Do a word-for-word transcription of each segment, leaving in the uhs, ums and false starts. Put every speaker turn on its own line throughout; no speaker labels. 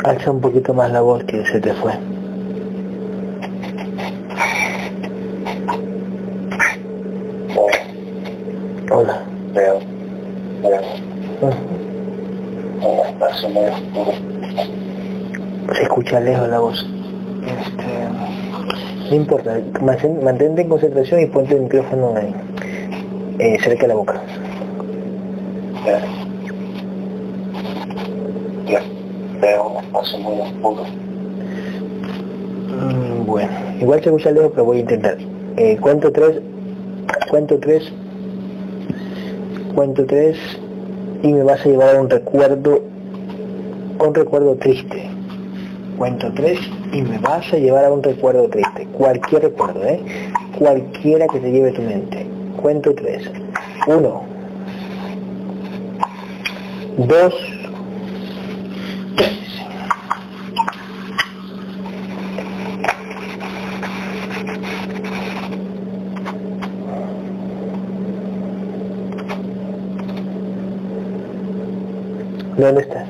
Alza un poquito más la voz que se te fue. Hola.
Veo. Veo.
Uh-huh.
Un espacio muy oscuro.
Se escucha lejos la voz. Este, no importa, mantente en concentración y ponte el micrófono ahí, eh, cerca de la boca.
Veo. Veo un espacio muy oscuro.
Mm, bueno, igual se escucha lejos, pero voy a intentar. Eh, cuento tres, cuento tres, cuento tres y me vas a llevar a un recuerdo, un recuerdo triste. Cuento tres y me vas a llevar a un recuerdo triste. Cualquier recuerdo, ¿eh? Cualquiera que te lleve tu mente. Cuento tres. Uno. Dos. Tres. ¿Dónde estás?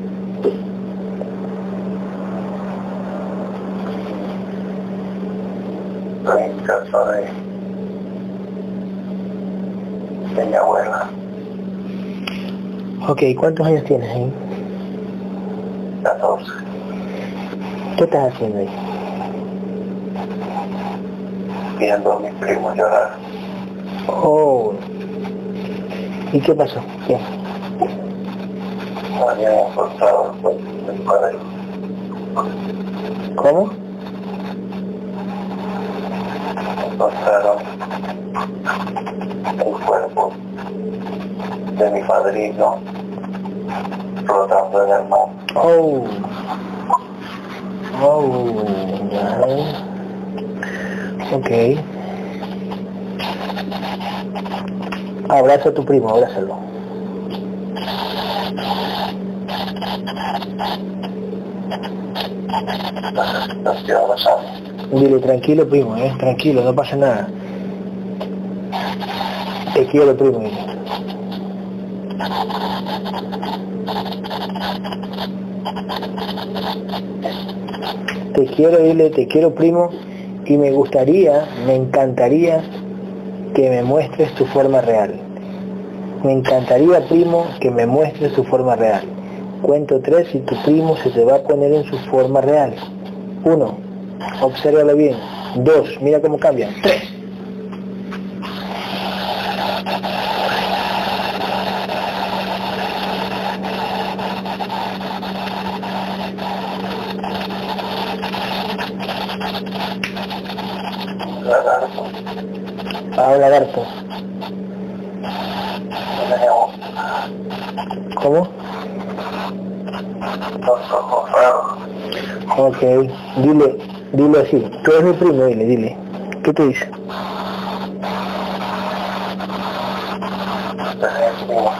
En casa de, de mi abuela.
Ok, ¿cuántos años tienes ahí?
catorce.
¿Qué estás haciendo ahí?
Viendo a mi primo llorar.
Oh. ¿Y qué pasó? ¿Qué?
Habíamos cortado el cuerpo del padre.
¿Cómo?
Encontraron el cuerpo de mi padrino flotando en el mar.
Oh. Oh. Ya. Ok. Abraza a tu primo, abrázalo.
Lo estoy abrazando.
Dile, tranquilo primo, eh, tranquilo, no pasa nada. Te quiero primo, dile. Te quiero, dile, te quiero primo, y me gustaría, me encantaría que me muestres tu forma real. Me encantaría primo que me muestres tu forma real. Cuento tres y tu primo se te va a poner en su forma real. Uno, obsérvalo bien. Dos, mira cómo cambia. Tres.
Lagarto.
Ah, un lagarto.
Tenemos
¿Cómo?
los ojos raros.
Ok, dile, dile así. Tú eres mi primo, dile, dile. ¿Qué te dice?
Tenemos...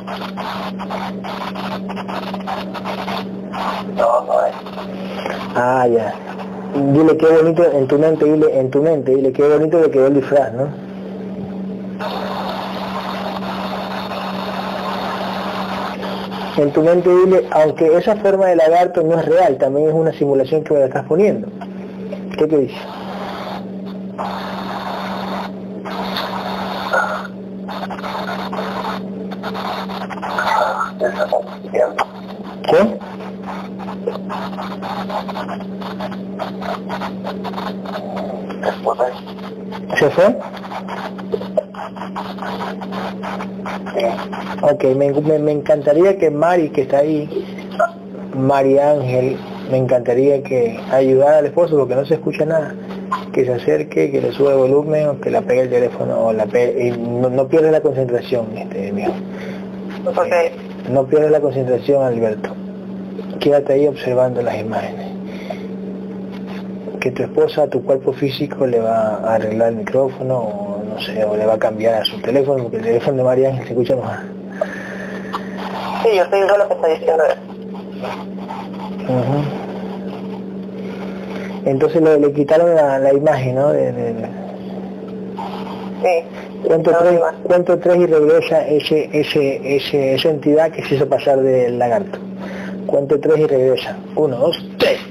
No, no es.
Ah, ya. Dile qué bonito en tu mente, dile, en tu mente, dile qué bonito le quedó el disfraz, ¿no? En tu mente dile, aunque esa forma de lagarto no es real, también es una simulación que me la estás poniendo. ¿Qué te dice? ¿Qué?
Después de...
¿Se fue?
Sí.
Ok, me, me, me encantaría que Mari, que está ahí, Mari Ángel, me encantaría que ayudara al esposo porque no se escucha nada, que se acerque, que le suba el volumen o que la pegue el teléfono o la pegue, y no, no pierda la concentración, este mijo.
Okay.
No pierdas la concentración, Alberto. Quédate ahí observando las imágenes. Que tu esposa a tu cuerpo físico le va a arreglar el micrófono o no sé, o le va a cambiar a su teléfono porque el teléfono de María Ángel se escucha más.
Sí, yo estoy viendo lo que está diciendo.
Uh-huh. Entonces le, le quitaron la, la imagen, ¿no? De, de, de...
Sí.
Cuento
No,
tres,
no.
cuento tres y regresa ese, ese, ese, esa entidad que se hizo pasar del lagarto. Cuento tres y regresa. Uno, dos, tres.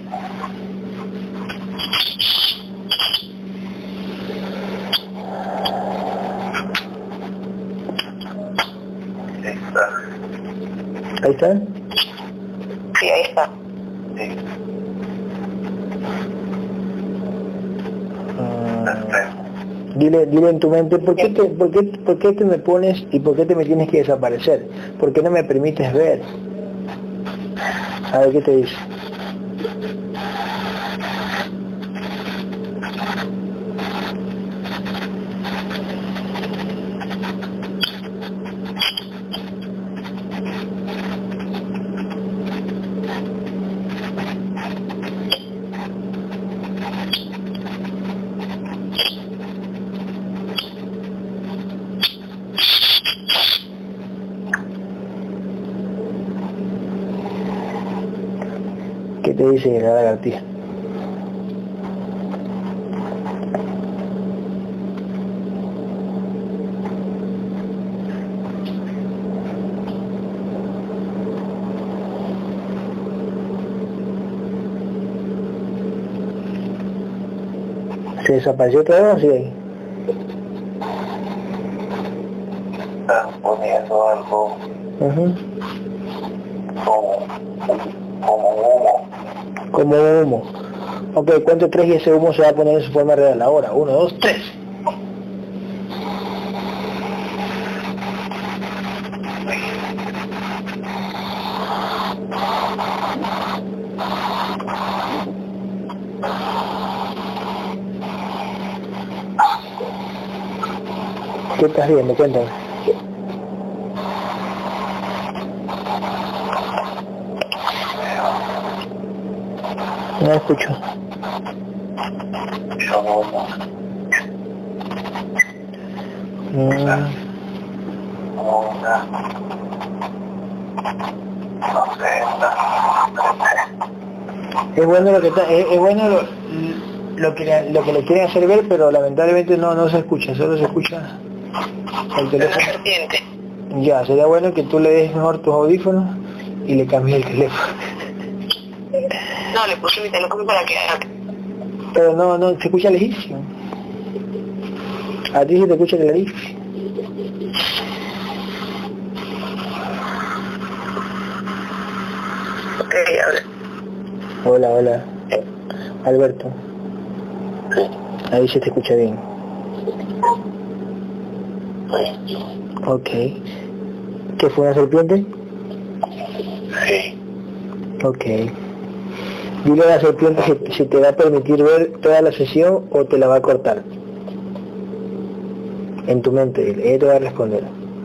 Ahí está.
Sí, ahí está.
Sí.
Uh, dile, dile en tu mente, ¿por qué, te, por, qué, ¿por qué te me pones y por qué te me tienes que desaparecer? ¿Por qué no me permites ver? A ver qué te dice. ¿Qué te dice la lagartija? ¿Se desapareció otra vez o sigue ahí?
Estás poniendo algo
Uh-huh.
como, como humo.
Como humo. Ok, cuento tres y ese humo se va a poner en su forma real ahora. Uno, dos, tres. ¿Qué estás viendo? Cuéntame. No escucho.
Yo humo.
Mm.
Como una... No sé, una...
Es bueno lo que está, es, es bueno lo, lo que le, lo que le quieren hacer ver, pero lamentablemente no no se escucha, solo se escucha el
Una
teléfono.
serpiente.
Ya, sería bueno que tú le des mejor tus audífonos y le cambies el teléfono.
No, le puse mi teléfono para que haga.
Pero no, no, se escucha lejísimo. A ti se te escucha clarísimo.
Ok, habla.
Hola, hola. Alberto.
Sí.
Ahí se te escucha bien.
Sí.
Ok. ¿Qué fue una serpiente?
Sí.
Ok. Dile a la serpiente si, si te va a permitir ver toda la sesión o te la va a cortar. En tu mente, dile. Ella te va a responder.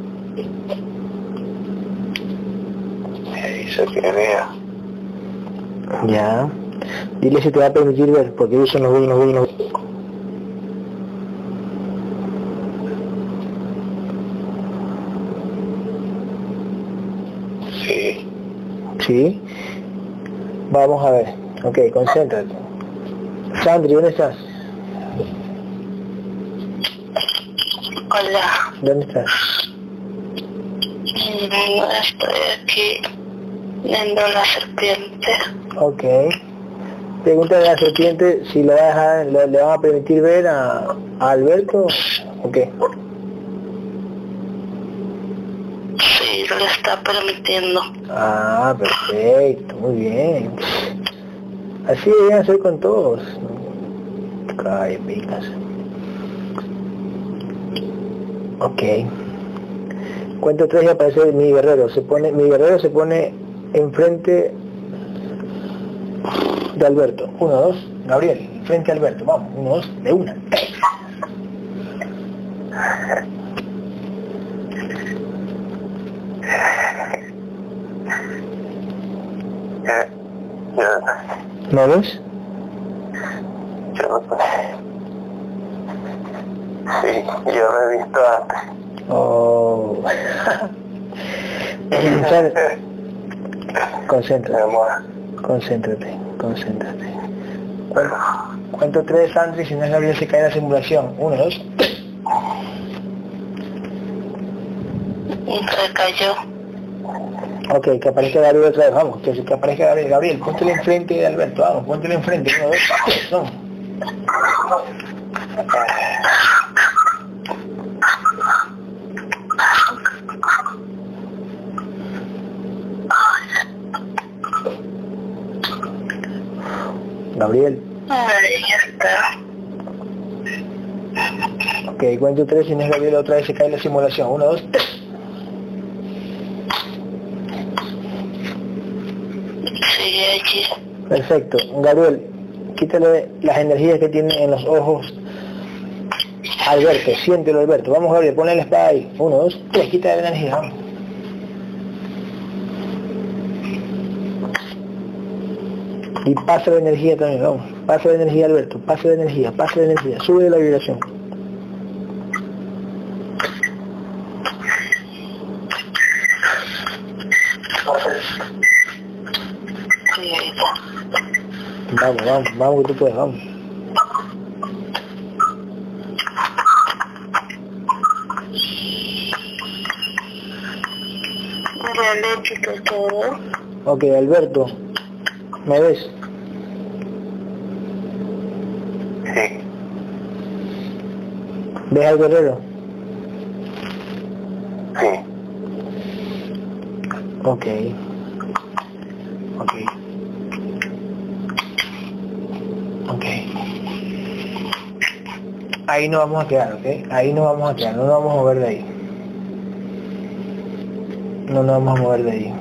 Me dice que vea.
Ya. Dile si te va a permitir ver, porque ellos no ven, no ven, no ven.
Sí.
¿Sí? Vamos a ver. Ok, concéntrate. Sandri, ¿dónde estás?
Hola.
¿Dónde estás?
No estoy aquí viendo la serpiente.
Ok. Pregúntale a la serpiente si le, va a dejar, le, le van a permitir ver a, a Alberto o qué.
Sí, lo está permitiendo.
Ah, perfecto, muy bien. Así deberían hacer con todos. Ay, picas. Ok. Cuento tres y aparece mi guerrero. Se pone, mi guerrero se pone enfrente de Alberto. Uno, dos. Gabriel, frente a Alberto. Vamos, uno, dos, de una. Tres.
Eh, yo,
¿No ves?
yo no sé. Sí, yo lo he visto antes.
Oh. ¿Sabes? Concéntrate,
Mi amor.
concéntrate, concéntrate. Cuento, cuento tres, Andrés, si no es Gabriel se cae la simulación. Uno, dos, tres.
Y se cayó.
Ok, que aparezca Gabriel otra vez, vamos, que, que aparezca Gabriel. Gabriel, póntele enfrente de Alberto, vamos, póntele enfrente, uno, dos, tres, vamos. Gabriel.
Ahí ya está.
Ok, cuento tres, si no es Gabriel otra vez se cae la simulación. Uno, dos, tres.
Sigue allí.
Perfecto. Gabriel, quítale las energías que tiene en los ojos Alberto, siéntelo Alberto. Vamos Gabriel, ponle la espada ahí. Uno, dos, tres, quita la energía, vamos. Y pasa la energía también, vamos. Pasa la energía Alberto, pasa la energía, pasa la energía. Sube la vibración. Vamos, vamos, vamos que tú puedes, vamos.
Realógico todo.
Ok, Alberto, ¿me ves?
Sí.
¿Ves al guerrero?
Sí.
Ok. Ok. Ok. Ahí nos vamos a quedar, ¿ok? Ahí nos vamos a quedar, no nos vamos a mover de ahí. No nos vamos a mover de ahí.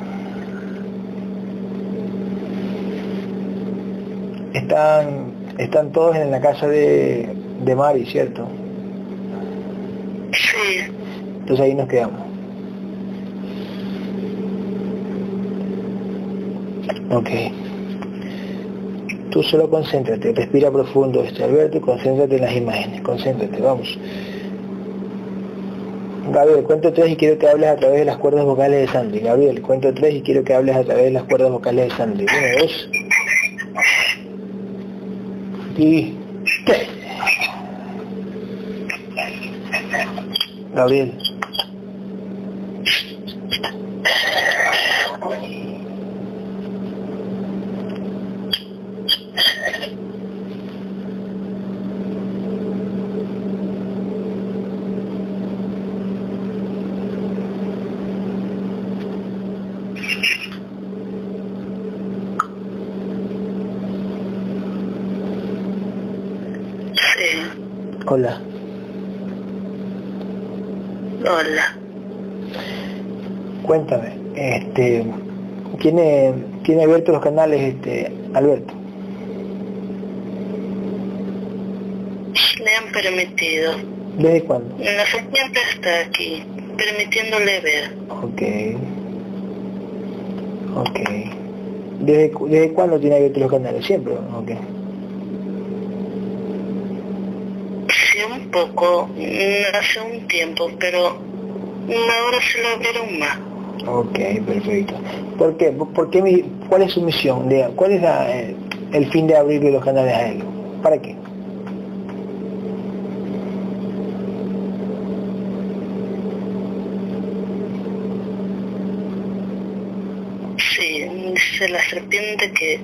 Están, están todos en la casa de, de Mari, ¿cierto?
Sí.
Entonces ahí nos quedamos. Ok. Tú solo concéntrate, respira profundo este Alberto y concéntrate en las imágenes, concéntrate, vamos. Gabriel, cuento tres y quiero que hables a través de las cuerdas vocales de Sandy. Gabriel, cuento tres y quiero que hables a través de las cuerdas vocales de Sandy. Uno, dos. Y tres. Gabriel. Hola.
Hola.
Cuéntame, este, ¿tiene, tiene abiertos los canales, este, Alberto?
Le han permitido.
¿Desde cuándo?
La serpiente está aquí, permitiéndole ver.
Ok. Ok. ¿Desde, cu- desde cuándo tiene abiertos los canales? ¿Siempre? Ok.
Sí, un poco, mm, hace un tiempo, pero ahora se lo abrieron más.
Ok, perfecto. ¿Por qué? ¿Por por qué mi, ¿Cuál es su misión? De, ¿Cuál es la, eh, el fin de abrirle los canales a él? ¿Para qué?
Sí, dice la serpiente que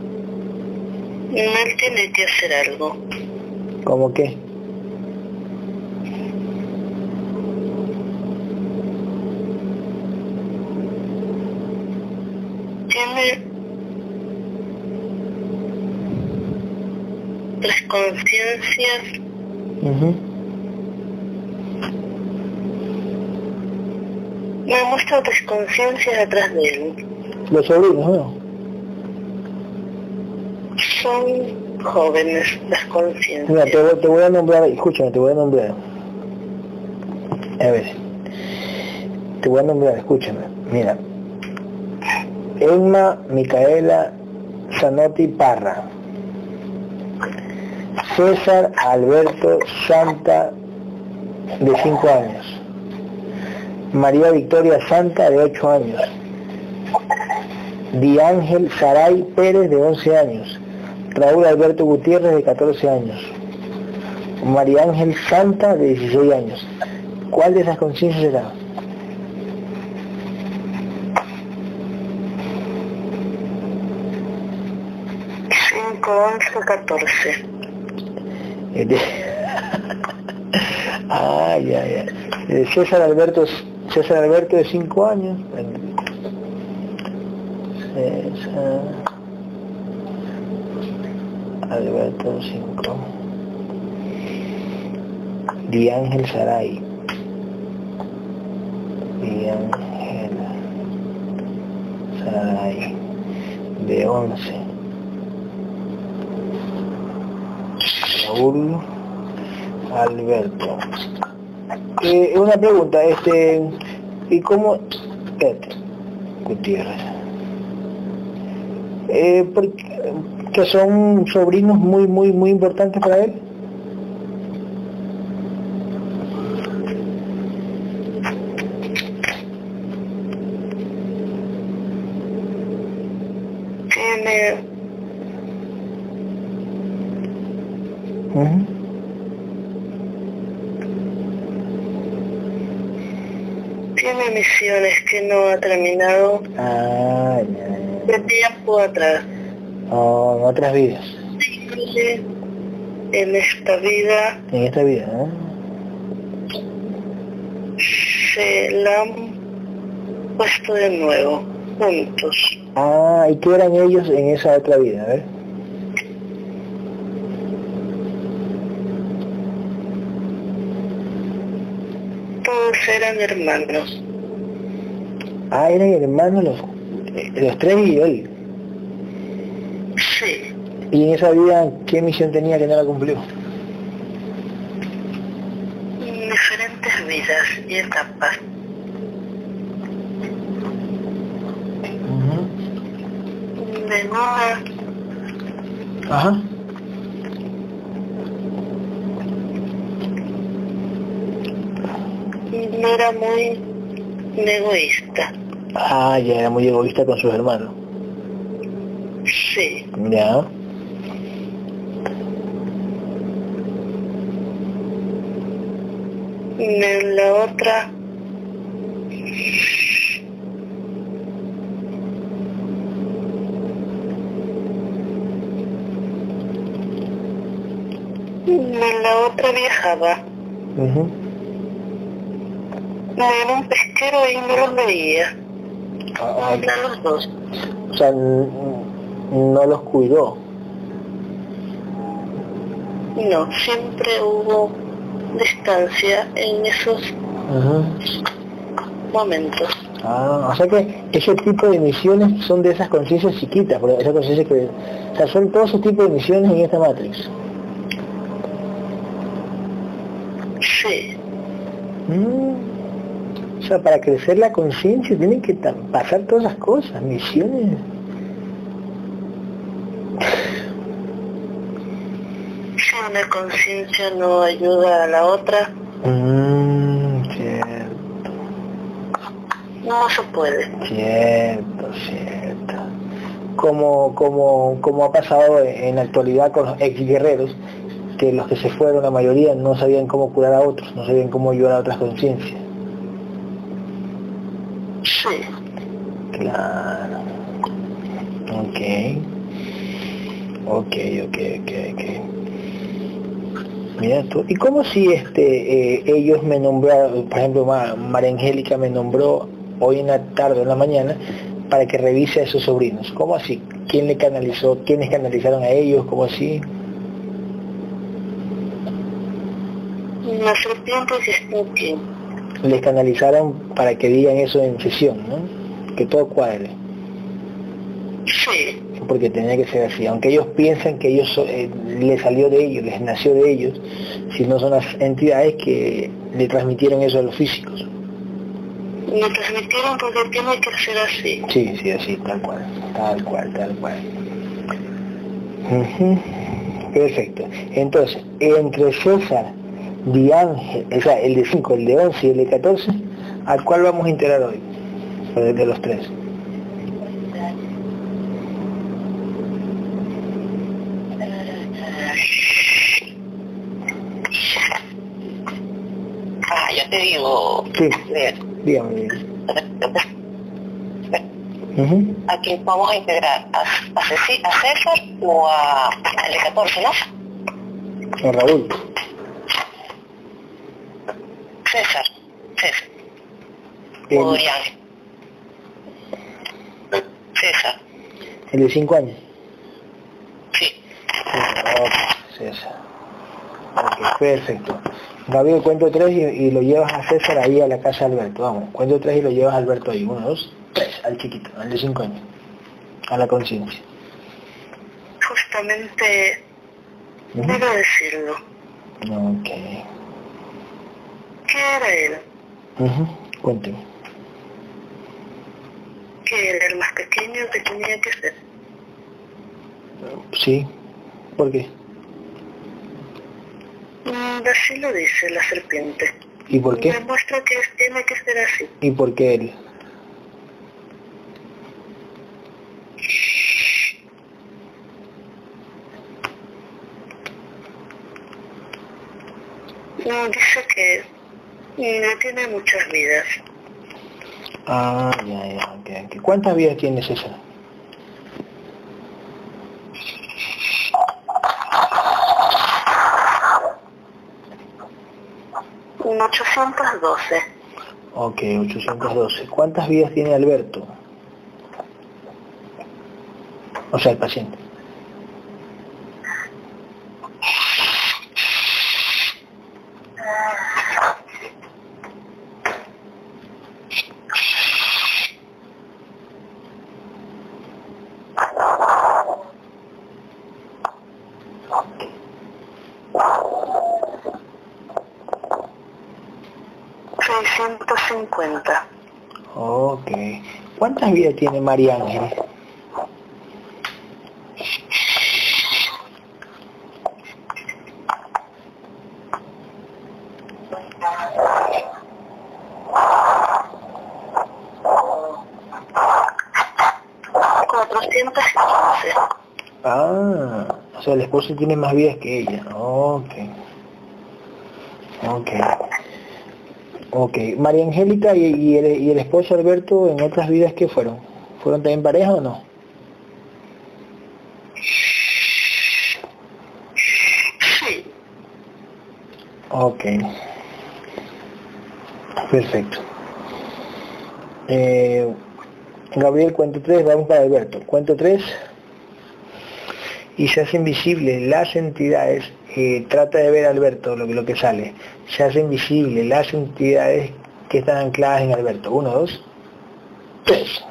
él tiene que hacer algo.
¿Cómo qué?
Tiene tres conciencias.
Uh-huh.
Me muestra tres conciencias atrás de él.
Los sobrinos, ¿no?
Son jóvenes las conciencias.
Mira, te, voy- te voy a nombrar, escúchame, te voy a nombrar. A ver. Te voy a nombrar, escúchame. Mira. Emma Micaela Zanotti Parra. César Alberto Santa, de cinco años. María Victoria Santa, de ocho años. Diángel Saray Pérez, de once años. Raúl Alberto Gutiérrez, de catorce años. María Ángel Santa, de dieciséis años. ¿Cuál de esas conciencias será?
once, catorce.
Este... ah, ya, ya. Eh, César Alberto, César Alberto de cinco años. César Alberto cinco. Diángel Saray. Diángel Saray de once. Raúl Alberto. Eh, una pregunta, este, ¿y cómo? Espérate, Gutiérrez. Eh, porque, que son sobrinos muy, muy, muy importantes para él.
Tiene...
Uh-huh.
Tiene misiones que no ha terminado.
Ah, ya, ya.
De tiempo atrás.
Oh, en otras vidas.
Sí, en esta vida
En esta vida, ¿eh?
se la han puesto de nuevo, juntos.
Ah, ¿y qué eran ellos en esa otra vida? A ver.
Todos eran hermanos.
Ah, eran hermanos los, los tres y él.
Sí.
¿Y en esa vida qué misión tenía que no la cumplió?
Diferentes vidas y etapas.
Uh-huh.
De una
Ajá.
no era muy egoísta.
Ah, ya era muy egoísta con sus hermanos.
Sí.
Ya.
En la otra en la otra viajaba.
Uh-huh.
Era un pesquero y no los veía.
Ah,
Eran los dos.
o sea, n- no los cuidó.
No, siempre hubo distancia en esos
Uh-huh.
momentos.
Ah, o sea que ese tipo de misiones son de esas conciencias chiquitas, pero esas conciencias que... O sea, son todos esos tipos de misiones en esta Matrix.
Sí.
Mm. O sea, para crecer la conciencia tienen que ta- pasar todas esas cosas, misiones.
Si una conciencia no ayuda a la otra,
Mm, cierto,
no se puede.
cierto, cierto. Como, como, como ha pasado en la actualidad con los ex guerreros, que los que se fueron, la mayoría, no sabían cómo curar a otros, no sabían cómo ayudar a otras conciencias.
Sí.
Claro. Ok. Ok, ok, ok, ok. Mira tú. ¿Y cómo si este eh, ellos me nombraron, por ejemplo, Ma- María Angélica me nombró hoy en la tarde o en la mañana para que revise a sus sobrinos? ¿Cómo así? ¿Quién le canalizó? ¿Quiénes canalizaron a ellos? ¿Cómo así?
La serpiente que está aquí.
Les canalizaron para que digan eso en sesión, ¿no? Que todo cuadre.
Sí.
Porque tenía que ser así, aunque ellos piensan que ellos so- eh, les salió de ellos, les nació de ellos, si no son las entidades que le transmitieron eso a los físicos.
Me transmitieron porque tiene que ser así.
Sí, sí, así, tal cual, tal cual, tal cual. Ujú. Perfecto. Entonces, entre César, Diángel, o sea, el de cinco, el de once y el de catorce, ¿a cuál vamos a integrar hoy? O de de los tres.
Ah, yo te digo.
Sí, dígame. Uh-huh.
¿A quién vamos a integrar? ¿A, a, Ceci, a César o a, al de catorce, no?
A Raúl.
César. César.
El,
o Dorian. César.
¿El de cinco años?
Sí.
Ok, César. Ok, perfecto. Gabriel, cuento tres y, y lo llevas a César ahí a la casa de Alberto. Vamos, cuento tres y lo llevas a Alberto ahí. Uno, dos, tres, al chiquito, al de cinco años. A la conciencia.
Justamente,
Uh-huh.
debo decirlo.
Ok.
¿Qué era él?
Uh-huh. Cuénteme.
Que era el más pequeño que tenía que ser.
Sí. ¿Por qué?
Mm, así lo dice la serpiente.
¿Y por qué?
Demuestra que es- tiene que ser así.
¿Y por qué él?
Mm, dice que no tiene muchas vidas.
Ah, ya, ya, ok, ok. ¿Cuántas vidas tiene César?
Un ochocientos doce.
Ok, ochocientos doce. ¿Cuántas vidas tiene Alberto? O sea, el paciente.
seiscientos cincuenta.
Ok. ¿Cuántas vidas tiene María Ángel?
cuatrocientos quince.
Ah, o sea, el esposo tiene más vidas que ella. Ok. Ok. Ok. María Angélica y, y, el, y el esposo Alberto, ¿en otras vidas qué fueron? ¿Fueron también pareja o no?
Sí.
Ok. Perfecto. Eh, Gabriel, cuento tres, vamos para Alberto. Cuento tres y se hacen visibles las entidades, eh, trata de ver Alberto lo que, lo que sale, se hacen visibles las entidades que están ancladas en Alberto. Uno, dos, tres.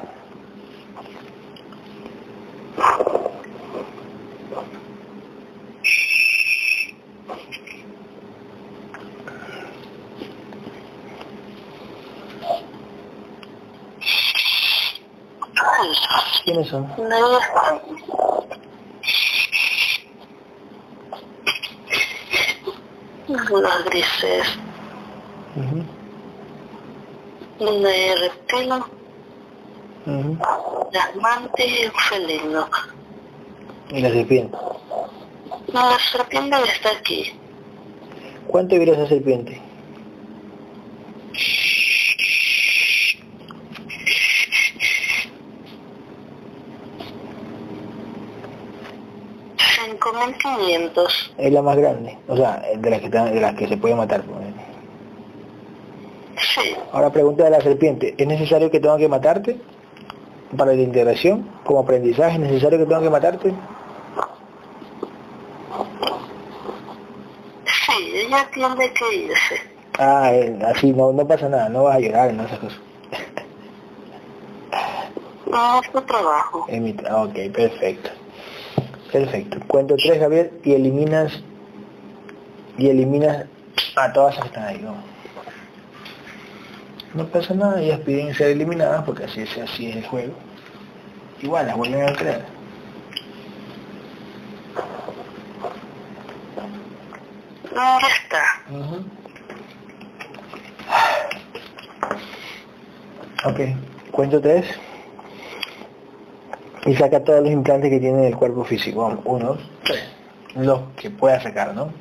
¿Quiénes son?
No están. Los grises.
Uh-huh.
De reptilo,
Uh-huh.
las mantis y el felino.
Y la serpiente.
No, la serpiente está aquí.
¿Cuánto vive esa serpiente?
cinco mil quinientos.
Es la más grande, o sea, de las que, están- de las que se puede matar.
Sí.
Ahora pregunta de la serpiente, ¿es necesario que tenga que matarte? Para la integración, como aprendizaje, ¿es necesario que tenga que matarte?
Sí, ella tiene que irse.
Ah, eh, así no, no pasa nada, no vas a llorar, no esas cosas.
No es tu trabajo.
En mi- ok, perfecto. Perfecto. Cuento tres, Gabriel, y eliminas y eliminas a todas las que están ahí, ¿no? No pasa nada, ellas piden ser eliminadas porque así es, así es el juego. Igual las vuelven a crear.
¿Dónde está?
Uh-huh. Ok, cuento tres. Y saca todos los implantes que tiene en el cuerpo físico. Vamos, uno, tres. Los que pueda sacar, ¿no?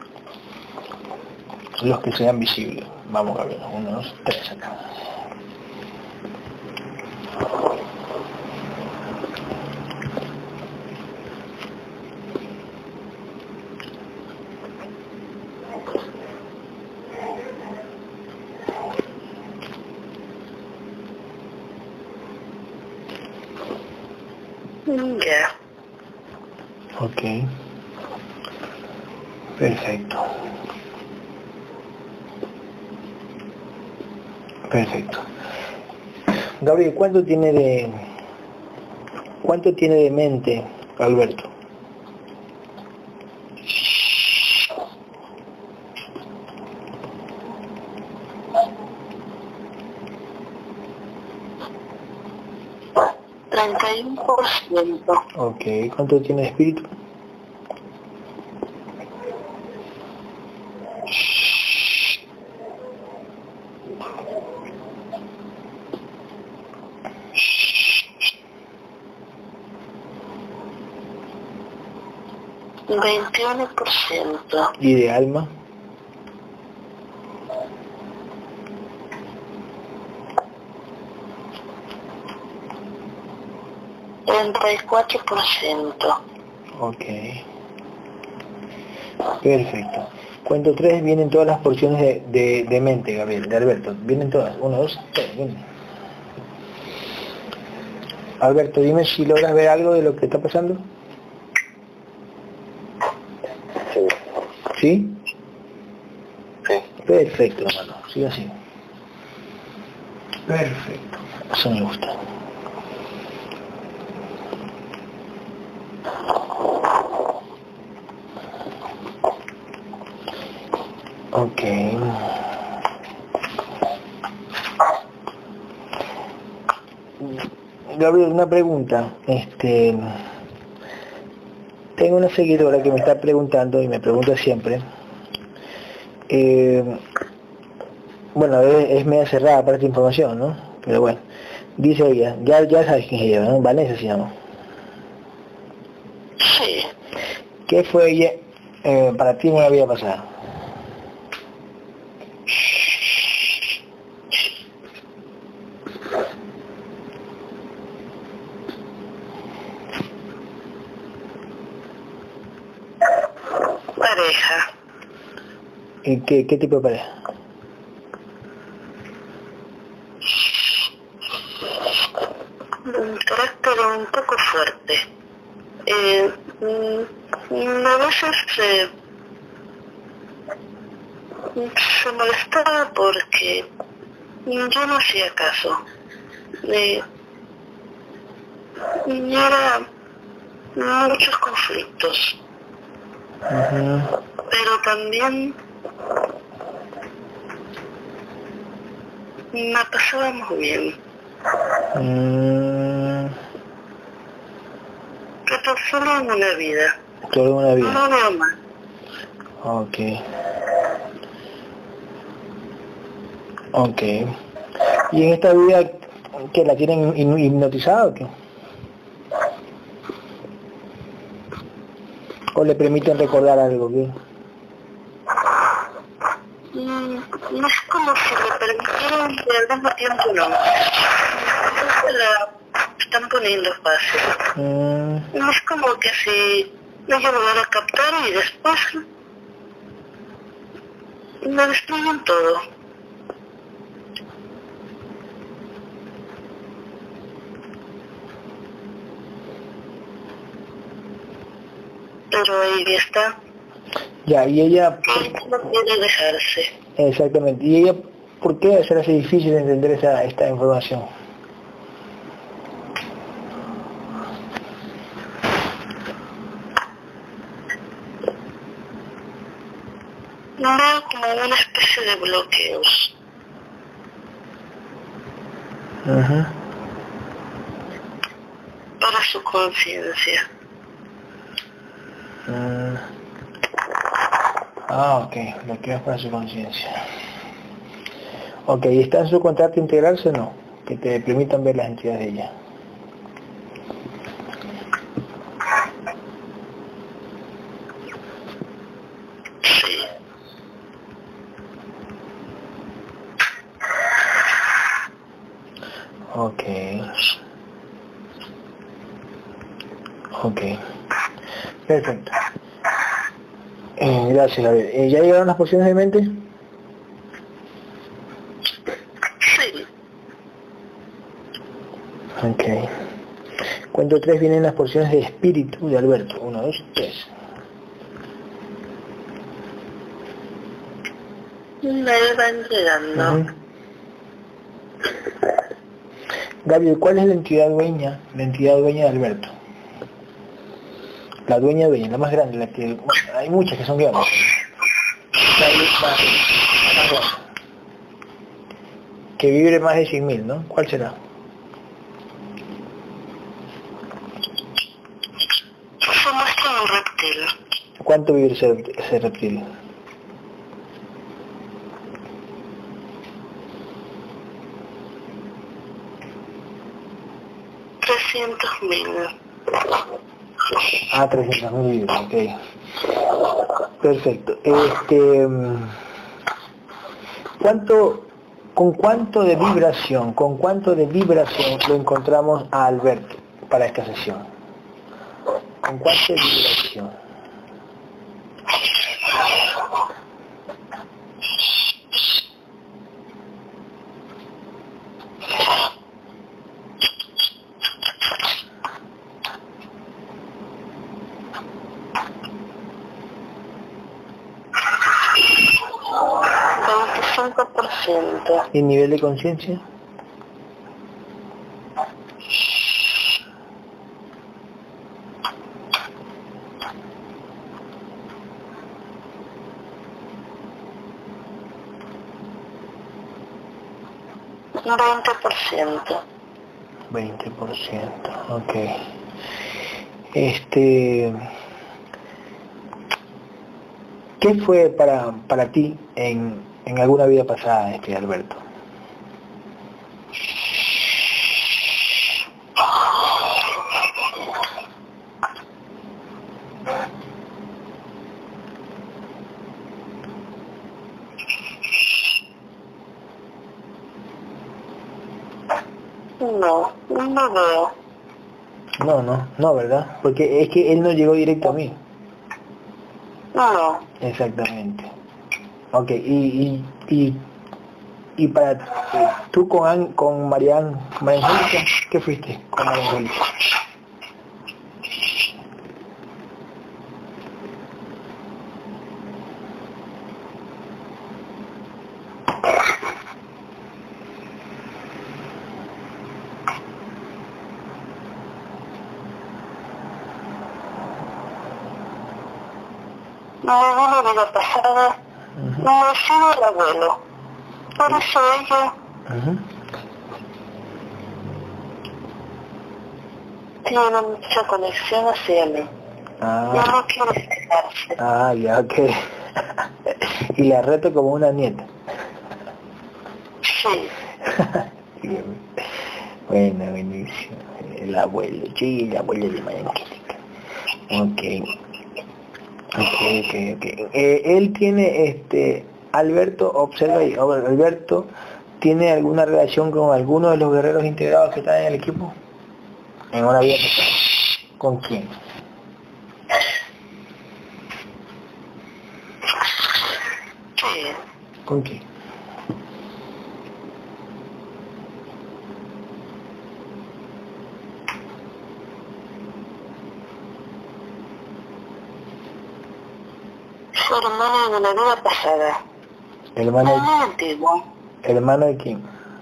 Los que sean visibles. Vamos, Gabriel. Uno, dos, tres, acá.
Ya.
Ok. Perfecto. Perfecto. Gabriel, ¿cuánto tiene de cuánto tiene de mente Alberto?
treinta y uno por ciento.
Ok. ¿Cuánto tiene de espíritu?
veintiuno por ciento.
¿Y de alma?
treinta y cuatro por ciento.
Ok. Perfecto. Cuento tres, vienen todas las porciones de, de, de mente, Gabriel, de Alberto. Vienen todas. Uno, dos, tres, vienen. Alberto, dime si logras ver algo de lo que está pasando.
Sí.
¿Sí?
Sí.
Perfecto, hermano. Sigue así. Perfecto. Eso me gusta. Ok. Gabriel, una pregunta. Este, tengo una seguidora que me está preguntando y me pregunta siempre. Eh, bueno, es, es media cerrada para esta información, ¿no? Pero bueno, dice ella, ya, ya sabes quién es ella, ¿no? Vanessa se llama.
Sí.
¿Qué fue ella eh, para ti en una vida pasada?
Pareja.
¿Y qué, qué tipo de pareja?
Un carácter un poco fuerte. Eh, mm, a veces eh, se molestaba porque yo no hacía caso. Eh, y era muchos conflictos.
Uh-huh.
Pero también la pasábamos bien.
Mm,
Pero solo en una vida.
Solo una vida.
No veo más.
Ok. Ok. ¿Y en esta vida que la tienen hin- hipnotizada o qué? ¿O le permiten recordar algo? ¿Qué?
Mm, no es como si le permitieran y al mismo tiempo no. Entonces la están poniendo fácil.
Mm,
No es como que si ellos lo van a captar y después lo destruyen todo. Pero ahí está.
ya, y ella...
No quiere dejarse.
Exactamente. ¿Y ella por qué será así difícil entender esa, esta información?
Veo como una especie de bloqueos.
Uh-huh.
Para su conciencia.
Mm. Ah, ok, bloqueos para su conciencia. Ok, ¿y está en su contrato integrarse o no? Que te permitan ver las entidades de ella.
Sí.
Ok. Ok. Perfecto. Eh, gracias, Gabriel. Eh, ¿Ya llegaron las porciones de mente?
Sí.
Ok. Cuento tres, vienen las porciones de espíritu de Alberto. Uno, dos, tres.
Me van llegando.
Uh-huh. Gabriel, ¿cuál es la entidad dueña, la entidad dueña de Alberto? La dueña dueña, la más grande, la que... Bueno, hay muchas que son grandes. La más, más grande. Que vibre más de cien mil, ¿no? ¿Cuál será?
Se muestra un reptil.
¿Cuánto vive ese, ese reptil?
trescientos mil.
Ah, trescientos mil vibras, ok. Perfecto. Este, ¿cuánto, ¿Con cuánto de vibración, con cuánto de vibración lo encontramos a Alberto para esta sesión? ¿Con cuánto de vibración?
veinticinco por ciento.
¿Y nivel de conciencia?
veinte por ciento.
veinte por ciento, ok. Este... ¿Qué fue para, para ti en, en alguna vida pasada, este Alberto?
No, no veo.
No, no, no, ¿verdad? Porque es que él no llegó directo a mí.
No.
Exactamente. Ok, y, y, y, y para eh, tú con, An, con Marian, María Angélica, ¿qué fuiste con María Angélica?
Mi abuelo de la pasada
Uh-huh.
me ha sido el abuelo. Por eso ella
Uh-huh.
tiene mucha conexión hacia mí.
Ah,
Ya no quiere separarse.
ah, ya, ok. Y la reto como una nieta.
Sí.
Bien. Bueno, buenísimo. El abuelo, sí, el abuelo de María Angélica. Ok. Ok, ok, ok. Eh, él tiene, este, Alberto, observa ahí, Alberto, ¿tiene alguna relación con alguno de los guerreros integrados que están en el equipo? En una vida pasada. ¿Con quién?
Sí.
¿Con quién?
Su hermano de la vida pasada.
¿Hermano de,
Muy antiguo.
¿hermano de quién?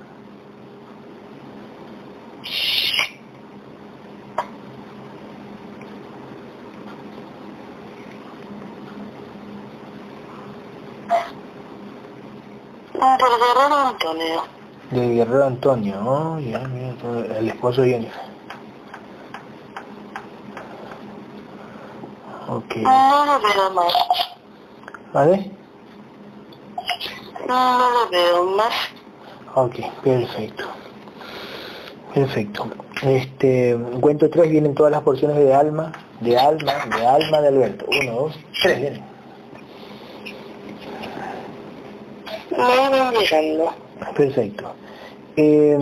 Del guerrero Antonio.
Del guerrero Antonio, oh, ya, mira, todo- el esposo de Jennifer. Ok.
No lo veo más.
¿Vale?
No lo veo más.
Ok, perfecto. Perfecto. Este, cuento tres, vienen todas las porciones de alma, de alma, de alma de Alberto. Uno, dos, tres, vienen.
Me van llegando.
Perfecto. Eh,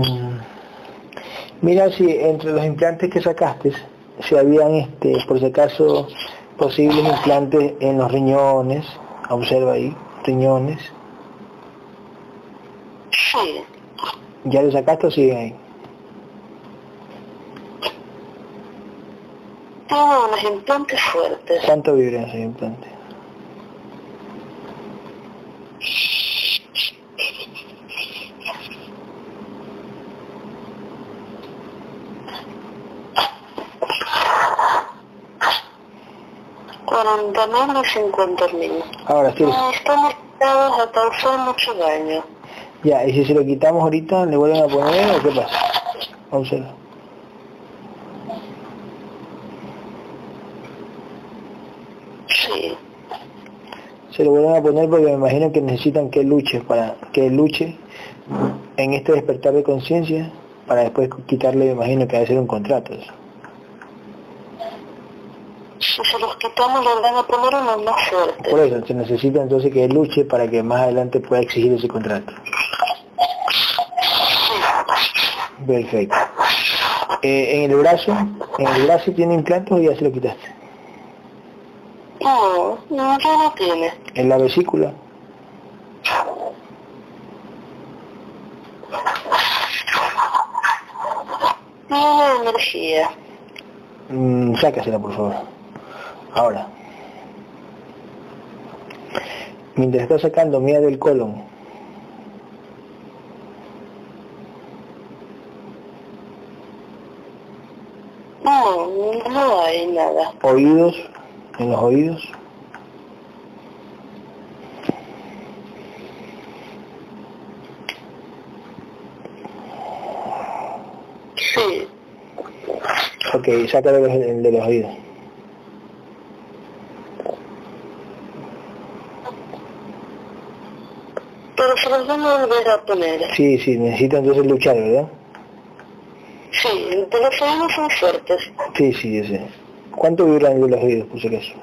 mira si entre los implantes que sacaste, si habían, este, por si acaso, posibles implantes en los riñones. Observa ahí, riñones.
Sí.
¿Ya lo sacaste o siguen ahí?
tiene unos implantes fuertes.
¿Cuánto vibran esos implantes?
cuarenta mil y cincuenta mil.
Ahora sí.
Están destinados a causar mucho daño.
Ya, y si se lo quitamos ahorita, ¿le vuelven a poner o qué pasa? Vamos a verlo.
Sí.
Se lo vuelven a poner porque me imagino que necesitan que luche, para que luche en este despertar de conciencia, para después quitarle, me imagino que debe ser un contrato.
Si se los quitamos, le van a poner unos más fuertes.
Por eso, se necesita entonces que él luche para que más adelante pueda exigir ese contrato. Perfecto. Eh, ¿En el brazo? ¿En el brazo tiene implantes o ya se lo quitaste?
No, no, ya no tiene.
¿En la vesícula?
Tiene energía.
Mm, sácasela, por favor. Ahora. Mientras está sacando, mira del colon.
No, no hay nada.
Oídos, en los oídos.
Sí.
Ok, sácalo de los, de los oídos.
Pero se los van a volver a poner.
Sí, sí, necesita entonces luchar, ¿verdad?
Sí, pero los oídos son fuertes.
Sí, sí, ese. ¿Cuánto vibran de los oídos, por si acaso?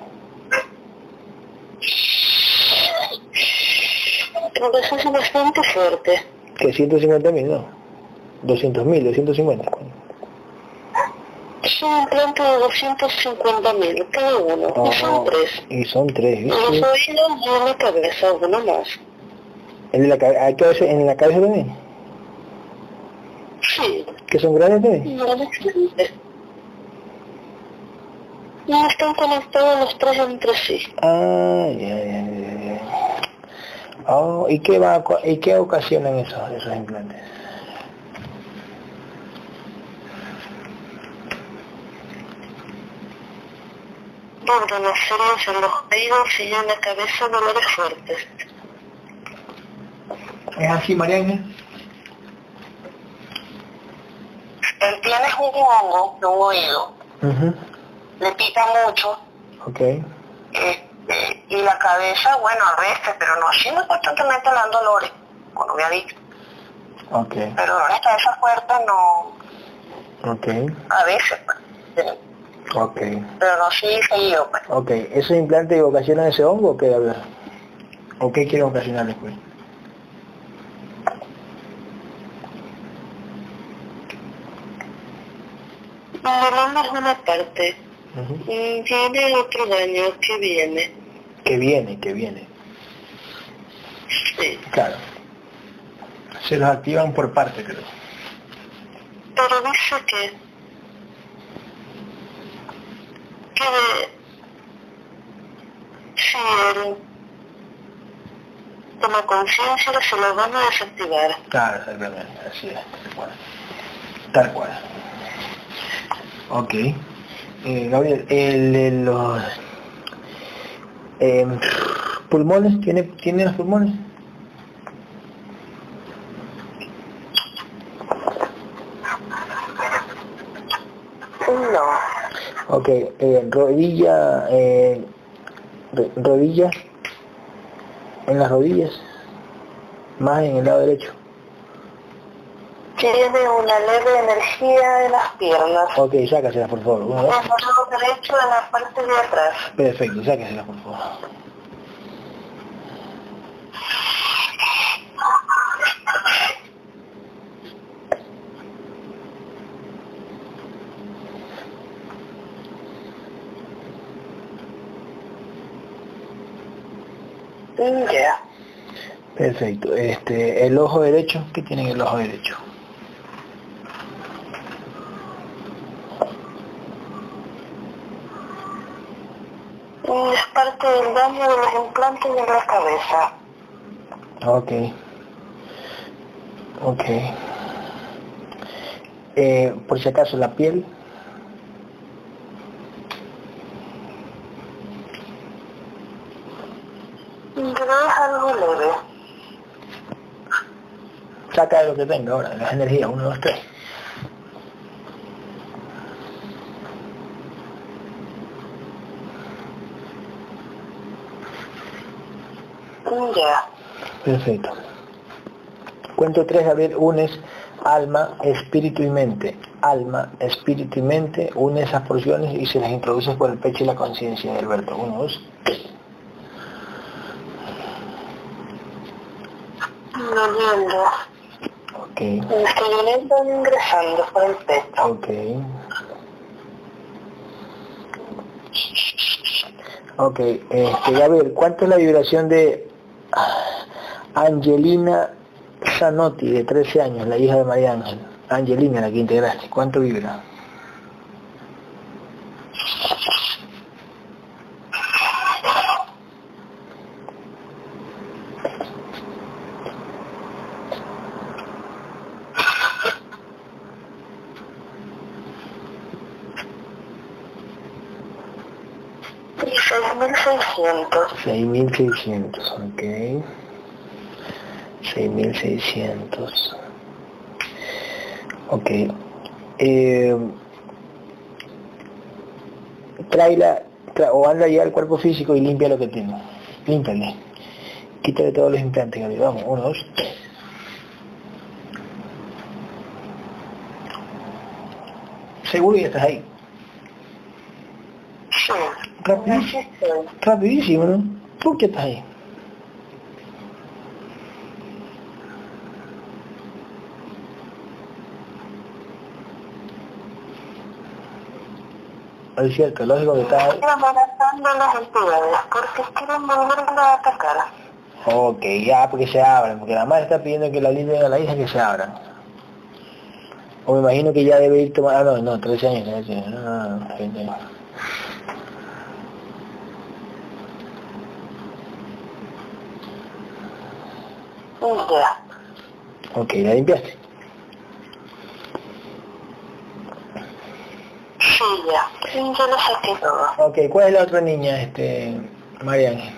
Creo que eso es bastante fuerte.
Que ciento cincuenta mil, ¿no? doscientos mil, doscientos cincuenta.
Es un implante de doscientos cincuenta mil cada uno.
Oh,
y son tres.
Y son tres,
En los
¿viste?
oídos y en la cabeza, uno más.
¿En la, cabe- cabeza, ¿En la cabeza también?
Sí.
¿Que son grandes también?
No, excelente. No están conectados los tres entre sí.
Ah, ya, ya, ya, ya. Oh, ¿y qué, va, a co- ¿y qué ocasionan esos, esos implantes?
Ordenaciones en los oídos y en la cabeza, dolores fuertes.
¿Es así, Mariana?
Él tiene un hongo de un oído,
Uh
le pica mucho,
Ok.
este, y la cabeza, bueno, a veces, pero no siempre constantemente le dan dolores, cuando me ha dicho.
Ok.
Pero dolores de cabeza fuerte no,
Ok.
a veces, pues,
Ok.
pero no sí seguido, pues.
Ok. ¿Esos implantes ocasionan ese hongo o qué? A ver. ¿O qué quieren ocasionar después?
Hablando es una parte,
Uh
y tiene otro daño que viene.
Que viene, que viene.
Sí.
Claro. Se los activan por parte, creo.
Pero dice que, que si él toma conciencia se lo van a desactivar.
Claro, exactamente, así es, tal cual. Tal cual. Ok. Eh, Gabriel, el, el- los eh, pulmones, ¿tiene, ¿tiene los pulmones?
No.
Ok, eh, rodilla, eh, ro- rodillas, en las rodillas, más en el lado derecho.
Tiene una leve energía en las piernas.
Ok, sácaselas por favor. Uno,
En el
dos.
lado derecho en la parte de atrás.
Perfecto, sácaselas por favor.
Ya.
Perfecto. Este, el ojo derecho, ¿qué tiene en el ojo derecho?
cambio de los implantes de la cabeza.
Ok. Ok. Eh, por si acaso, la piel.
Pero es algo leve.
Saca lo que tenga ahora, las energías, uno, dos, tres.
Ya.
Perfecto. Cuento tres, Gabriel, unes alma, espíritu y mente. Alma, espíritu y mente, une esas porciones y se las introduces por el pecho y la conciencia de Alberto. Uno, dos.
Doliendo.
Ok.
Me estoy doliendo ingresando por el pecho.
Ok. Ok, este, Gabriel, ¿cuánto es la vibración de Angelina Zanotti, de trece años, la hija de María Ángel? Angelina, la que integraste, ¿cuánto vibra?
seis mil seiscientos.
seis mil seiscientos, ok. seis mil seiscientos. Ok. Eh, tráela, tra o anda ya al cuerpo físico y limpia lo que tiene. Límpiale. Quítale todos los implantes, Gabriel. Vamos, uno, dos. Seguro ya estás ahí.
Sí.
Rapidísimo, rapidísimo, ¿no? ¿Por qué estás ahí? Es cierto, lógico que estás ahí.
Estoy amenazando a las entidades porque quieren volverla a atacar.
Ok, ya, porque se abran, porque la madre está pidiendo que la limpien a la hija, que se abran. O me imagino que ya debe ir tomando, ah no, no, trece años, trece años, no, no, no, veinte años.
Ya.
Ok, ¿la limpiaste?
Sí, ya. Yo lo saqué todo.
Ok, ¿cuál es la otra niña, este, María Ángel?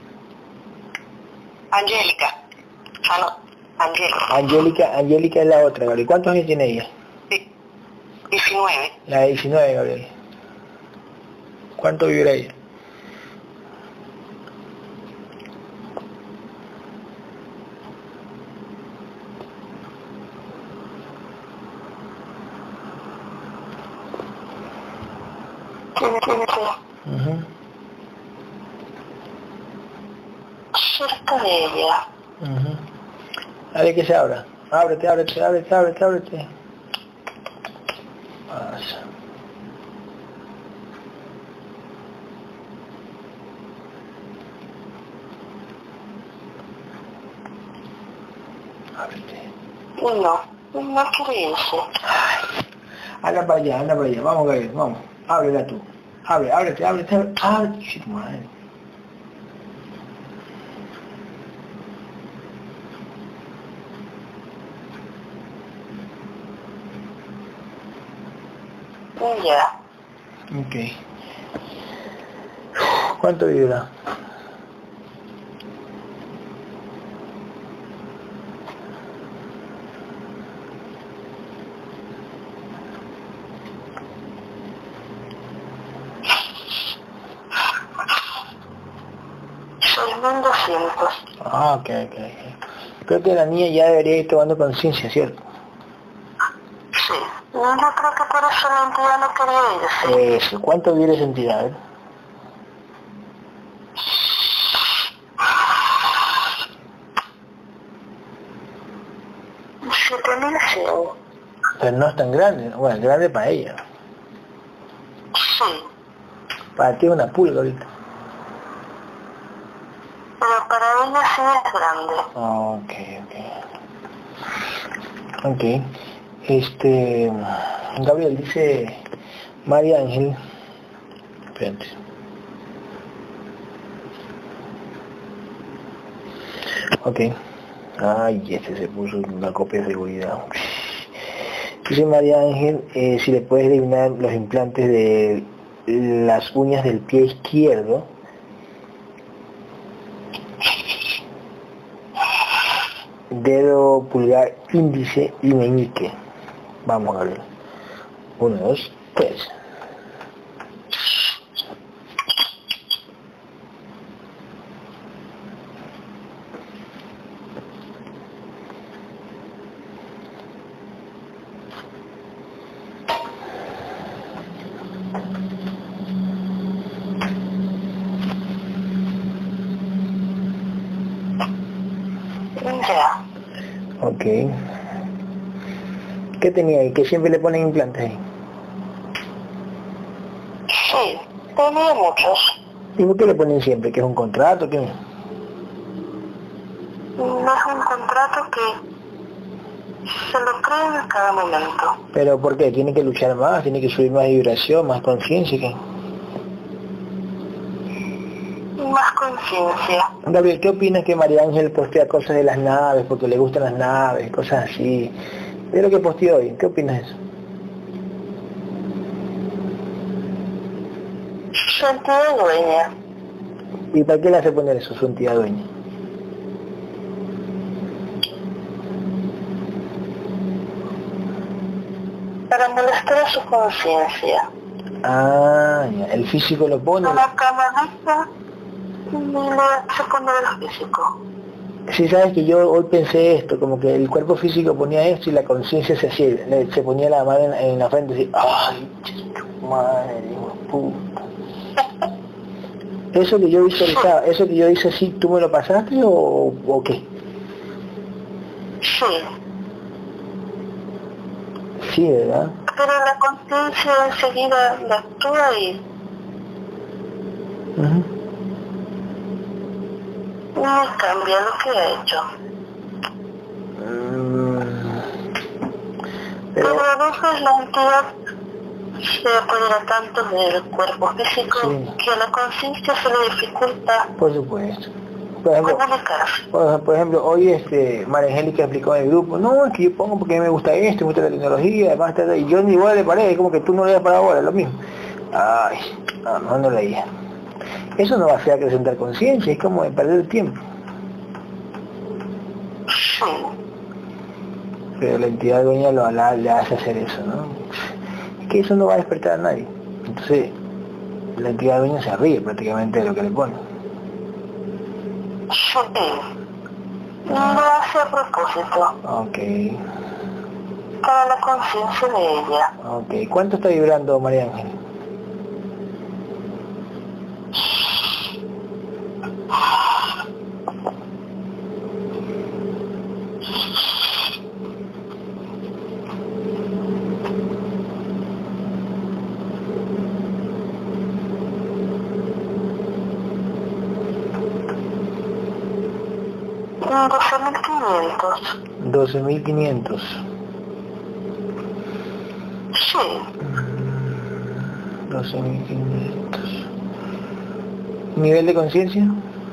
Angélica. Ah, no. Angélica.
Angélica, Angélica es la otra, Gabriel. ¿Cuántos años tiene ella?
Sí. diecinueve.
La de diecinueve, Gabriel. ¿Cuánto vibra ella? Uh-huh.
Cerca de ella.
Uh-huh. Dale que se abra. Ábrete, ábrete, ábrete, ábrete, ábrete. Pasa. Ábrete.
No, no quiere irse.
Ay. Anda para allá, anda para allá. Vamos, Gabriel, vamos. Ábrela tú. Abre, ábrete, ábrete, ábrete. Ábrete, shit, madre.
Ya.
Ok. ¿Cuánto vibra?
seis mil doscientos.
Ah, ok, ok, ok. Creo que la niña ya debería ir tomando conciencia, ¿cierto?
Sí. No, yo creo que por eso la entidad no quería irse.
Eso. ¿Cuánto vibra esa entidad? A ver.
siete mil cien.
Pero no es tan grande. Bueno, es grande para ella.
Sí.
Para ti es una pulga ahorita.
Pero para ella sí es grande.
Ok, ok. Ok. Este... Gabriel, dice María Ángel... Espérate. Ok. Ay, este se puso una copia de seguridad. Dice María Ángel, eh, si le puedes eliminar los implantes de las uñas del pie izquierdo. Dedo pulgar, índice y meñique. Vamos a ver. Uno, dos, tres.
Ya.
Ok. ¿Qué tenía ahí? ¿Que siempre le ponen implantes ahí?
Sí, tenía muchos.
¿Y por qué le ponen siempre? ¿Que es un contrato? ¿Qué?
No es un contrato que se lo creen en cada momento.
¿Pero por qué? ¿Tiene que luchar más? ¿Tiene que subir más vibración, más conciencia? ¿Qué?
Más conciencia.
Gabriel, ¿qué opinas que María Ángel postea cosas de las naves, porque le gustan las naves, cosas así? De lo que posteó hoy, ¿qué opinas de eso?
Su entidad dueña.
¿Y para qué le hace poner eso, su entidad dueña?
Para molestar a su conciencia.
Ah, ya. El físico lo pone.
No la canaliza ni le hace poner el físico.
Sí, sabes que yo hoy pensé esto, como que el cuerpo físico ponía esto y la conciencia se hacía, le- se ponía la mano en, en la frente y decía, ¡ay, chico, madre, hijo de puta! Eso que yo visualizaba, eso que yo hice así, ¿tú me lo pasaste o, o qué?
Sí,
Sí, ¿verdad?
pero la conciencia enseguida la actúa y
Ujú.
no cambia lo que ha hecho.
Mm,
Pero
Pero,
a veces la entidad se apodera tanto del cuerpo físico
Sí.
que a la conciencia se le dificulta
por supuesto. Por ejemplo,
comunicarse.
por, por ejemplo, hoy este María Angélica explicó en el grupo, no, es que yo pongo porque a mí me gusta esto, me gusta la tecnología, además, tal, y yo ni igual le paré, como que tú no le das para ahora, lo mismo. Ay, no, no, no leía. Eso no va a hacer acrecentar conciencia, es como de perder el tiempo.
Sí,
Pero la entidad dueña lo, la, le hace hacer eso, ¿no? Es que eso no va a despertar a nadie. Entonces, la entidad dueña se ríe prácticamente de lo que le pone.
sí. Lo hace a propósito,
Ok,
para la conciencia de ella.
ok. ¿Cuánto está vibrando María Ángel?
doce mil quinientos.
doce mil quinientos.
Sí,
doce mil quinientos. ¿Nivel de conciencia?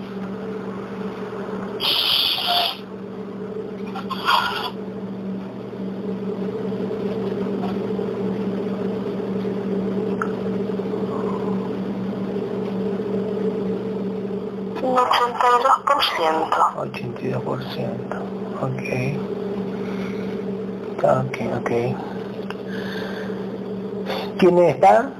un ochenta y dos por ciento.
ochenta y dos por ciento. Ok. Ok, ok. ¿Tiene espada?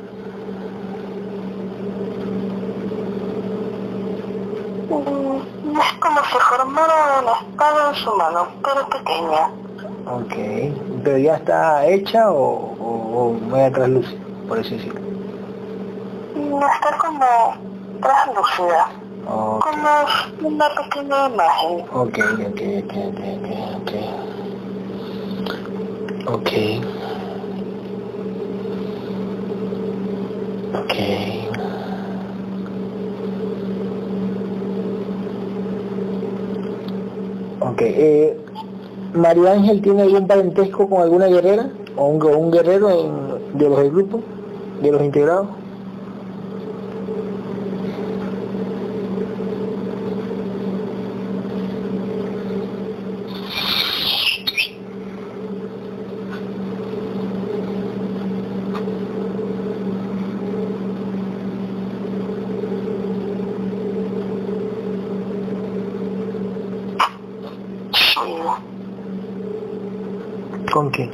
Mm, Es como si formara una espada en su mano, pero pequeña.
Ok. ¿Pero ya está hecha o, o, o muy a traslúcida, por así decirlo?
No está como translúcida,
Ok.
como una pequeña imagen.
Ok, ok, ok, ok, ok. Ok. Ok. Ok. Eh, ¿María Ángel tiene algún parentesco con alguna guerrera? ¿O un, o un guerrero en- de los del grupo? ¿De los integrados? qué?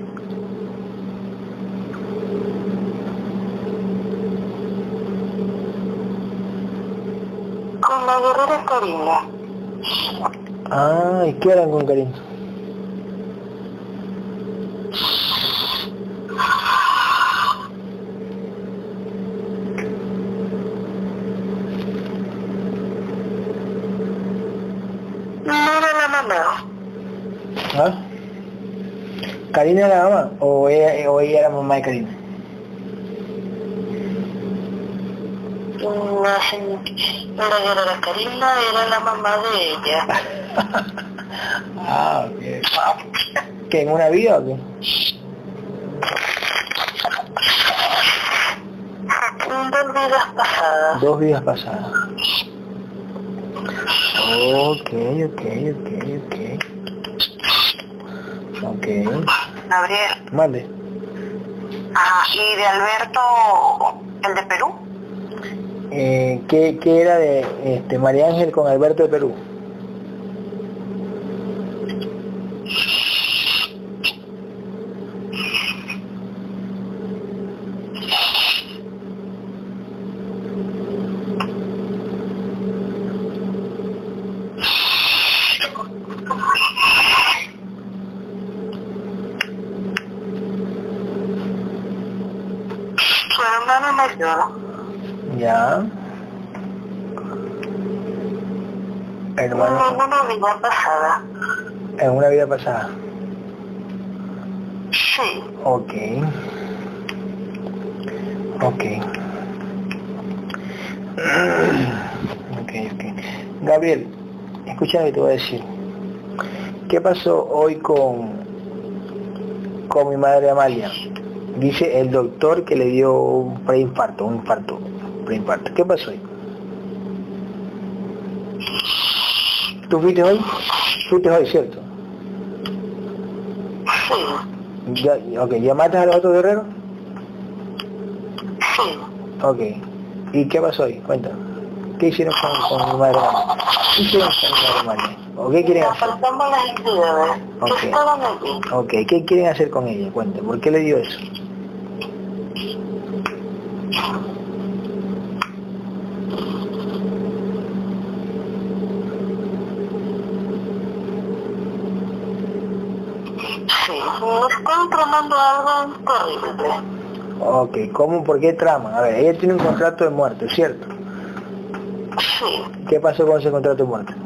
Con la guerrera Karina.
Ah, ¿y qué harán con Karina?
No era la mamá.
¿Ah? ¿Karina era la mamá o ella, o ella era mamá de Karina?
La, la guerrera Karina era la mamá de ella.
Ah, ok. ¿Qué, en una vida o qué?
Dos vidas pasadas.
Dos vidas pasadas. Ok, ok, ok, ok. Ok.
Gabriel.
Mande.
Ajá, ¿y de Alberto, el de Perú?
Eh, ¿qué, ¿Qué era de este, María Ángel con Alberto de Perú?
Su hermano mayor.
Ya. Hermano.
En una vida pasada.
En una vida pasada.
Sí.
Ok. Ok. Ok, ok. Gabriel, escucha lo que te voy a decir. ¿Qué pasó hoy con, con mi madre Amalia? Dice el doctor que le dio un preinfarto, un infarto, un preinfarto. ¿Qué pasó hoy? ¿Tú fuiste hoy? Fuiste hoy, ¿cierto?
Sí.
Ya, ok, ¿llamaste a los otros guerreros?
Sí.
Ok. ¿Y qué pasó hoy? Cuéntame. ¿Qué hicieron con, con mi madre Amalia? ¿Qué hicieron con mi madre Amalia? ¿O qué quieren hacer?
Apartamos las entidades.
Ok.
Que estaban allí.
Ok, ¿qué quieren hacer con ella? Cuéntame, ¿por qué le dio eso?
Sí. Me están tramando algo terrible.
Ok, ¿cómo? ¿Por qué trama? A ver, ella tiene un contrato de muerte, ¿cierto?
Sí.
¿Qué pasó con ese contrato de muerte?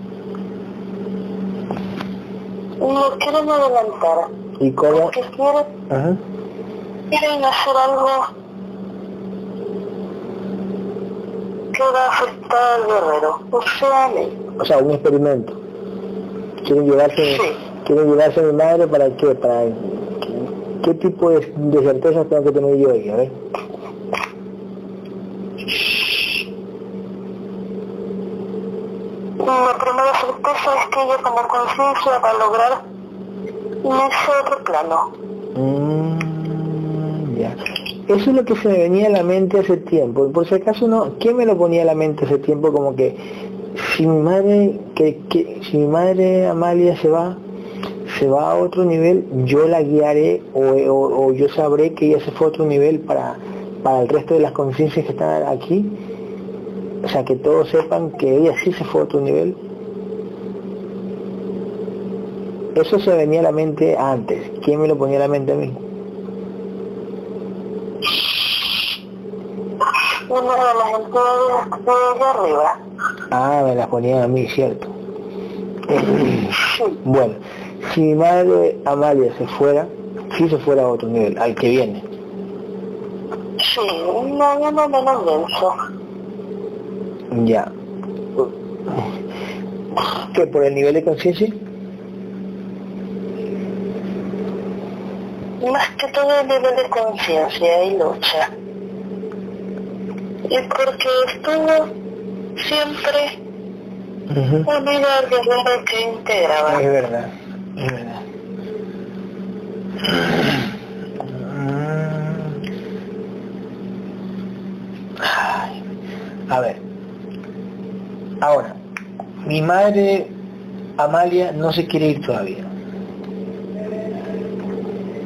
Lo quieren adelantar.
¿Y cómo?
Porque quieren,
Ajá.
quieren hacer algo que va a afectar al guerrero. O sea, a mí.
O sea, un experimento. ¿Quieren llevarse,
Sí.
quieren llevarse a mi madre para qué? Para ¿qué tipo de, de certezas tengo que tener yo ahí? A ver.
La primera certeza es que ella como conciencia va a lograr ese otro plano.
Mm, ya. Eso es lo que se me venía a la mente hace tiempo. Por si acaso no, ¿qué me lo ponía a la mente hace tiempo? Como que si mi madre, que, que si mi madre Amalia se va, se va a otro nivel, yo la guiaré o, o, o yo sabré que ella se fue a otro nivel para, para el resto de las conciencias que están aquí. O sea, que todos sepan que ella sí se fue a otro nivel. Eso se venía a la mente antes. ¿Quién me lo ponía a la mente a mí?
Una de las entidades de allá arriba.
Ah, me las ponían a mí, cierto. Bueno, si mi madre Amalia se fuera, si se fuera a otro nivel, al que viene.
Sí, no, yo no me lo pienso.
Ya. ¿Qué, por el nivel de conciencia?
Más que todo el nivel de conciencia y lucha. Y porque estuvo siempre
Uh-huh.
unida al guerrero que integraba.
Es verdad, es verdad. Ay. A ver, ahora, mi madre Amalia no se quiere ir todavía.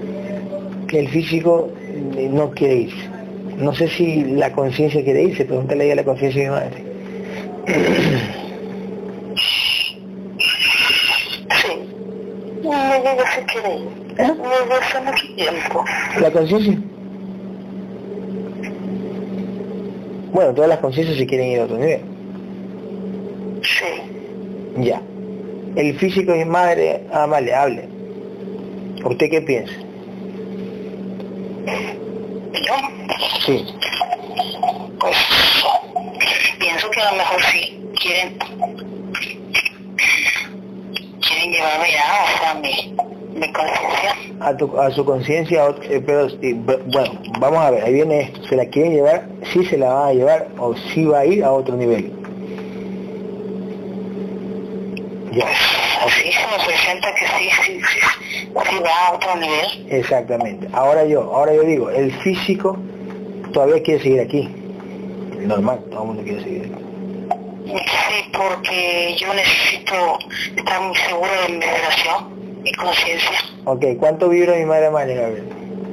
el físico eh, no quiere irse. No sé si la conciencia quiere irse, pregúntale ahí a la conciencia de mi madre.
Sí, me digo si quiere ir.
¿Eh?
Me dio hace mucho tiempo.
¿La conciencia? Bueno, todas las conciencias se quieren ir a otro nivel.
Sí.
Ya. El físico y madre, Amalia, hable. ¿Usted qué piensa?
¿Yo?
Sí.
Pues pienso que a lo mejor sí quieren quieren llevarme ya, o sea, mi, mi conciencia.
A, tu, a su conciencia, eh, pero eh, bueno, vamos a ver, ahí viene esto. ¿Se la quieren llevar? ¿Sí se la van a llevar o sí va a ir a otro nivel? Ya.
Así se me presenta que sí, sí, sí, sí va a otro nivel.
Exactamente. Ahora yo, ahora yo digo, el físico todavía quiere seguir aquí. Normal, todo el mundo quiere seguir aquí.
Sí, porque yo necesito estar muy seguro de mi vibración, mi conciencia.
Ok, ¿cuánto vibra mi madre Amalia, Gabriel?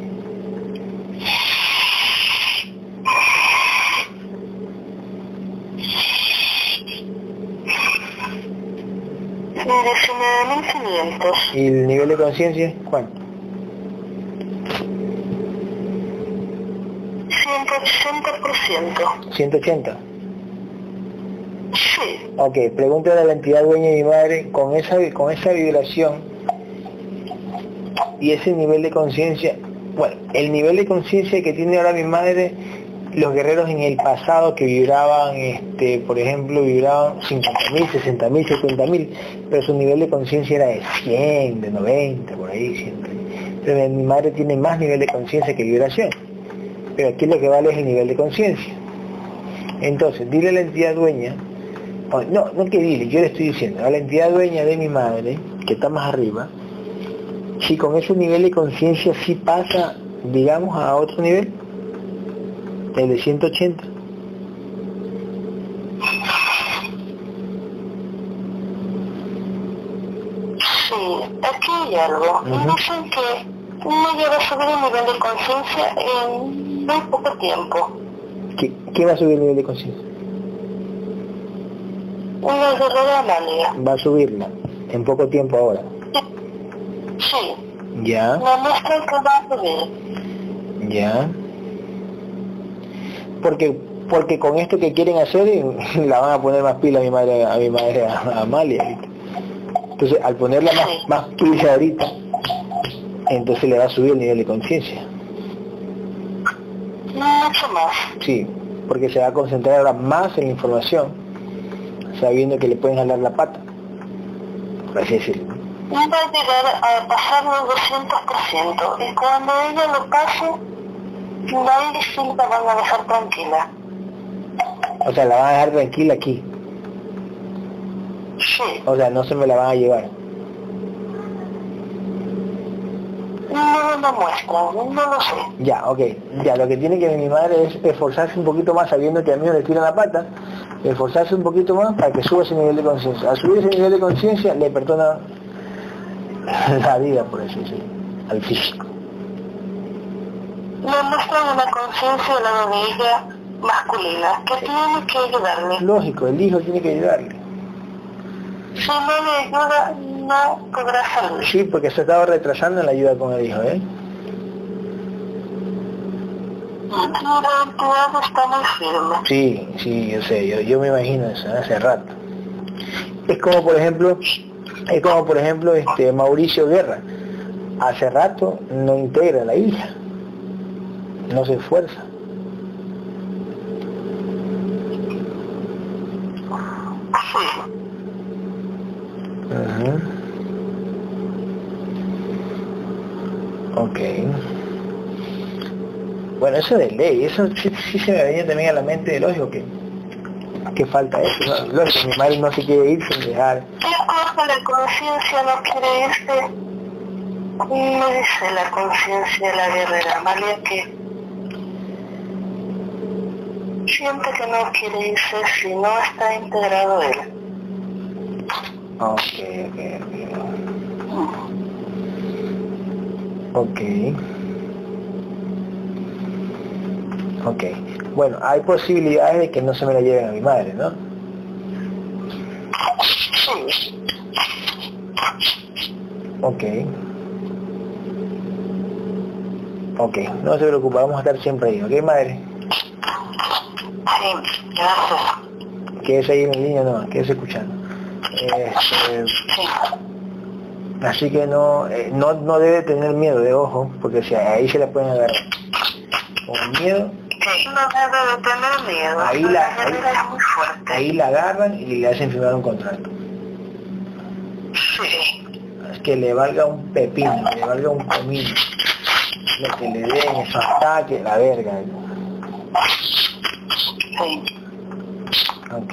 diecinueve mil quinientos.
¿Y el nivel de conciencia? ¿Cuánto?
ciento ochenta por ciento.
¿ciento ochenta?
Sí.
Ok, pregúntale a la entidad dueña de mi madre, con esa, con esa vibración y ese nivel de conciencia, bueno, el nivel de conciencia que tiene ahora mi madre, los guerreros en el pasado que vibraban, este, por ejemplo, vibraban cincuenta mil, sesenta mil, setenta mil, pero su nivel de conciencia era de cien, de noventa, por ahí siempre. Pero mi madre tiene más nivel de conciencia que vibración, pero aquí lo que vale es el nivel de conciencia. Entonces, dile a la entidad dueña, oh, no, no que dile, yo le estoy diciendo, a la entidad dueña de mi madre, que está más arriba, si con ese nivel de conciencia sí pasa, digamos, a otro nivel, el de ciento ochenta.
Sí, aquí hay algo.
Uh-huh.
Dicen que no llega a subir el nivel de conciencia en muy poco tiempo.
¿Qué, ¿Qué va a subir el nivel de conciencia?
Una guerrera Amalia.
Va a subirla en poco tiempo ahora.
Sí.
Ya,
Me muestran que va a subir.
ya. Porque porque con esto que quieren hacer la van a poner más pila a mi madre, a mi madre a, a Amalia ahorita. Entonces al ponerla más,
Sí.
más pila ahorita, entonces le va a subir el nivel de conciencia.
Mucho más.
Sí, porque se va a concentrar ahora más en la información, sabiendo que le pueden jalar la pata, por así decirlo.
Y va a llegar a pasar los doscientos por ciento. Y cuando ella lo pase, nadie sí la van a dejar tranquila.
O sea, la van a dejar tranquila aquí.
Sí.
O sea, no se me la van a llevar.
No lo muestran, no lo sé.
Ya, ok. Ya, lo que tiene que ver mi madre es esforzarse un poquito más, sabiendo que a mí no le tiran la pata, esforzarse un poquito más para que suba ese nivel de conciencia. Al subir ese nivel de conciencia, le perdona la vida, por así decirlo, al físico.
Le muestran una conciencia de la de ella masculina que tiene que ayudarle.
Lógico, el hijo tiene que ayudarle.
Si no le ayuda, no podrá salir.
Sí, porque se estaba retrasando en la ayuda con el hijo, ¿eh?
La entidad está muy firme.
Sí, sí, yo sé, yo, yo me imagino eso, ¿eh? Hace rato. Es como, por ejemplo, es como, por ejemplo, este Mauricio Guerra. Hace rato no integra a la hija. No se esfuerza.
Sí.
Uh-huh. Ok. Bueno, eso de ley, eso sí, sí se me venía también a la mente, lógico que, que falta eso, ¿no? Lógico, mi madre no se quiere ir sin dejar.
¿Qué cosa la conciencia no quiere irse? Me dice la conciencia de la guerrera Amalia que siente que no quiere irse si no está integrado él.
Ok, ok, ok. Ok. Ok. Bueno, hay posibilidades de que no se me la lleven a mi madre, ¿no?
Sí.
Ok. Ok, no se preocupe, vamos a estar siempre ahí, ¿ok, madre?
Sí, gracias.
Quédese ahí en el línea, no, quédese escuchando. Este,
Sí.
así que no, eh, no, no debe tener miedo, de ojo, porque si ahí se la pueden agarrar. Con miedo.
Sí, no debe tener miedo.
Ahí la, ahí,
es muy fuerte.
ahí la agarran y le hacen firmar un contrato.
Sí.
Es que le valga un pepino, le valga un comino. Lo que le den esos ataques, la verga.
Sí.
Ok.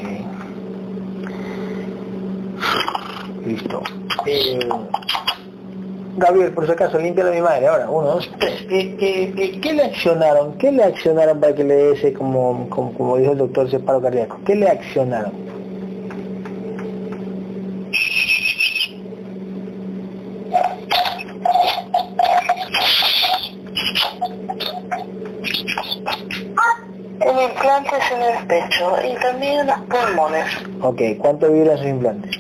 Listo. Eh, Gabriel, por si acaso, límpialo a mi madre. Ahora, uno, dos, tres. Eh, eh, eh, ¿Qué le accionaron? ¿Qué le accionaron para que le dé ese, como, como, como dijo el doctor, ese paro cardíaco? ¿Qué le accionaron?
El implante es en el pecho y también en los pulmones.
Ok, ¿cuánto vibran sus implantes?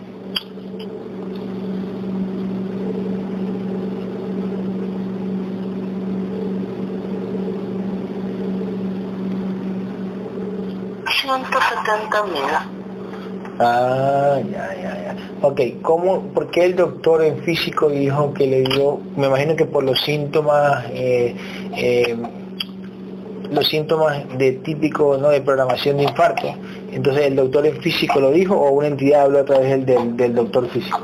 ciento setenta mil.
Ah, ya, ya, ya. Ok, ¿cómo, por qué el doctor en físico dijo que le dio, me imagino que por los síntomas, eh, eh, los síntomas de típico, ¿no?, de programación de infarto? Entonces, ¿el doctor en físico lo dijo o una entidad habló a través del, del, del doctor físico?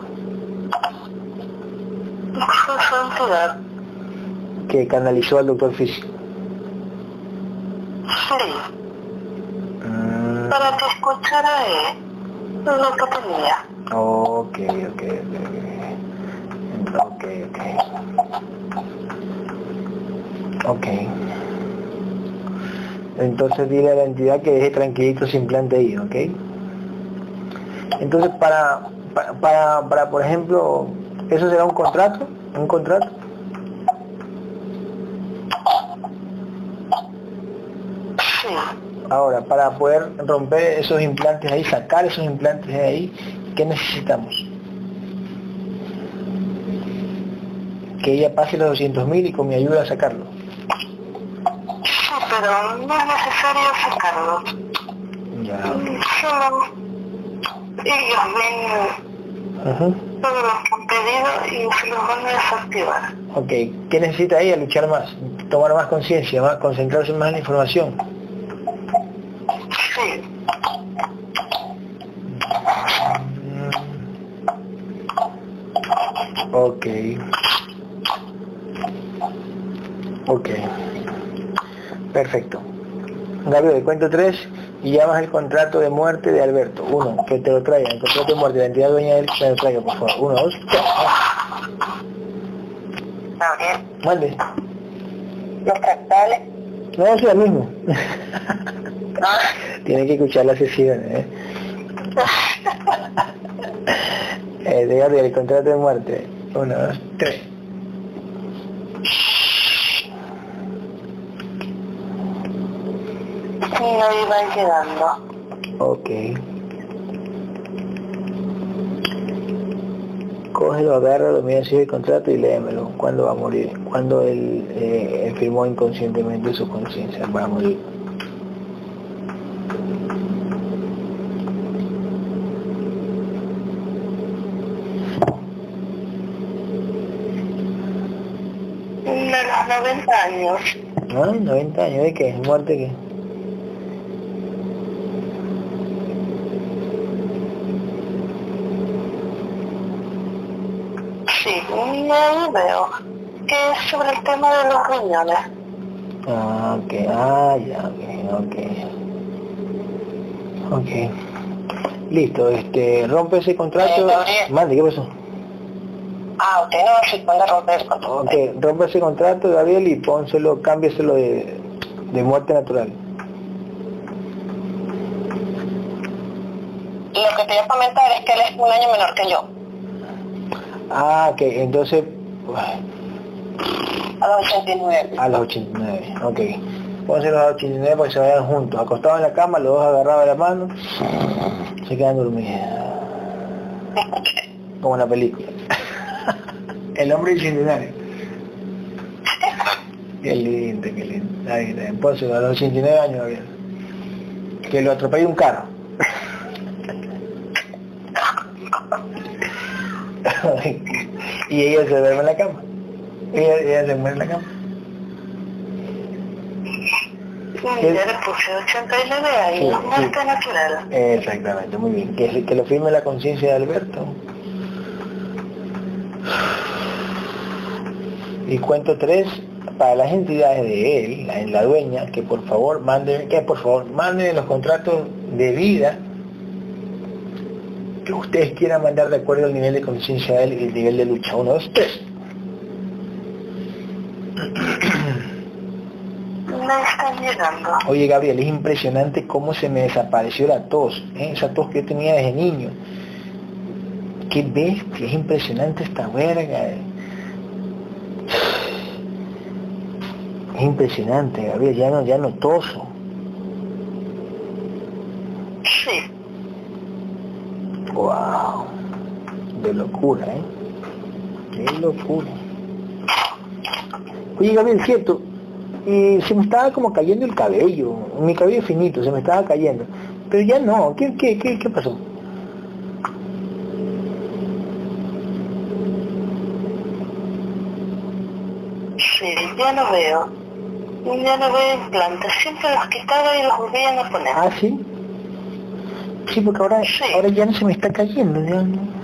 Fue su entidad.
Que canalizó al doctor físico.
Sí.
Mm.
Para que escuchara él lo que tenía.
Ok, ok, ok. Ok, ok. Ok. Entonces dile a la entidad que deje tranquilito ese implante ahí, ¿ok? Entonces para, para, para, para, por ejemplo, ¿eso será un contrato? ¿Un contrato?
Sí.
Ahora, para poder romper esos implantes ahí, sacar esos implantes de ahí, ¿qué necesitamos? Que ella pase los doscientos mil y con mi ayuda a sacarlo.
Sí, pero no es necesario sacarlo.
Ya.
Solo ellos ven
Uh-huh.
todo lo que han pedido y se los van a desactivar.
Ok, ¿qué necesita ella? Luchar más, tomar más conciencia, más, concentrarse más en la información.
Sí.
Ok. Ok. Perfecto. Gabriel, cuento tres y llamas el contrato de muerte de Alberto. Uno, que te lo traiga, el contrato de muerte, la entidad dueña de él, que te lo traiga, por favor. Uno, dos, tres.
Gabriel,
Mande.
los fractales.
No, es lo mismo.
Ah.
Tiene que escuchar las sesiones, ¿eh? eh, de Gabriel, el contrato de muerte. Uno, dos, tres.
Sí, ahí van quedando.
Ok. Cógelo, agárralo, mira si es el contrato y léemelo. ¿Cuándo va a morir? ¿Cuándo él, eh, él firmó inconscientemente su conciencia? Va a morir.
De los noventa años.
¿No? noventa años, ¿de qué? ¿Muerte qué?
Sí, no veo. Que es sobre el tema de los riñones.
Ah, ok, ah, ya, ok, ok. Ok. Listo, este, rompe ese contrato.
Eh,
Mande, ¿qué pasó?
Ah, usted no se puede romper el contrato.
Ok, rompe ese contrato, Gabriel, y pónselo, cámbieselo de, de muerte natural.
Lo que te voy a comentar es que él es un año menor que yo.
Ah, ok, entonces,
A los ochenta y nueve.
a los ochenta y nueve, ok. pónselos a ochenta y nueve para que se vayan juntos, acostados en la cama, los dos agarrados de la mano, se quedan dormidos, como en la película. El hombre bicentenario. Qué lindo, qué lindo. Ahí está, pónselo a los ochenta y nueve años, Gabriel. Que lo atropelle un carro. Y ella se duerme en la cama. Ella, ella se muere en la cama.
Sí, ya le puse ochenta y nueve años,
Sí,
muerte
sí.
natural.
Exactamente, muy bien. Que, que lo firme la conciencia de Alberto. Y cuento tres para las entidades de él, la, la dueña, que por favor manden, que por favor manden los contratos de vida que ustedes quieran mandar de acuerdo al nivel de conciencia de él y el nivel de lucha. Uno, dos, tres.
No están llegando.
Oye, Gabriel, es impresionante cómo se me desapareció la tos, ¿eh? Esa tos que yo tenía desde niño. Qué bestia, es impresionante esta verga. eh. Es impresionante, Gabriel, ya no, ya no toso.
Sí.
Wow, de locura, ¿eh? Qué locura. Oye, Gabriel, cierto, y se me estaba como cayendo el cabello, mi cabello finito, se me estaba cayendo, pero ya no. ¿Qué, qué, qué, qué pasó?
Sí, ya no veo. Ya no veo implantes. Siempre los quitaba y los volvían a poner.
Ah, sí. Sí, porque ahora,
Sí.
ahora ya no se me está cayendo, ya no.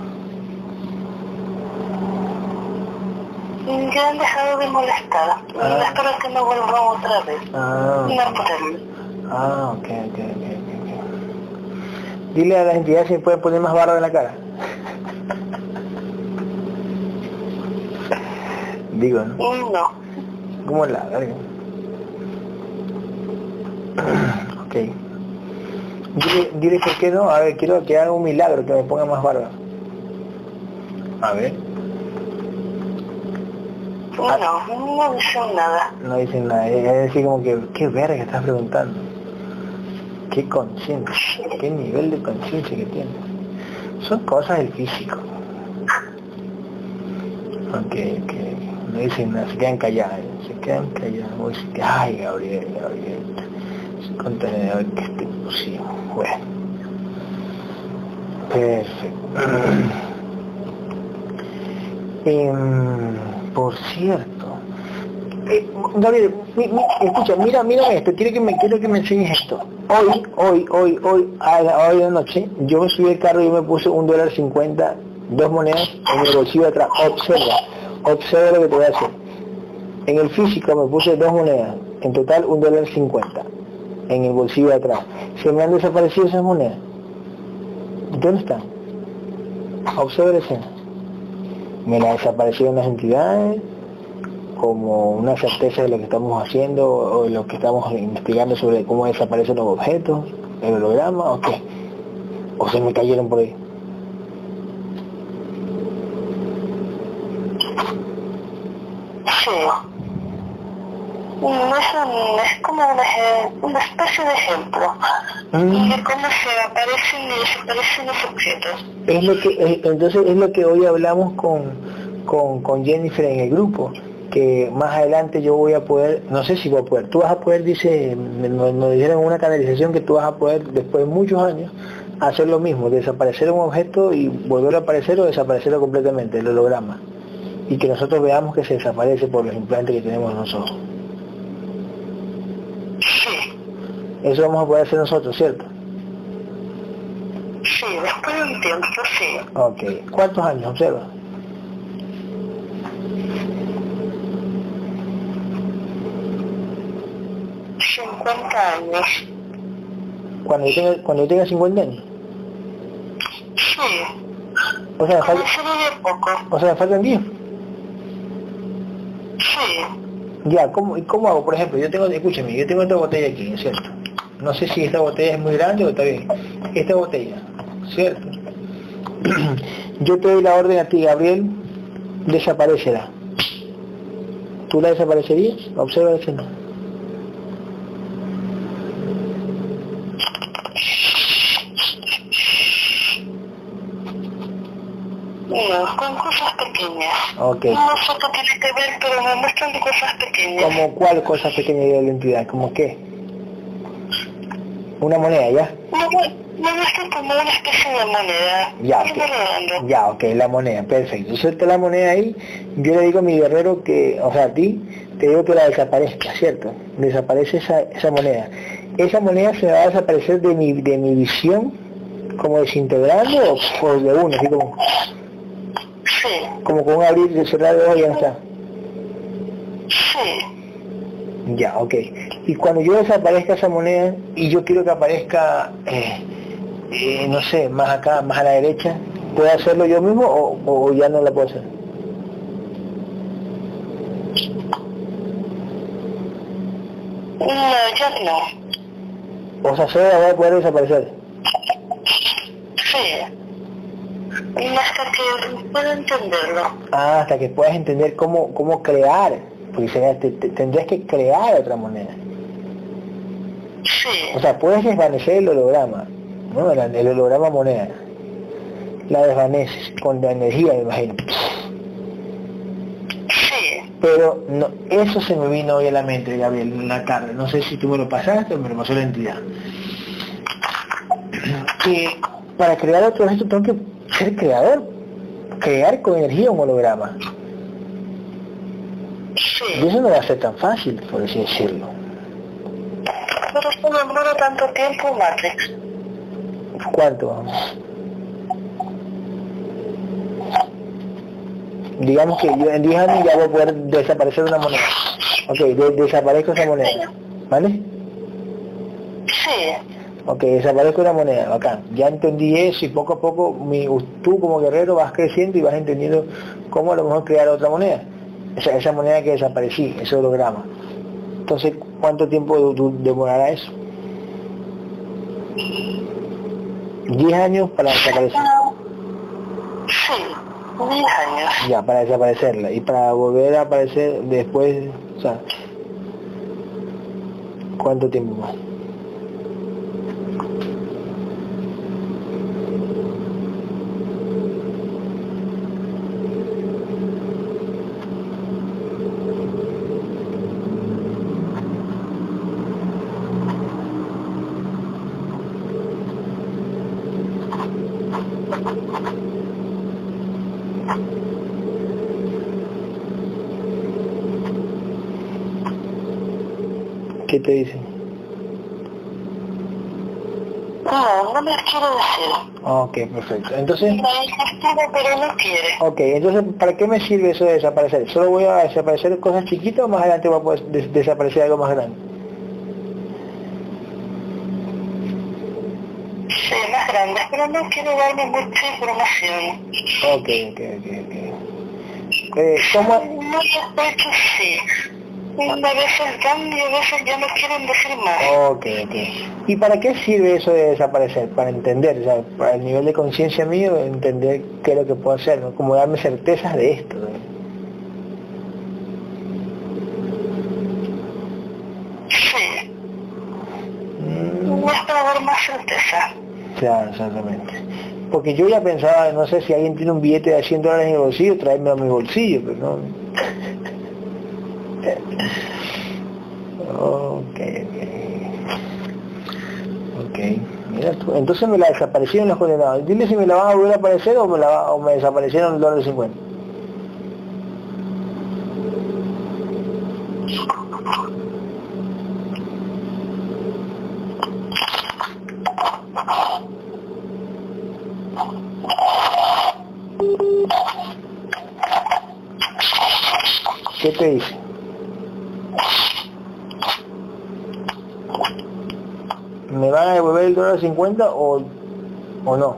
Ya han dejado de molestar.
Ah.
Espero que no vuelvan otra vez.
Ah,
No ponerme.
ah, ok, ok, ok, ok. ok. Dile a las entidades si me pueden poner más barba en la cara. Digo, ¿no?
No.
¿Cómo la verga? Ok. Dile, dile por qué no. A ver, quiero que haga un milagro, que me ponga más barba. A ver.
No, no dicen nada.
No dicen nada. Es decir, como que, ¿qué verga estás preguntando? ¿Qué conciencia? ¿Qué nivel de conciencia que tiene? Son cosas del físico. Ok, ok. No dicen nada, se quedan callados. Se quedan callados. Voy a decir, ay, Gabriel, Gabriel. Ese contenedor que esté imposible. Bueno. Perfecto. Eh, por cierto, eh, Gabriel, mi, mi, escucha, mira, mira esto, quiero que me quiero que me enseñes esto. Hoy, hoy, hoy, hoy, a, hoy de noche, yo me subí al carro y me puse un dólar cincuenta, dos monedas en el bolsillo de atrás. Observa, observa lo que te voy a hacer. En el físico me puse dos monedas, en total un dólar cincuenta, en el bolsillo de atrás. ¿Se me han desaparecido esas monedas? ¿Dónde están? Observa la escena. Me la desaparecieron las entidades, como una certeza de lo que estamos haciendo o de lo que estamos investigando sobre cómo desaparecen los objetos, el holograma, o qué, o se me cayeron por ahí.
Sí. No es, un, es como una, una especie de ejemplo.
Mm.
De cómo se aparecen y desaparecen los objetos.
Es lo que, es, entonces es lo que hoy hablamos con, con, con Jennifer en el grupo, que más adelante yo voy a poder, no sé si voy a poder, tú vas a poder, dice, nos, nos dijeron en una canalización que tú vas a poder, después de muchos años, hacer lo mismo, desaparecer un objeto y volver a aparecer o desaparecerlo completamente, el holograma, y que nosotros veamos que se desaparece por los implantes que tenemos nosotros.
Sí.
Eso vamos a poder hacer nosotros, ¿cierto?
Sí, después de un tiempo, sí.
Ok. ¿Cuántos años? Observa.
cincuenta años.
Cuando yo tenga, cuando yo tenga cincuenta años.
Sí.
O sea, me falta,
Comencé de poco.
o sea, me faltan diez.
Sí.
Ya, ¿cómo, ¿cómo hago? Por ejemplo, yo tengo, escúchame, yo tengo esta botella aquí, ¿cierto? No sé si esta botella es muy grande o está bien. Esta botella, ¿cierto? Yo te doy la orden a ti, Gabriel, desaparecerá. ¿Tú la desaparecerías? Observa eso, no. Ok.
No sé qué tiene que ver, pero me muestran cosas pequeñas.
¿Como cuál cosa pequeña de la entidad? ¿Como qué? Una moneda, ¿ya?
Me, me muestran como una especie de moneda.
Ya,
No
ok.
me redondo.
Ya, ok, la moneda, perfecto. Suelta la moneda ahí, yo le digo a mi guerrero que, o sea, a ti, te digo que la desaparezca, ¿cierto? Desaparece esa, esa moneda. Esa moneda se va a desaparecer de mi, de mi visión, como desintegrando o, o de uno, así como,
Sí,
como con un abrir y cerrar de ojos y ya no está.
sí.
Ya, ok. Y cuando yo desaparezca esa moneda y yo quiero que aparezca, eh, eh, no sé, más acá, más a la derecha, ¿puedo hacerlo yo mismo o, o ya no la puedo hacer?
No, ya no.
O sea, solo la voy a poder desaparecer.
Sí. Y hasta que pueda entenderlo.
Ah, hasta que puedas entender cómo, cómo crear, porque sería, te, te, tendrías que crear otra moneda.
Sí.
O sea, puedes desvanecer el holograma, ¿no? El, el holograma moneda. La desvaneces con la energía, me imagino.
Sí.
Pero no, eso se me vino hoy a la mente, Gabriel, en la tarde. No sé si tú me lo pasaste o me lo pasó la entidad. Que para crear otro esto tengo que ser creador, crear con energía un holograma.
Sí.
Y eso no va a ser tan fácil, por así decirlo.
Pero esto me demora tanto tiempo, Matrix.
¿Cuánto? Digamos que yo en diez años ya voy a poder desaparecer una moneda. Ok, de, desaparezco esa moneda. ¿Vale?
Sí.
Ok, desaparezco una moneda, bacán. Ya entendí eso y poco a poco mi, tú como guerrero vas creciendo y vas entendiendo cómo a lo mejor crear otra moneda. Esa, esa moneda que desaparecí, ese holograma. Entonces, ¿cuánto tiempo du- du- demorará eso? diez años para desaparecer.
Sí. Diez años.
Ya, para desaparecerla. Y para volver a aparecer después, o sea, ¿cuánto tiempo más? ¿Qué te dicen?
No, no me quiero decir.
Ok, perfecto. Entonces,
La insistida, pero no quiere.
ok, entonces, ¿para qué me sirve eso de desaparecer? ¿Solo voy a desaparecer cosas chiquitas o más adelante voy a poder des- desaparecer algo más grande?
Sí, más grande, pero no quiero darme mucha información.
Ok, ok, ok, ok. Eh, ¿cómo?
No, de hecho sí. A veces dan y a veces ya no quieren decir más.
Ok, ok. ¿Y para qué sirve eso de desaparecer? Para entender, o sea, para el nivel de conciencia mío, entender qué es lo que puedo hacer, ¿no? Como darme certezas de esto, ¿no?
Sí.
Mm,
No es para dar más certeza.
claro, exactamente. Porque yo ya pensaba, no sé si alguien tiene un billete de cien dólares en el bolsillo, tráeme a mi bolsillo, pero no. Ok, ok. Ok, mira tú. Entonces me la desaparecieron los condenados. Dile si me la van a volver a aparecer o me, la, va- o me desaparecieron el dólar cincuenta. ¿Qué te dice? ¿Me van a devolver el dólar cincuenta o, o no?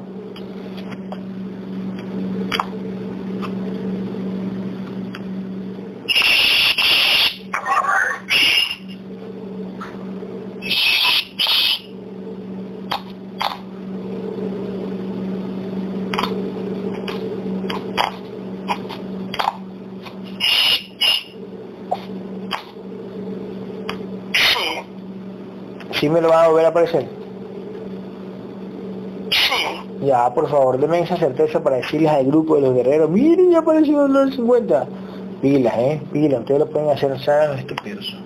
Sí.
¿Sí me lo van a volver a aparecer?
Sí.
Ya, por favor, denme esa certeza para decirles al grupo de los guerreros, miren, ya apareció el cincuenta. Pilas, eh, pilas, ustedes lo pueden hacer, sean los estúpidos.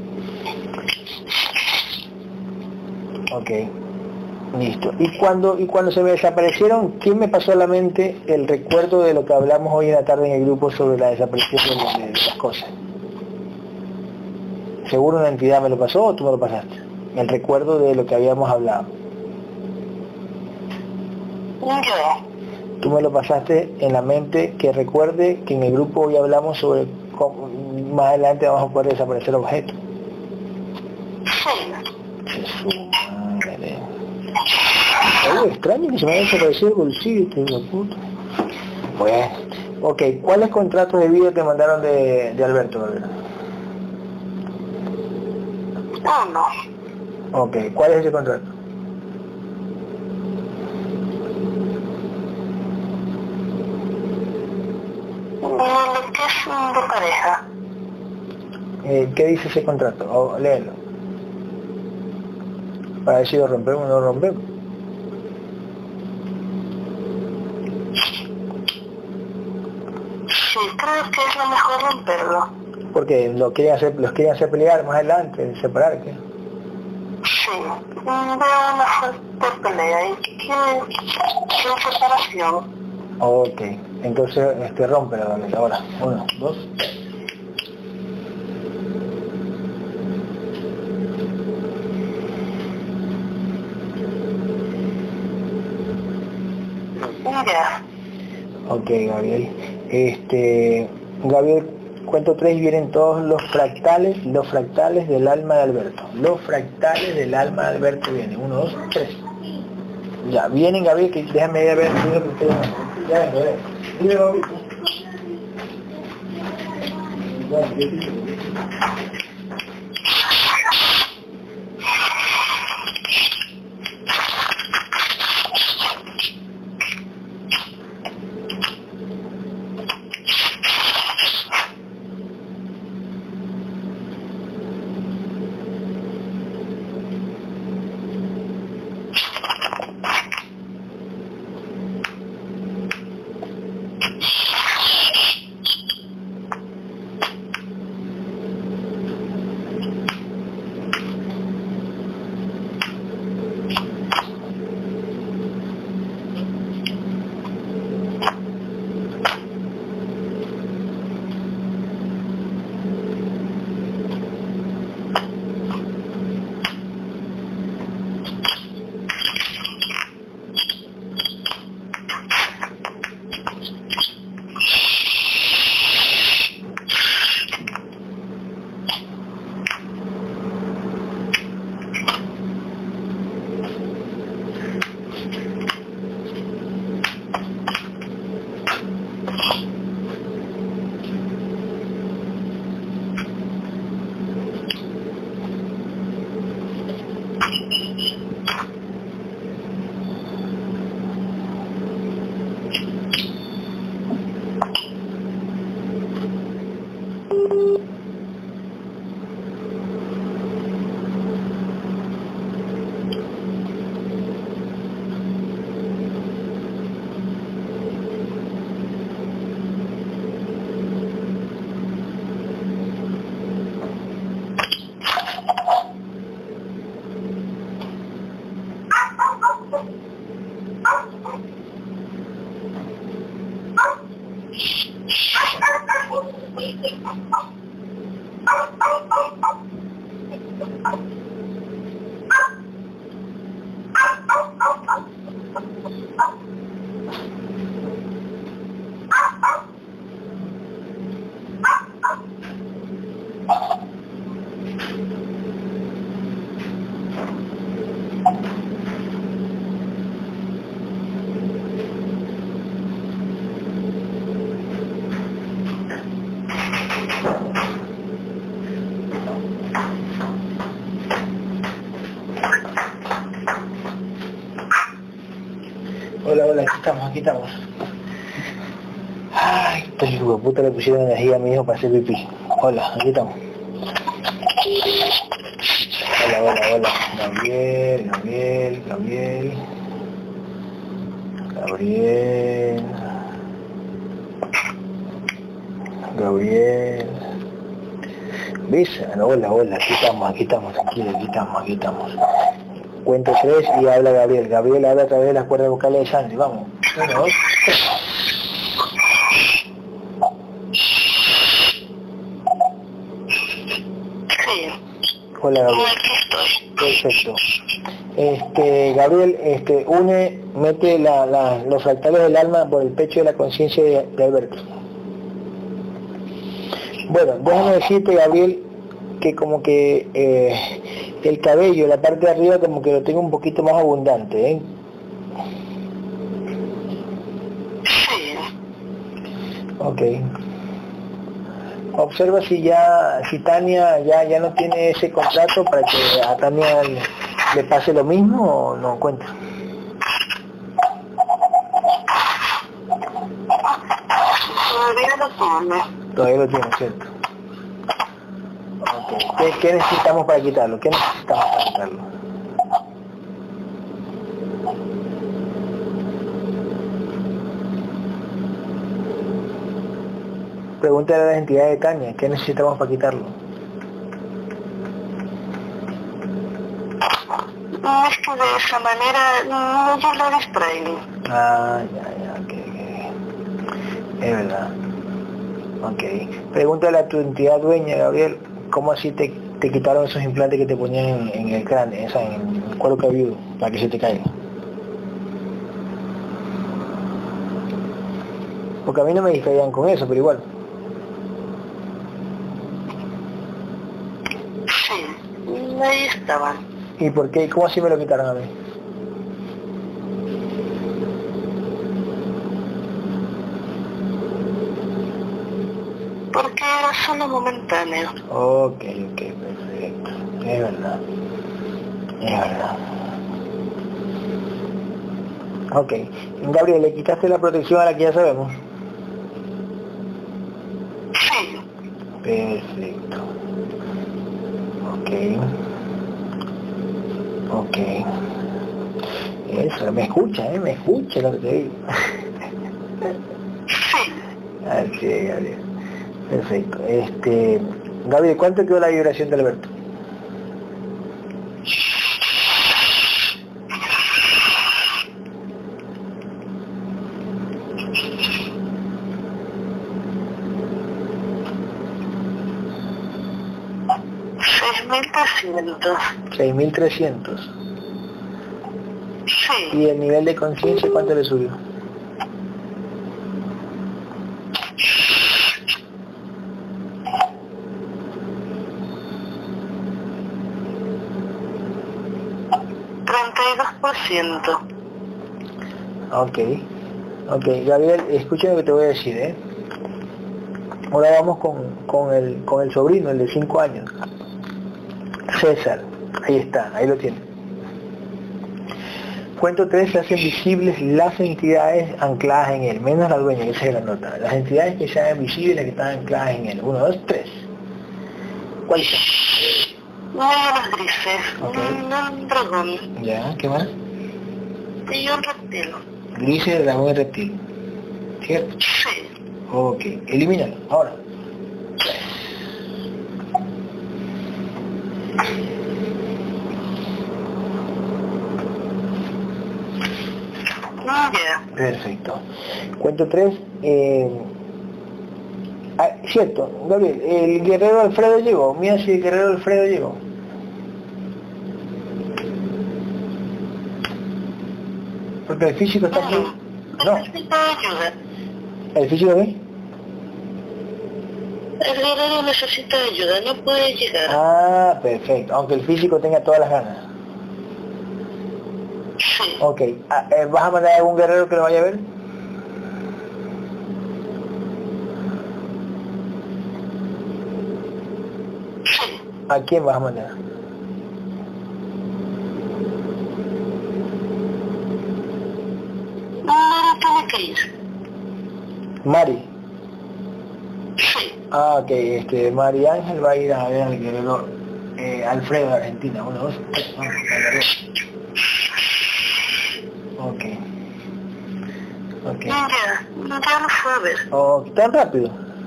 Ok, listo. Y cuando, y cuando se me desaparecieron, ¿quién me pasó a la mente el recuerdo de lo que hablamos hoy en la tarde en el grupo sobre la desaparición de, de las cosas? ¿Seguro una entidad me lo pasó o tú me lo pasaste? El recuerdo de lo que habíamos hablado.
Yo.
Tú me lo pasaste en la mente, que recuerde que en el grupo hoy hablamos sobre cómo más adelante vamos a poder desaparecer objetos.
Sí.
Jesús, madre. Algo extraño que se me haya desaparecido el bolsillo, este hijo de puta. Bueno, ok, ¿cuáles contratos de vida te mandaron de, de Alberto, Gabriel?
No, no.
Ok, ¿cuál es ese contrato?
Lo que es de pareja.
Eh, ¿Qué dice ese contrato? Oh, léelo. Para ver si lo rompemos o no lo rompemos.
Sí, creo que es lo mejor romperlo.
Porque lo quieren hacer, los quieren hacer pelear más adelante, separar, ¿qué?
Sí, veo una fuerte pelea y que sin separación.
Ok, entonces este rómpelo, Gabriel. Ahora, uno, dos.
Ya.
Ok, Gabriel. Este, Gabriel, cuento tres y vienen todos los fractales, los fractales del alma de Alberto. Los fractales del alma de Alberto vienen. Uno, dos, tres. Ya, vienen, Gabriel, que déjame ir a ver. Ya vengo, ya vengo. Dime, Gabriel. Hola, hola, aquí estamos, aquí estamos. Ay, este hijo de puta le pusieron energía a mi hijo para hacer pipí. Hola, aquí estamos. Hola, hola, hola. Gabriel, Gabriel, Gabriel. Gabriel. Gabriel. ¿Ves? Hola, hola, aquí estamos, aquí estamos, tranquilo, aquí estamos, aquí estamos. Cuento tres y habla Gabriel. Gabriel habla a través de las cuerdas vocales de Sandy, vamos. Uno, dos, tres. Hola Gabriel. Perfecto. Este, Gabriel, este, une, mete la, la, los fractales del alma por el pecho de la conciencia de, de Alberto. Bueno, déjame decirte, Gabriel, que como que eh, el cabello, la parte de arriba, como que lo tengo un poquito más abundante, ¿eh?
Sí.
Ok. Observa si ya, si Tania ya, ya no tiene ese contrato para que a Tania le, le pase lo mismo o no cuenta.
Todavía lo tiene.
Todavía lo tiene, ¿cierto? Okay. ¿Qué, ¿Qué necesitamos para quitarlo? ¿Qué necesitamos para quitarlo? Pregúntale a las entidades de Tania, ¿qué necesitamos para quitarlo?
Es que de esa manera no yo lo distraigo.
Ah, ya, ya, ok, ok. Es verdad. Ok. Pregúntale a tu entidad dueña, Gabriel, ¿cómo así te, te quitaron esos implantes que te ponían en, en el cráneo, o sea, en el cuero cabelludo, para que se te caiga? Porque a mí no me distraían con eso, pero igual.
Sí, ahí estaban.
¿Y por qué? ¿Cómo así me lo quitaron a mí?
Porque era solo momentáneo.
Ok, ok, perfecto. Es verdad. Es verdad. Ok. Gabriel, ¿le quitaste la protección a la que ya sabemos?
Sí.
Perfecto. Ok. Ok. Eso, me escucha, ¿eh? Me escucha lo que te digo.
Sí.
Así es, Gabriel. Perfecto. Este, Gabriel, ¿cuánto quedó la vibración de Alberto?
seis mil trescientos.
seis mil trescientos.
Sí.
¿Y el nivel de conciencia cuánto le subió?
treinta y dos por ciento.
Ok. Ok, Gabriel, escucha lo que te voy a decir, ¿eh? Ahora vamos con, con, el, con el sobrino, el de cinco años. César. Ahí está, ahí lo tiene. Cuento tres, se hacen visibles las entidades ancladas en él, menos la dueña, que esa es la nota. Las entidades que se hagan visibles, las que están ancladas en él. Uno, dos, tres. ¿Cuáles son?
No hay unos grises,
Okay.
un, un dragón
Ya, ¿qué más?
y un reptil.
Grises, dragón y reptil. ¿Cierto?
Sí.
Ok, elimínalo, ahora.
Ya.
Perfecto. Cuento tres. Eh... Ah, cierto, Gabriel, el guerrero Alfredo llegó. Mira si el guerrero Alfredo llegó. Porque el físico está aquí. No.
Necesita ayuda.
¿El físico qué?
El guerrero necesita ayuda, no puede llegar.
Ah, perfecto. Aunque el físico tenga todas las ganas.
Sí.
Ok. Ah, eh, ¿vas a mandar a algún guerrero que lo vaya a ver?
Sí.
¿A quién vas a mandar?
No, no tiene que ir.
Mari.
Sí.
Ah, ok. Este, Mari Ángel va a ir a ver al guerrero eh, Alfredo de Argentina. Uno, dos, tres. Vamos, ok. Ok.
Ya, ya lo fue a ver.
Oh, ¿tan rápido?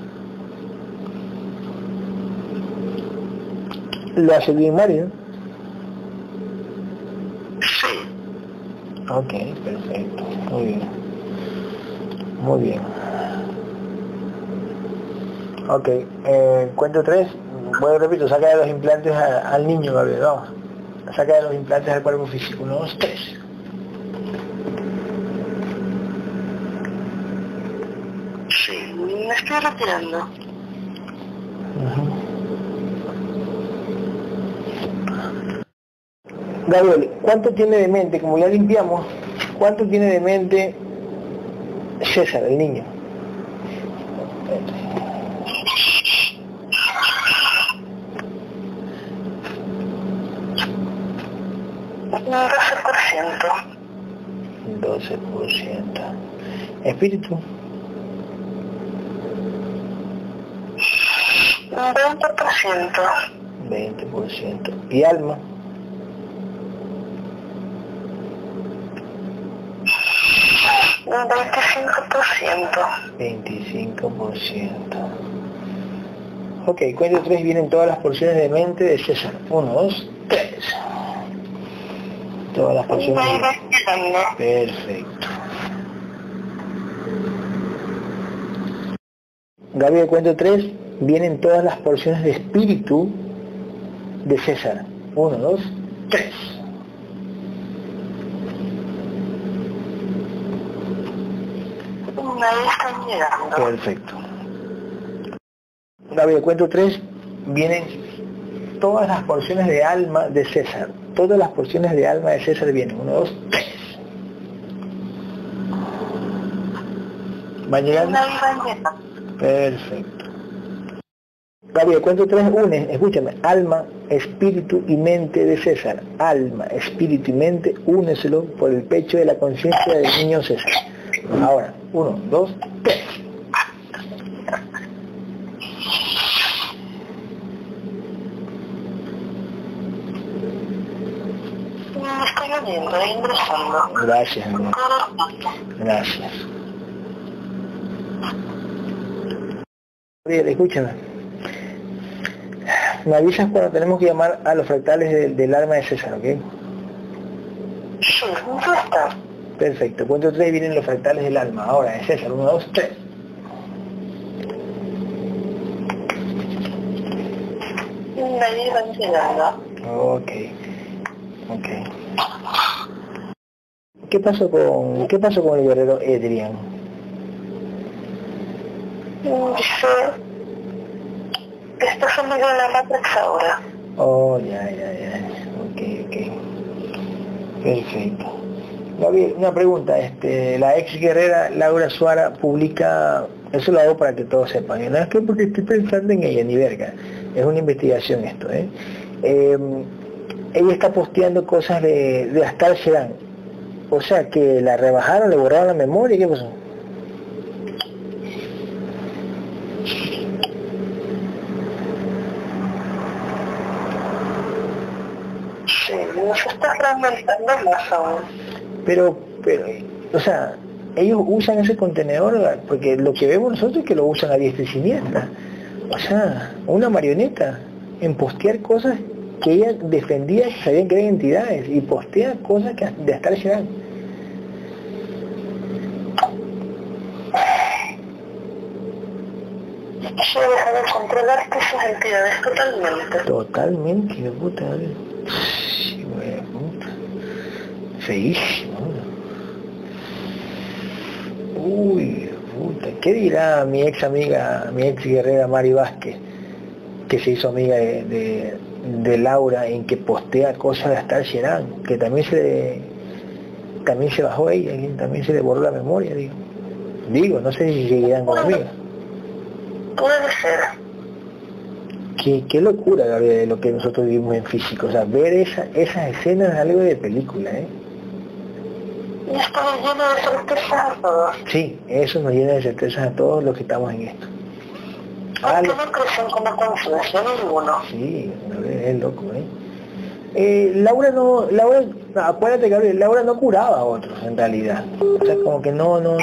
¿Lo hace bien Mario?
Sí.
Ok, perfecto. Muy bien. Muy bien. Ok, eh, cuento tres. Bueno, repito, saca de los implantes a, al niño, Gabriel, vamos. Saca de los implantes al cuerpo físico. Uno, dos, tres.
Sí, me estoy retirando.
Uh-huh. Gabriel, ¿cuánto tiene de mente, como ya limpiamos, cuánto tiene de mente César, el niño?
doce por ciento.
doce por ciento. Espíritu.
veinte por ciento.
veinte por ciento. ¿Y alma?
veinticinco por ciento.
veinticinco por ciento. Ok, cuento tres, vienen todas las porciones de mente de César. uno, dos, tres. Todas las porciones de mente. Perfecto. Gabriel, cuento tres, vienen todas las porciones de espíritu de César. uno, dos, tres.
Ahí están llegando.
Perfecto. Gabriel, cuento tres, vienen todas las porciones de alma de César. Todas las porciones de alma de César vienen. uno, dos, tres. ¿Van llegando?
Ahí van llegando.
Perfecto. Gabriel, cuento tres, une, escúchame, alma, espíritu y mente de César. Alma, espíritu y mente, úneselo por el pecho de la conciencia del niño César. Ahora, uno, dos, tres.
Me estoy oyendo, ingresando.
Gracias, hermano. Gracias. Gabriel, escúchame. Me avisas cuando tenemos que llamar a los fractales de, del alma de César, ¿ok?
Sí, ya está.
Perfecto. Cuento tres, vienen los fractales del alma. Ahora, de César. Uno, dos, tres.
Ahí van llegando.
Ok. Ok. ¿Qué pasó con, qué pasó con el guerrero Adrian?
Dice, está conmigo en la Matrix ahora.
Oh, ya, ya, ya. Ok, ok. Perfecto. Gabriel, una pregunta. Este, la ex guerrera Laura Suara publica, eso lo hago para que todos sepan, no es que porque estoy pensando en ella, ni verga. Es una investigación esto, ¿eh? Eh, ella está posteando cosas de, de Astar Sheran. O sea, que la rebajaron, le borraron la memoria, ¿qué pasó?
Sí, nos está fragmentando más aún.
Pero, pero, o sea, ellos usan ese contenedor, porque lo que vemos nosotros es que lo usan a diestra y siniestra. O sea, una marioneta en postear cosas que ella defendía que sabían que eran entidades y postea cosas que de Astar Sheran.
Se deja de controlar que esas entidades totalmente.
Totalmente, de puta. Sí, güey, puta. Feísimo. Uy, puta. ¿Qué dirá mi ex amiga, mi ex guerrera Mari Vázquez, que se hizo amiga de, de, de Laura, en que postea cosas de Astar Sheran, que también se también se bajó ella, y también se le borró la memoria, digo. Digo, no sé si seguirán con amigas.
Puede ser.
Qué, qué locura, Gabriel, de lo que nosotros vivimos en físico. O sea, ver esa, esas escenas es algo de película, ¿eh?
Y estoy lleno de certezas a todos.
Sí, eso nos llena de certezas a todos los que estamos en esto.
Aunque no crecen como conciencia ninguno.
Sí, Gabriel, es loco, ¿eh? Eh, Laura no, Laura, no, acuérdate Gabriel, Laura no curaba a otros en realidad. O sea, como que no, no, no.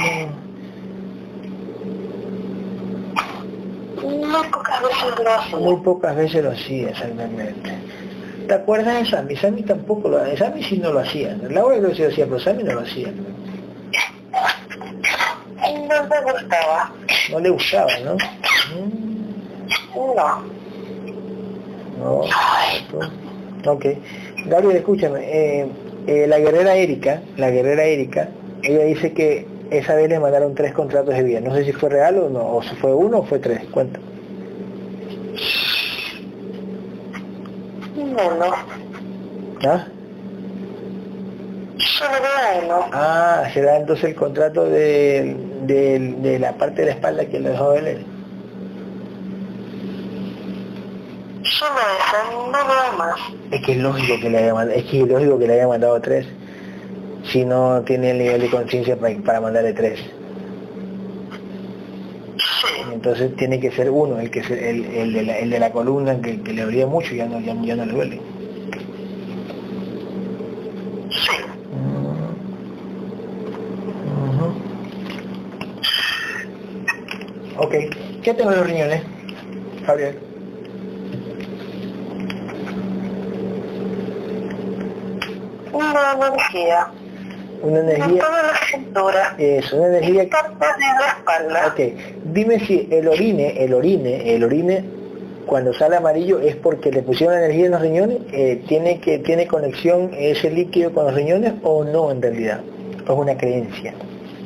Muy pocas veces lo hacía.
Muy pocas veces lo hacía, exactamente. ¿Te acuerdas de Sammy? Sammy tampoco lo hacía. Sammy sí no lo hacía. Laura creo que sí lo hacía, pero Sammy no lo hacía.
No me gustaba.
No le gustaba, ¿no?
No.
No. Ok. Gabriel, escúchame. Eh, eh, la guerrera Erika, la guerrera Erika, ella dice que esa vez le mandaron tres contratos de vida. No sé si fue real o no, o si fue uno o fue tres. Cuenta.
No, no.
¿Ah?
Solo de uno.
Ah, será entonces el contrato de, de, de la parte de la espalda que le dejó de leer.
Solo eso, no veo más.
Es que es lógico que le haya mandado, es que es lógico que le haya mandado tres, si no tiene el nivel de conciencia para, para mandarle tres. Entonces tiene que ser uno, el que es el, el, de, la, el de la columna que, que le dolía mucho y ya no, ya, ya no le duele.
Sí.
Uh-huh. Ok, ¿qué tengo en los riñones, Javier?
Una energía.
Una energía.
En toda la cintura.
Es una energía.
Y parte de la espalda.
Ok, dime si el orine, el orine, el orine, cuando sale amarillo es porque le pusieron energía en los riñones, eh, tiene que tiene conexión ese líquido con los riñones o no en realidad, es una creencia.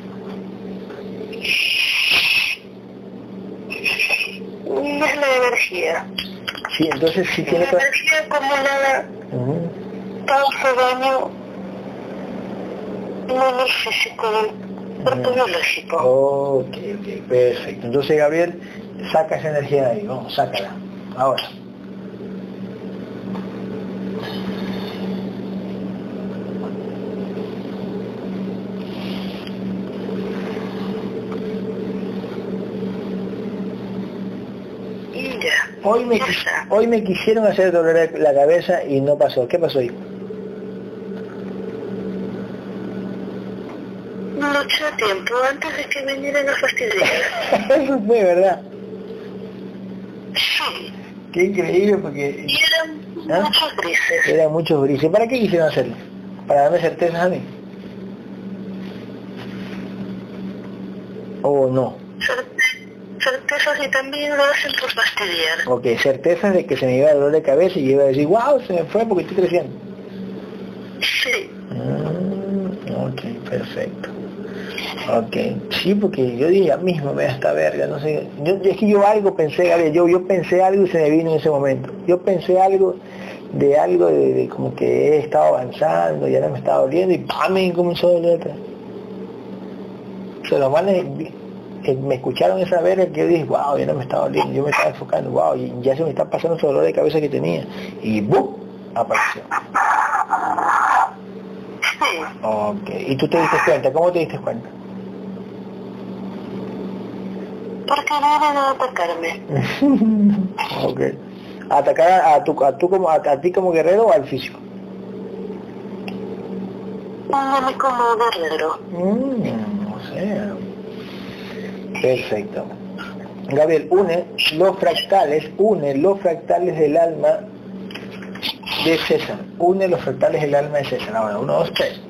Y es la energía.
Sí, entonces si
La
tiene con...
energía acumulada
Uh-huh.
causa daño no en el físico, del cuerpo biológico.
Ok, ok, perfecto. Entonces Gabriel, saca esa energía de ahí, vamos, sácala. Ahora.
Y ya.
Hoy me,
Ya está.
hoy me quisieron hacer doler la cabeza y no pasó. ¿Qué pasó ahí?
Mucho tiempo antes de que vinieran a fastidiar.
Eso fue, ¿verdad?
Sí.
Qué increíble porque...
Y eran
¿Ah?
muchos grises.
Eran muchos grises. ¿Para qué quisieron hacerlo? ¿Para darme certezas a mí? ¿O no?
Certe- certezas y también lo hacen por fastidiar.
Ok, certezas de que se me iba a dolor de cabeza y yo iba a decir, wow, se me fue porque estoy creciendo.
Sí.
Mm, ok, perfecto. Ok, sí, porque yo dije, ya mismo me da esta verga, no sé, yo, es que yo algo pensé, Gabriel, yo, yo pensé algo y se me vino en ese momento. Yo pensé algo de algo de, de como que he estado avanzando, ya no me estaba doliendo y ¡pam! Me comenzó a doler atrás. O sea, los males eh, me escucharon esa verga que yo dije, wow, ya no me estaba doliendo, yo me estaba enfocando, wow, y ya se me está pasando ese dolor de cabeza que tenía. Y ¡bum! Apareció.
Sí.
Ok, y tú te diste cuenta, ¿cómo te diste cuenta?
Porque no era de atacarme.
Ok. ¿Atacar a, a, tu, a, tu como, a, a ti como guerrero o al físico?
Póngame como guerrero.
Mm, no sé. Perfecto. Gabriel, une los fractales, une los fractales del alma de César. Une los fractales del alma de César. Ahora, uno, dos, tres.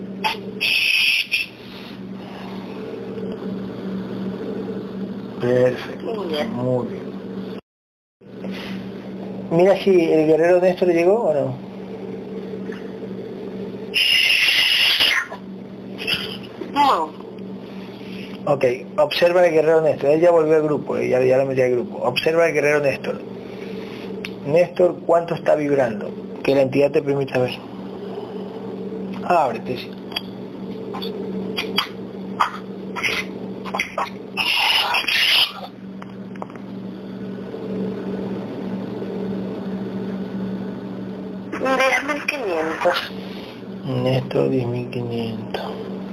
Perfecto.
Muy bien.
Muy bien. Mira si el guerrero Néstor llegó o no.
No.
Ok, observa al guerrero Néstor. Él ya volvió al grupo, eh, ya, ya lo metí al grupo. Observa al guerrero Néstor. Néstor, ¿cuánto está vibrando? Que la entidad te permita ver. Ábrete, sí.
diez mil quinientos.
Néstor diez mil quinientos.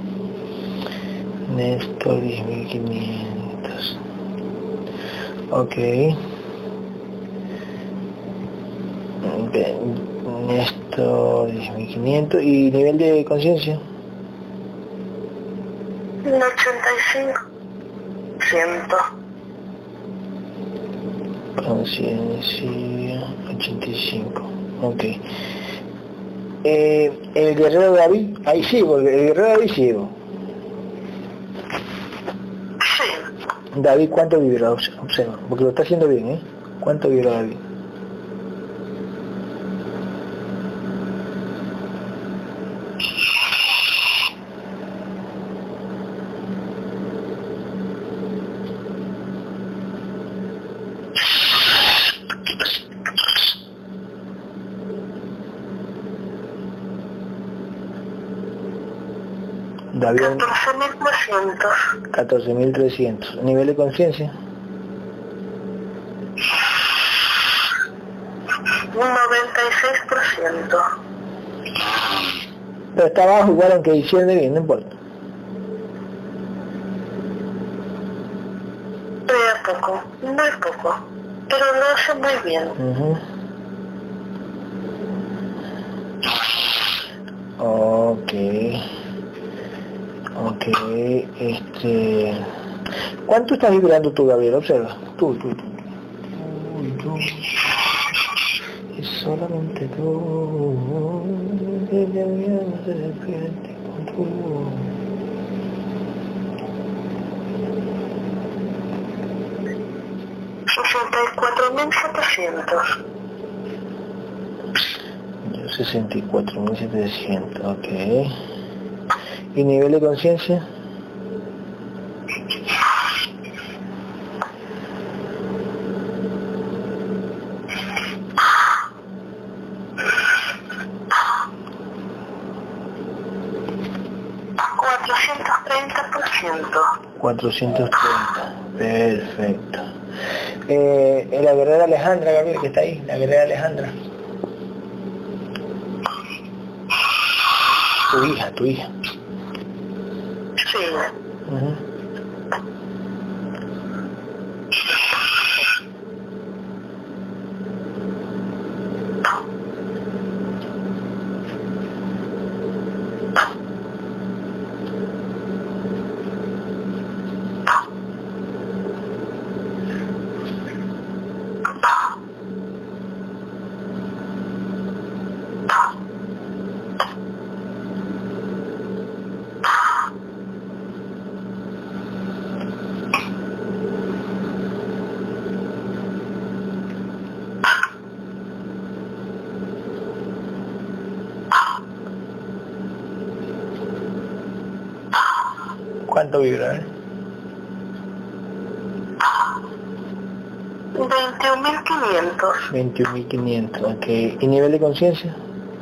Néstor diez mil quinientos. Ok. Esto, diez mil quinientos. ¿Y nivel de conciencia?
ochenta y cinco por ciento.
Conciencia, ochenta y cinco. Ok. Eh, el guerrero David, ahí sí, porque el guerrero David ciego.
Sí.
David, ¿cuánto vivirá? Observa, porque lo está haciendo bien, ¿eh? ¿Cuánto vivirá David? David,
catorce mil trescientos.
catorce mil trescientos. ¿Nivel de conciencia?
noventa y seis por ciento.
Pero está abajo igual aunque hicieron de bien, no importa.
Muy poco, muy poco. Pero lo hace muy bien.
Uh-huh. Ok. Ok, este... ¿Cuánto estás vibrando tú, Gabriel? Observa. Tú, tú, tú. Uy, tú. Es solamente tú. Desde mi alma se despierte con tu voz.
sesenta y cuatro mil setecientos.
Yo sesenta y cuatro mil setecientos, ok. ¿Y nivel de conciencia?
cuatrocientos treinta por ciento.
cuatrocientos treinta, perfecto. Eh, la guerrera Alejandra, Gabriel, que está ahí, la guerrera Alejandra. Tu hija, tu hija.
Sí.
Uh-huh. ¿Cuánto vibra? Eh?
veintiún mil quinientos.
veintiún mil quinientos, ok. ¿Y nivel de conciencia?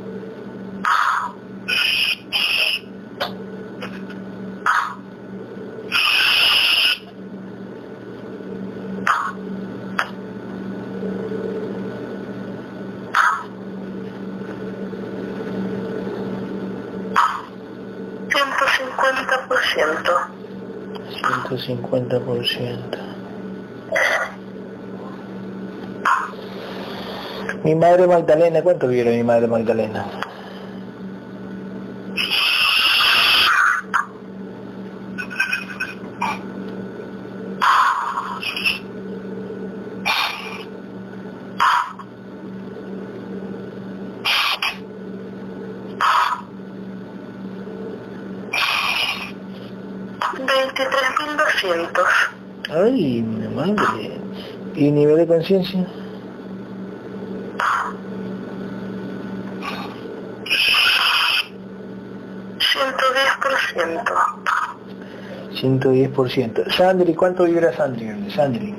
ciento cincuenta por ciento.
ciento cincuenta por ciento. Mi madre Magdalena, ¿cuánto vibra mi madre Magdalena?
veintitrés mil doscientos.
Ay, mi madre. ¿Y nivel de conciencia?
ciento diez por ciento.
ciento diez por ciento. Sandri, ¿cuánto vibra Sandri? Sandri.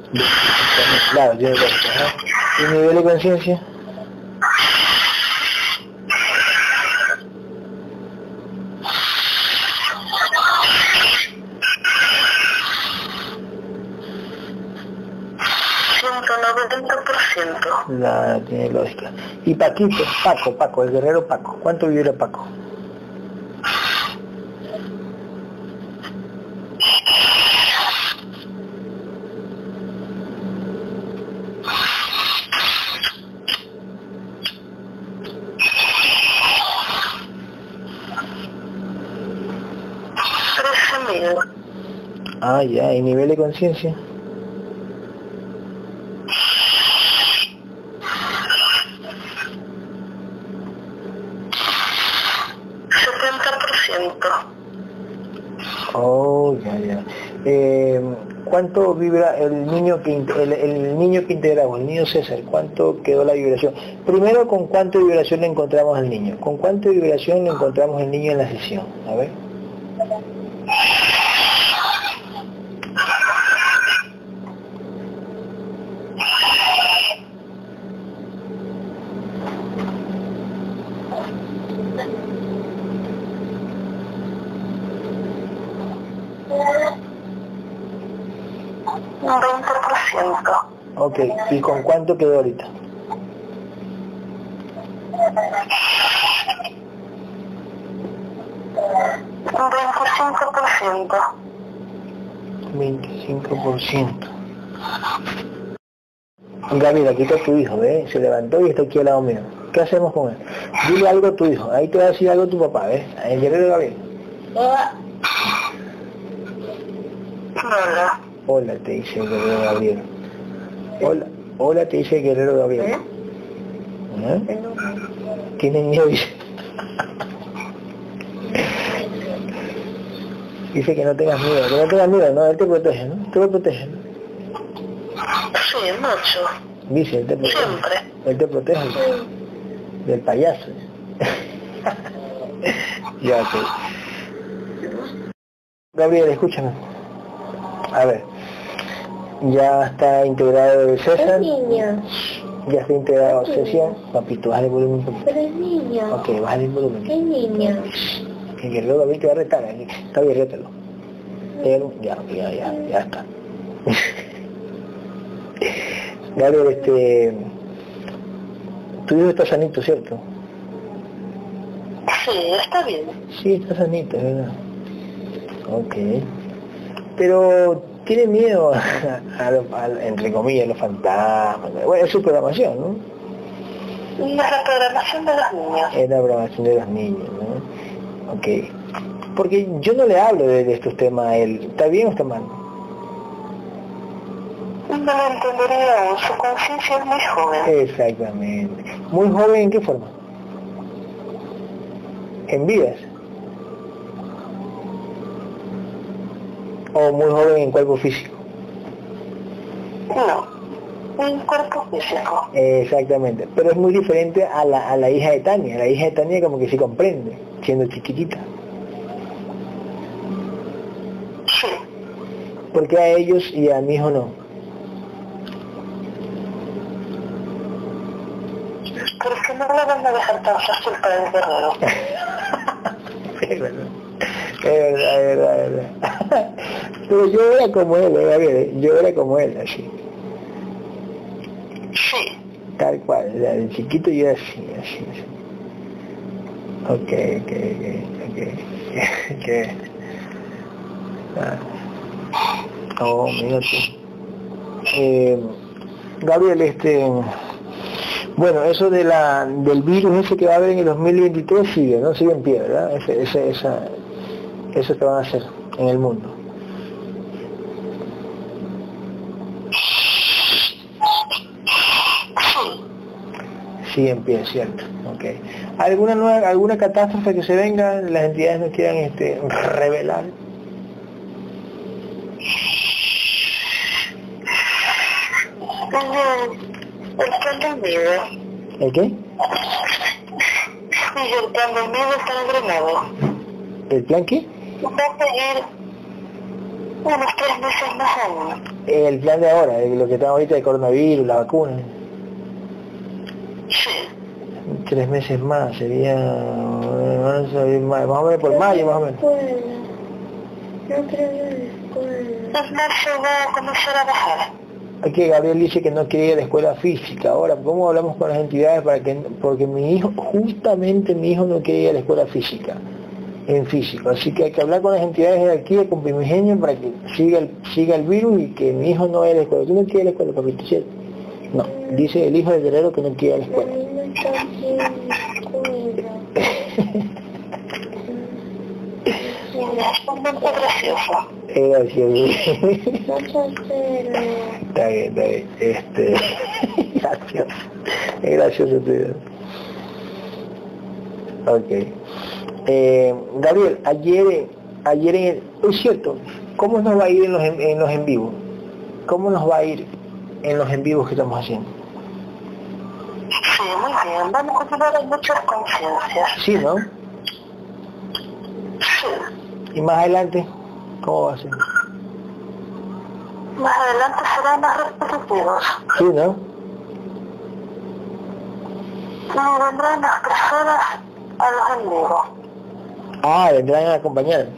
Claro, tiene lógica, ¿eh? ¿Y nivel de conciencia?
ciento noventa por ciento.
Nada, tiene lógica. Y Paquito, Paco, Paco, el guerrero Paco. ¿Cuánto vibra Paco?
trece mil.
Ah, ya, ¿y nivel de conciencia?
setenta por ciento.
Oh, ya, ya. Eh, ¿Cuánto vibra el niño que el, el niño que integramos, el niño César? ¿Cuánto quedó la vibración? Primero, ¿con cuánto vibración le encontramos al niño? ¿Con cuánto vibración le encontramos al niño en la sesión? A ver.
Un veinte por ciento.
Ok, ¿y con cuánto quedó ahorita?
Un veinticinco por ciento.
veinticinco por ciento. Gabriel, aquí está tu hijo, ¿eh? Se levantó y está aquí al lado mío. ¿Qué hacemos con él? Dile algo a tu hijo. Ahí te va a decir algo a tu papá, ¿ves? El guerrero Gabriel.
Hola. Hola.
Hola, te dice el guerrero Gabriel. Hola, hola, te dice el guerrero Gabriel.
¿Eh?
¿Eh? Tiene miedo, dice. Dice que no tengas miedo, que no tengas miedo, ¿no? Él te protege, ¿no? Te lo protege, ¿no?
Sí, mucho.
Dice, él te protege.
Siempre.
Él te protege del payaso. Ya, ok. Gabriel, escúchame. A ver. Ya está integrado el César.
Niña.
Ya está integrado César. Papito, baja el volumen un poquito.
Pero es niña.
Ok, baja el volumen.
Es niña.
El guerrero Gabriel te va a retar. Está bien, rétalo. Ya, ya, ya, ya está. Gabriel, este... tu hijo está sanito, ¿cierto?
Sí, está bien.
Sí, está sanito, ¿verdad? Ok. Pero tiene miedo a, a, a, a entre comillas, a los fantasmas. Bueno, es su programación, ¿no?
Es la programación de los niños.
Es la programación de los niños, ¿no? Ok. Porque yo no le hablo de, de estos temas a él. ¿Está bien o está mal?
No lo entendería aún. Su conciencia es muy joven.
Exactamente. ¿Muy joven en qué forma? ¿En vidas? ¿O muy joven en cuerpo físico?
No. Un cuerpo físico.
Exactamente. Pero es muy diferente a la, a la hija de Tania. La hija de Tania como que sí comprende, siendo chiquitita.
Sí.
Porque a ellos y a mi hijo no.
Porque no la van a dejar tan fácil para el guerrero.
Es verdad, es verdad, es verdad, es verdad. Pero yo era como él, ¿eh, Gabriel? Yo era como él, así.
Sí.
Tal cual, de chiquito yo era así, así, así. Ok, ok, ok, ok, ok. Ah. Oh, mira tú. Eh, Gabriel, este... Bueno, eso de la, del virus ese que va a haber en el dos mil veintitrés sigue, ¿no? Sigue en pie, ¿verdad? Ese, ese, esa, eso que van a hacer en el mundo. Sigue en pie, cierto. Okay. ¿Alguna nueva, alguna catástrofe que se venga, las entidades nos quieran este, revelar?
El plan del miedo.
¿El qué?
Sí, el plan del miedo está engrenado.
¿El plan qué?
Va a seguir unos tres meses más aún.
El plan de ahora, de lo que estamos ahorita de coronavirus, la vacuna.
Sí.
Tres meses más, sería más o menos por mayo, más o menos.
No creo en la escuela. Es marzo va a comenzar a bajar.
Aquí Gabriel dice que no quiere ir a la escuela física. Ahora, ¿cómo hablamos con las entidades para que, porque mi hijo, justamente mi hijo no quiere ir a la escuela física, en físico, así que hay que hablar con las entidades de aquí, con Primigenio, para que siga el, siga el virus y que mi hijo no vaya a la escuela. ¿Tú no quieres ir a la escuela, papito? ¿Cierto? No, dice el hijo del guerrero que no quiere ir a la escuela.
Es gracioso.
Es gracioso. Está bien, está bien. Este, gracioso. Es gracioso tu idea. Ok. Eh, Gabriel, ayer, ayer en, es cierto, ¿cómo nos va a ir en los en, en los en vivo? ¿Cómo nos va a ir en los en vivos que estamos haciendo?
Sí, muy bien. Vamos a tener muchas conciencias.
Sí, ¿no?
Sí.
Y más adelante, ¿cómo va a ser?
Más adelante serán más repetitivos.
Sí, ¿no?
Y vendrán las personas a los en vivo.
Ah, vendrán a acompañar.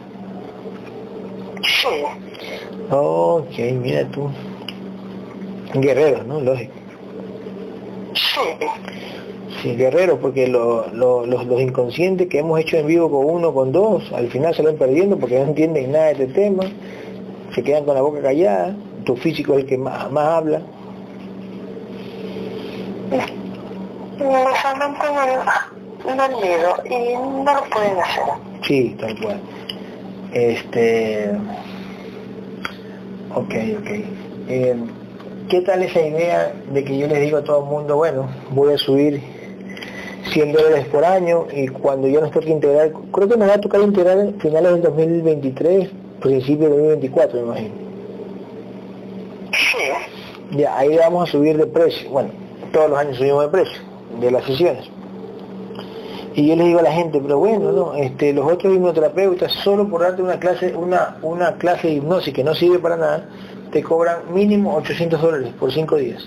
Sí.
Ok, mira tú. Guerreros, ¿no? Lógico.
Sí.
Sí, guerreros, porque lo, lo, los, los inconscientes que hemos hecho en vivo con uno, con dos, al final se van perdiendo porque no entienden nada de este tema, se quedan con la boca callada, tu físico es el que más, más habla.
Solamente en el miedo y no lo pueden hacer.
Sí, tal cual. Este... Ok, ok. Eh, ¿Qué tal esa idea de que yo les digo a todo el mundo, bueno, voy a subir cien dólares por año y cuando yo nos toque integrar, creo que me va a tocar integrar finales del dos mil veintitrés, principios del dos mil veinticuatro, me imagino.
Sí.
Ya, ahí vamos a subir de precio. Bueno, todos los años subimos de precio, de las sesiones. Y yo les digo a la gente, pero bueno, no, este, los otros hipnoterapeutas, solo por darte una clase, una, una clase de hipnosis que no sirve para nada, te cobran mínimo ochocientos dólares por cinco días.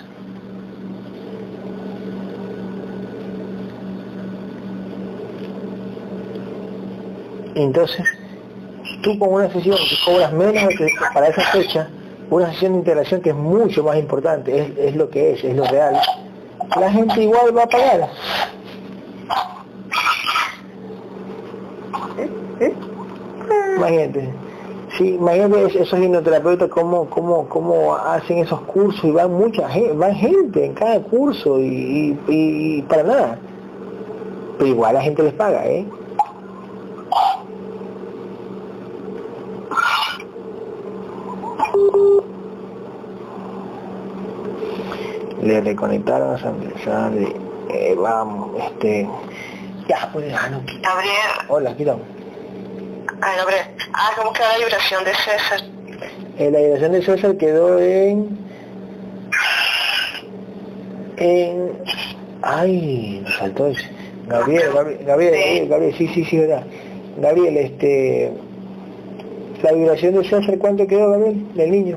Entonces, tú con una sesión que cobras menos que para esa fecha, una sesión de integración que es mucho más importante, es, es lo que es, es lo real, la gente igual va a pagar. ¿Eh? ¿Eh? Imagínate. Sí, imagínate esos hipnoterapeutas cómo, cómo, cómo hacen esos cursos y van mucha gente, van gente en cada curso y, y, y para nada. Pero igual la gente les paga, ¿eh? Le reconectaron a Sandra, Sandra, eh, vamos, este, ya, pues, ah, no.
Gabriel.
Hola, aquí estamos.
Ay, Gabriel. Ah, ¿cómo queda la vibración de César?
Eh, la vibración de César quedó en, en, ay, nos faltó ese. Gabriel, Gabriel, Gabriel, Gabriel, Gabriel, sí, sí, sí, verdad. Gabriel, este, la vibración de César, ¿cuánto quedó, Gabriel, del niño?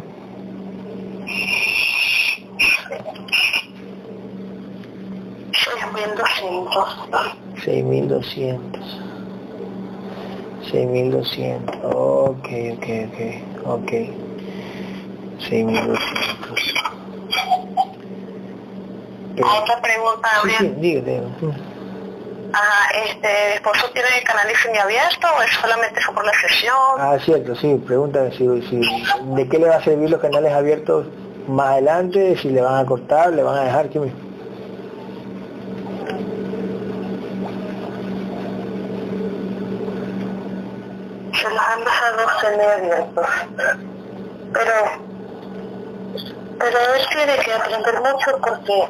seis mil doscientos.
seis mil doscientos. seis mil doscientos. Ok, ok, ok, ok. seis mil doscientos. Pero,
Otra pregunta, Gabriel.
sí, sí, dígale.
Ajá, este, ¿mi esposo tiene el canal semiabierto o es solamente fue por la sesión?
Ah, cierto, sí, preguntan si, si, de qué le va a servir los canales abiertos más adelante, si le van a cortar, le van a dejar, ¿qué me...
Se los han dejado semiabiertos. Pero, pero él tiene que aprender mucho porque,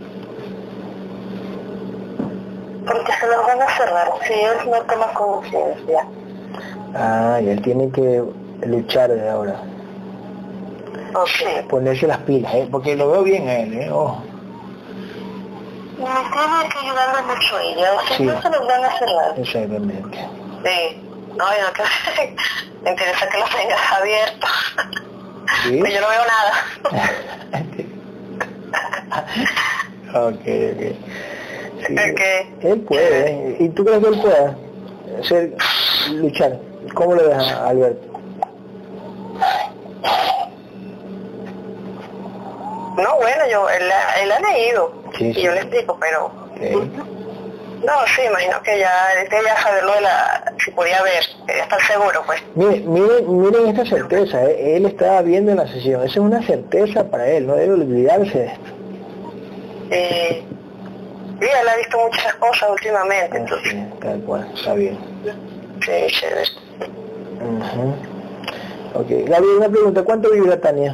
porque se los van a cerrar si él no toma conciencia.
Ah, y él tiene que luchar de ahora.
Okay.
Ponerse las pilas, ¿eh? Porque lo veo bien a él, ¿eh? Oh.
Me tiene que ayudarle mucho a ella, o si
Sí.
no se los van a cerrar.
Exactamente.
Sí, no, yo no que me interesa que los tengas abiertos.
¿Sí?
Pues yo no veo nada.
Ok, ok. Sí,
Okay.
él puede. ¿Y tú crees que él pueda ser, luchar? ¿Cómo lo ves a Alberto?
No, bueno, yo, él, él ha leído,
Sí,
y
sí.
yo le explico, pero...
Okay.
No, sí, imagino que ya, él quería saber lo de la... si podía ver, quería estar seguro, pues.
Miren, miren, miren esta certeza, ¿eh? Él estaba viendo en la sesión, esa es una certeza para él, no debe olvidarse de esto.
Eh, sí, él ha visto muchas cosas últimamente, entonces...
Así, tal cual, está bien.
Sí, chévere.
Uh-huh. Ok, Gabriel, una pregunta, ¿cuánto vivirá Tania?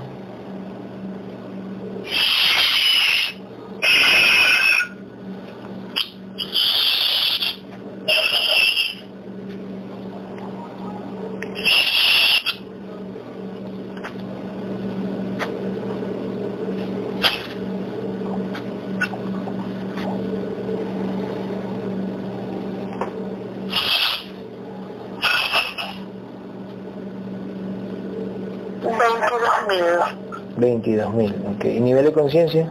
veintidós mil.
veintidós mil, ok. ¿Y nivel de conciencia?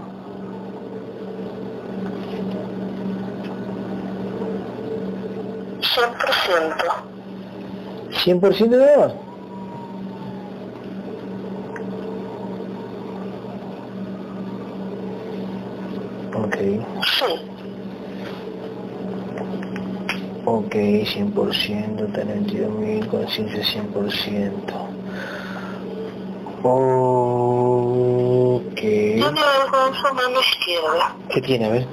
cien por ciento.
¿cien por ciento de más? Ok.
Sí.
Ok, cien por ciento, tener veintidós mil, conciencia cien por ciento. Ok.
Tiene algo en su mano izquierda.
¿Qué tiene? A ver.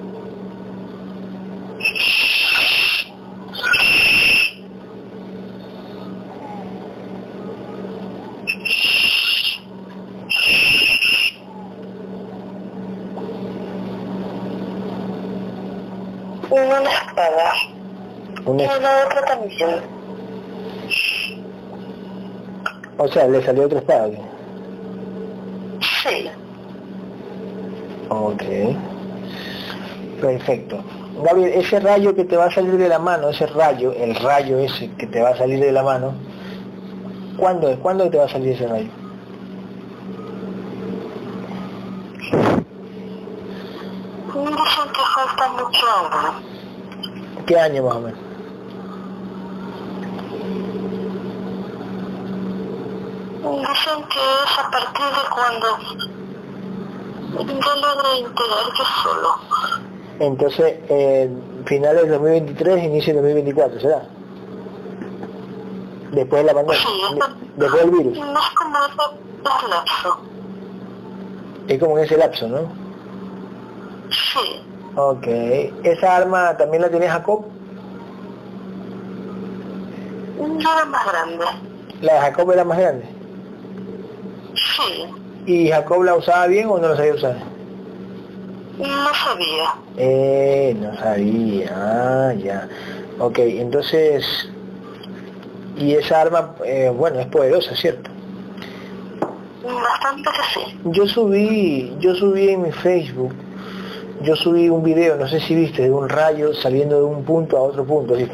Una espada.
Una...
Y la otra también.
O sea, le salió otra espada. ¿Qué?
Sí.
Ok. Perfecto. Gabriel, ese rayo que te va a salir de la mano, ese rayo, el rayo ese que te va a salir de la mano, ¿cuándo es? ¿Cuándo te va a salir ese rayo?
Dicen que falta mucho agua.
¿Qué año más o menos?
Dicen que es a partir de cuando yo logro integrar yo solo.
Entonces, eh, finales de dos mil veintitrés, inicio de dos mil veinticuatro, ¿será? Después de la pandemia,
Sí, esto,
después del virus.
no es como ese lapso.
Es como en ese lapso, ¿no?
Sí.
Ok. ¿Esa arma también la tiene Jacob?
Nada más grande.
¿La de Jacob era más grande?
Sí.
¿Y Jacob la usaba bien o no la sabía usar?
No sabía.
Eh, no sabía, ah, ya. Ok, entonces, y esa arma, eh, bueno, es poderosa, ¿cierto?
Bastante que sí.
Yo subí, yo subí en mi Facebook, yo subí un video, no sé si viste, de un rayo saliendo de un punto a otro punto, así.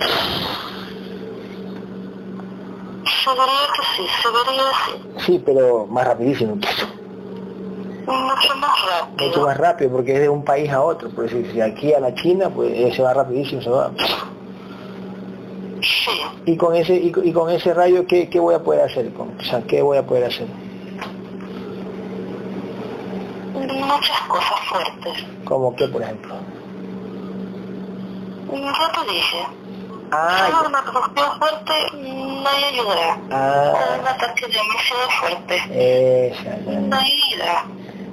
Se vería que sí, se vería así.
Sí, pero más rapidísimo que eso.
Mucho más rápido.
Mucho más rápido, porque es de un país a otro, pues si si aquí a la China, pues eh, se va rapidísimo, se va.
Sí.
Y con ese, y, y con ese rayo, ¿qué, qué voy a poder hacer? Con, o sea, ¿qué voy a poder hacer?
Muchas cosas fuertes.
¿Cómo qué, por ejemplo?
Ya te dije.
Ah,
Solo una protección fuerte no ayudará.
ah,
Un ataque demasiado fuerte.
esa, ya,
No ayuda.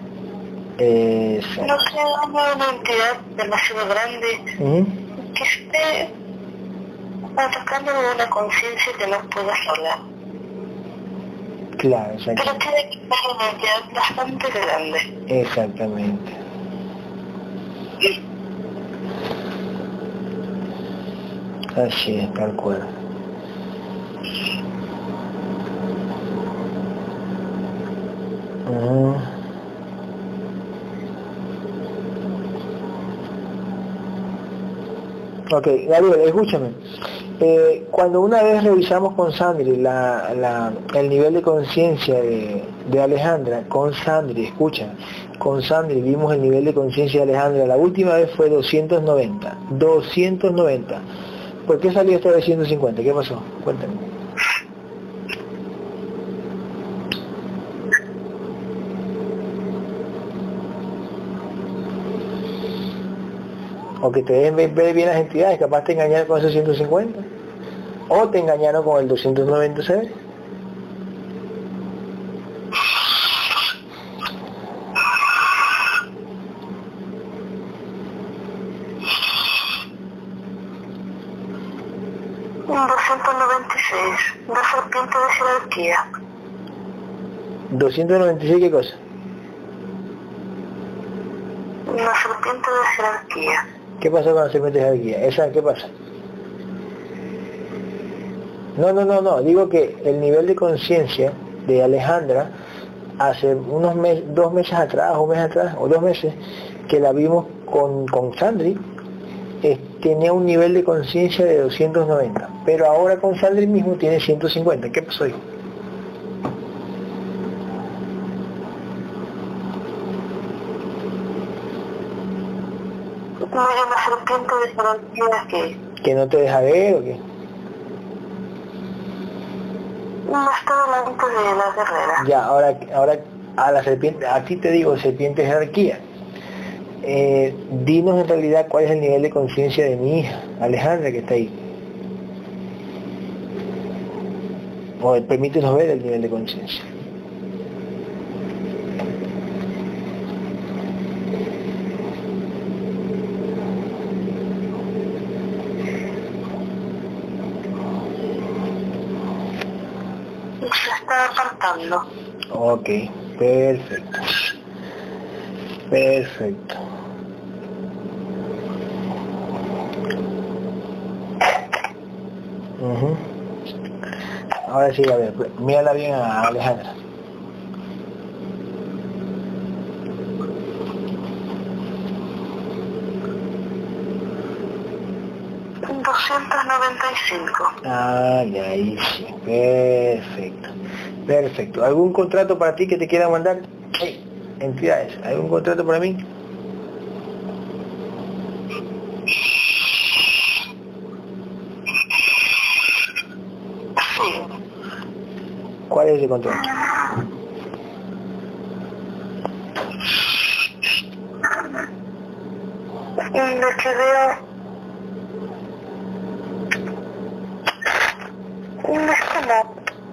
esa.
No sea una entidad demasiado grande
Ujú.
que esté atacando de una conciencia que no pueda sola.
Claro, exacto.
Pero tiene que ser una entidad bastante grande.
Exactamente. Así es, tal cual. Ujú. Ok, Gabriel, escúchame. Eh, cuando una vez revisamos con Sandri la, la, el nivel de conciencia de, de Alejandra, con Sandri, escucha, con Sandri vimos el nivel de conciencia de Alejandra, la última vez fue doscientos noventa. ¿Por qué salió esto de ciento cincuenta? ¿Qué pasó? Cuéntame. O que te dejen ver bien las entidades, capaz te engañaron con esos ciento cincuenta, o te engañaron con el doscientos noventa, ¿sabes?
doscientos noventa y seis, la serpiente de jerarquía.
¿doscientos noventa y seis qué cosa?
La serpiente de jerarquía.
¿Qué pasó con la serpiente de jerarquía? ¿Esa qué pasa? No, no, no, no, digo que el nivel de conciencia de Alejandra, hace unos meses, dos meses atrás, o un mes atrás, o dos meses, que la vimos con, con Sandri, eh, tenía un nivel de conciencia de doscientos noventa, pero ahora con Sandri mismo tiene ciento cincuenta. ¿Qué pasó, hijo?
No hay una serpiente de jerarquía que...
¿Que no te deja ver o qué?
No está delante de la guerrera.
Ya, ahora, ahora a la serpiente, a ti te digo serpiente de jerarquía. Eh, dinos en realidad cuál es el nivel de conciencia de mi hija, Alejandra, que está ahí. O permítenos ver el nivel de conciencia.
Se está apartando.
Ok, perfecto. Perfecto. Uh-huh. Ahora sí, a ver, mírala bien a Alejandra.
doscientos noventa y cinco.
Ah, ya, ahí sí, perfecto. Perfecto. ¿Algún contrato para ti que te quiera mandar? Hey, entidades, ¿algún contrato para mí?
Sí.
¿Cuál es el contrato?
Lo que veo... Es como...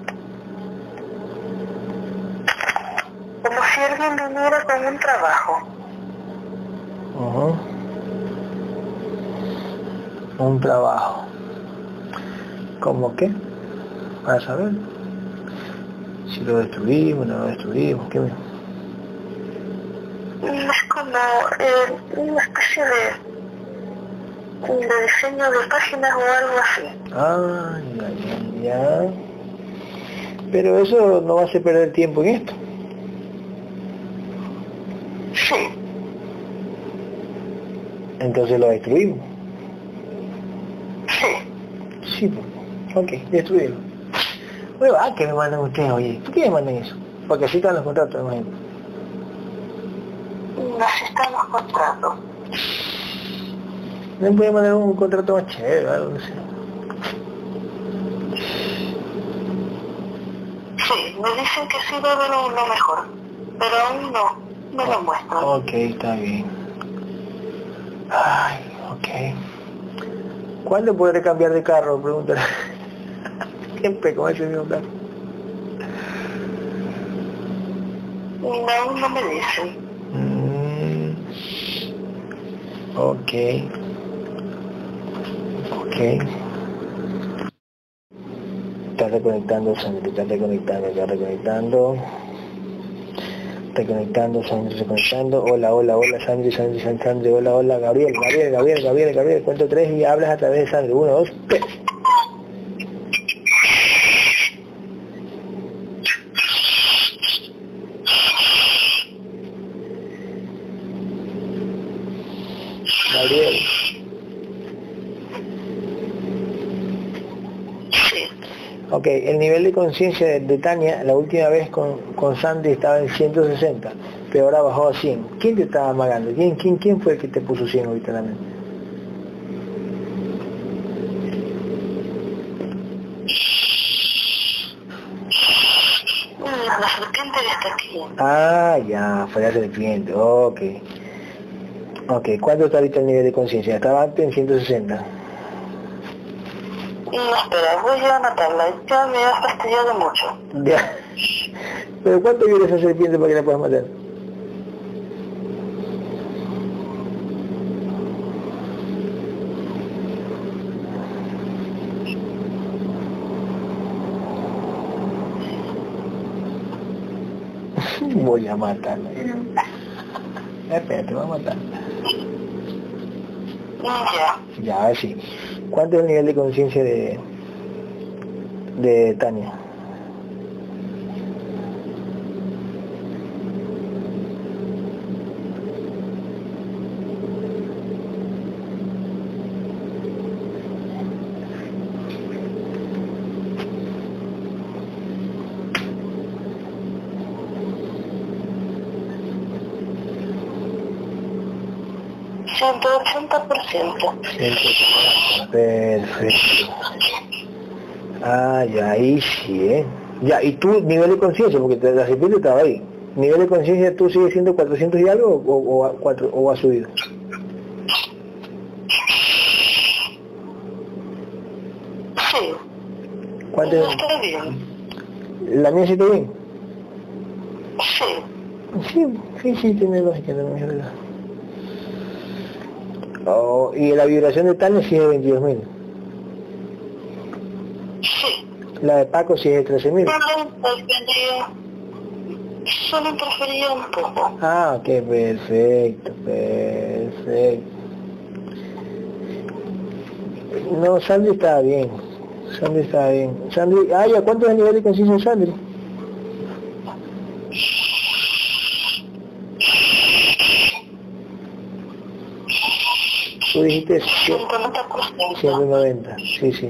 como si alguien viniera con un trabajo.
Uh-huh. Un trabajo. ¿Cómo qué? Para saber si lo destruimos, no lo destruimos, ¿qué?
Es como eh, una especie de, de diseño de páginas o algo así.
Ah, ya, ya, ya. Pero eso no va a hacer perder tiempo en esto.
Sí.
Entonces lo destruimos.
Sí.
Sí, ok, destruirlo. Bueno, ah, que me mandan ustedes, oye, ¿por qué me mandan eso? Porque así están los contratos, me imagino.
Necesitan los contratos.
¿No me puede mandar un contrato más chévere o algo? No sé.
Sí, me dicen que sí va a haber uno mejor, pero aún no, me lo muestran.
Ok, está bien. Ay, ok. ¿Cuándo podré cambiar de carro? Pregúntale. Siempre con ese mismo carro.
Aún no me dicen.
Mm, ok. Ok. Está reconectando, Sandra, está reconectando, está reconectando. Reconectando, Sandra, reconectando. Hola, hola, hola, Sandra, Sandra, Sandra, Sandra, hola, hola, Gabriel, Gabriel, Gabriel, Gabriel, Gabriel. Cuento tres y hablas a través de Sandra. Uno, dos, tres. Gabriel. Ok, el nivel de conciencia de, de Tania, la última vez con, con Sandy estaba en ciento sesenta, pero ahora bajó a cien. ¿Quién te estaba amagando? ¿Quién, quién, quién fue el que te puso cien ahorita en la mente?
La serpiente que está aquí.
Ah, ya, fue la serpiente, ok. Ok, ¿cuánto está ahorita el nivel de conciencia? Estaba antes en ciento sesenta.
No, espera, voy a matarla. Ya me has fastidiado mucho.
Ya. ¿Pero cuánto vive esa serpiente para que la puedas matar? Voy a matarla. Espérate, voy a matarla.
Ya.
Ya, sí. ¿Cuánto es el nivel de conciencia de, de Tania?
ciento ochenta por ciento.
Perfecto. Ah, ya, ahí sí, ¿eh? Ya, ¿y tú, nivel de conciencia? Porque te, la serpiente estaba ahí. ¿Nivel de conciencia tú sigues siendo cuatrocientos y algo o, o, a cuatro, o ha subido?
Sí.
¿Cuánto?
No está bien.
¿La mía sí está bien?
Sí.
Sí, sí, sí, tiene lógica, no es verdad. Oh, y la vibración de Tania sí es de veintidós mil.
Sí.
La de Paco sí es de trece mil.
Solo interfería, solo interfería un poco.
Ah, ok, perfecto, perfecto. No, Sandy estaba bien. Sandy estaba bien. Sandy, ah, ya, ¿cuánto es el nivel de conciencia de Sandy? Tú dijiste
ciento noventa por ciento.
ciento noventa, sí, sí.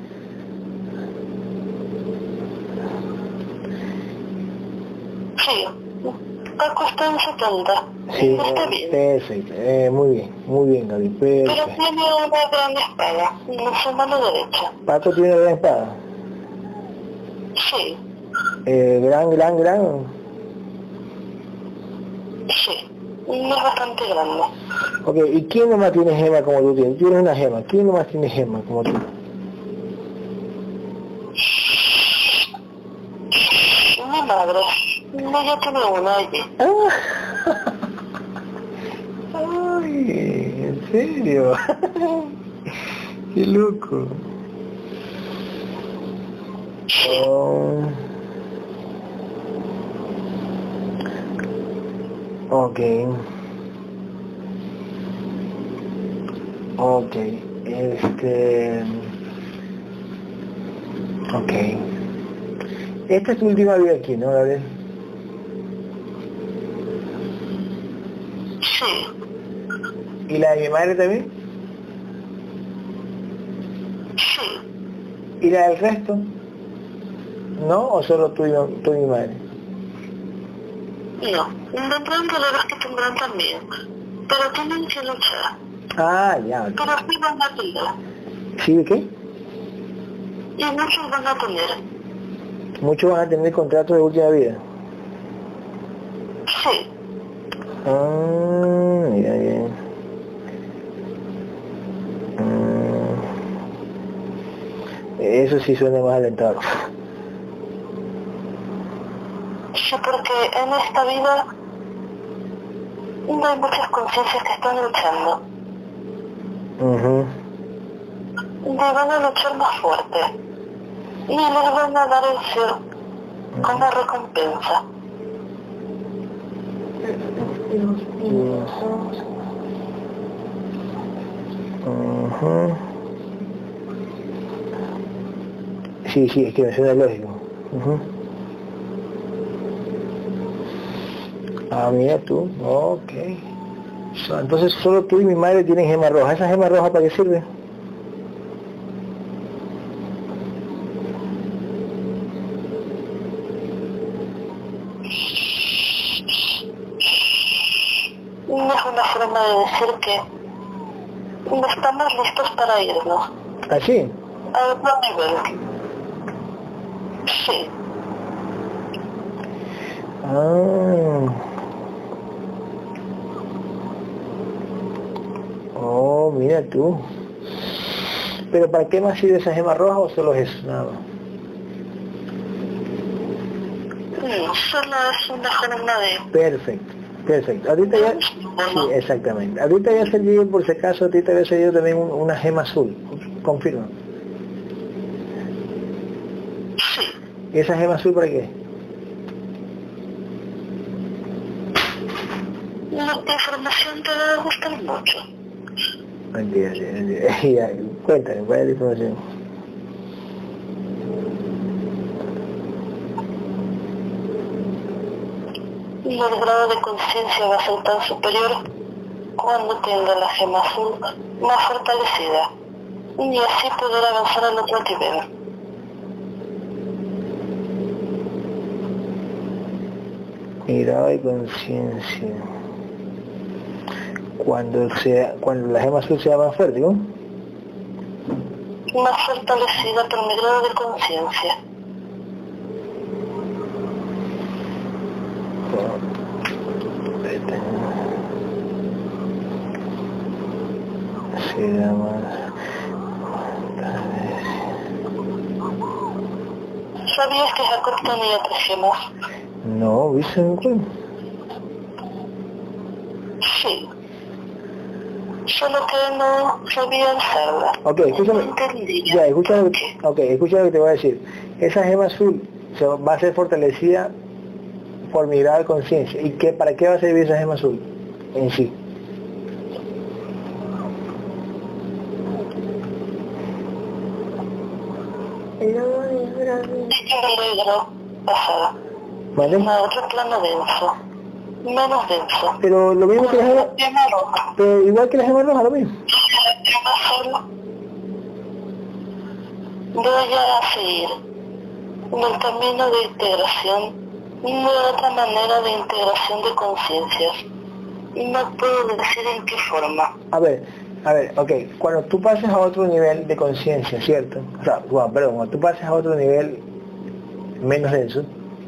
Sí. Paco está en setenta.
Sí,
Está bien.
perfecto, eh, muy bien, muy bien, Gaby,
Pero
perfecto.
tiene una gran espada en su mano derecha.
Paco tiene una gran espada.
Sí.
Eh, gran, gran, gran.
Sí. No es bastante grande.
Ok, ¿y quién nomás tiene gema como tú tienes? Tú tienes una gema. ¿Quién nomás tiene gema como tú?
Mi madre. No, ya tiene una allí.
Ah. Ay, ¿en serio? Qué loco. Oh. Ok. Ok. Este... Ok. Esta es tu última vida aquí, ¿no, Gabriel?
Sí.
¿Y la de mi madre también?
Sí.
¿Y la del resto? ¿No? ¿O solo tú y, tú y mi madre?
No. Vendrán dolores que tendrán también. Pero tienen que luchar.
Ah, ya. Okay.
Pero sí van a tener.
¿Sí de qué?
Y muchos van a tener.
Muchos van a tener contratos de última vida.
Sí.
Ah, ya, ya. Mm. Eso sí suena más alentador.
Sí, porque en esta vida no hay muchas conciencias que están luchando.
Uh-huh.
Y van a luchar más fuerte. Y les van a dar el ser como recompensa.
Uh-huh. Sí, sí, es que me suena lógico. Uh-huh. Ah, mira tú, ok. So, entonces solo tú y mi madre tienen gema roja. ¿Esa gema roja para qué sirve?
Es una forma de decir que no estamos listos para irnos.
¿Así?
A otro nivel. Sí.
Ah. Oh, mira tú. ¿Pero para qué más sirve esa gema roja o solo es eso? Nada más.
No, solo es una forma de...
Perfecto, perfecto. Ahorita ya... Sí, exactamente. Ahorita ya salió, por si acaso, ahorita había salido también un- una gema azul. Confirma.
Sí.
¿Y esa gema azul para qué?
La información te va a gustar mucho.
Mentira, sí, mentira. Ya, cuéntame, ¿cuál es la información?
El grado de conciencia va a ser tan superior cuando tenga la gema azul más fortalecida y así poder avanzar al otro nivel.
Mi grado de conciencia. Cuando sea, cuando la gema azul sea más fuerte, ¿no?
Más fortalecida por mi grado de conciencia.
Será más.
¿Sabías que Jacob tenía tres gemas?
No, ¿viste?
Sí. Solo que no sabía usarla.
Ok, escúchame.
No entendía.
Ya, escúchame, lo que- ok, escucha lo que te voy a decir. Esa gema azul se va va a ser fortalecida por mi grado de conciencia. ¿Y qué, para qué va a servir esa gema azul en sí?
Y yo logro pasar
¿Vale?
a otro plano denso. Menos denso.
Pero lo mismo que la gema,
La gema roja.
pero igual que la gema roja, lo mismo.
La gema azul. Voy a seguir en el camino de integración, de otra manera de integración de conciencias. No puedo decir en qué forma.
A ver, a ver, ok, cuando tú pases a otro nivel de conciencia, ¿cierto? O sea, bueno, perdón, cuando tú pases a otro nivel menos denso,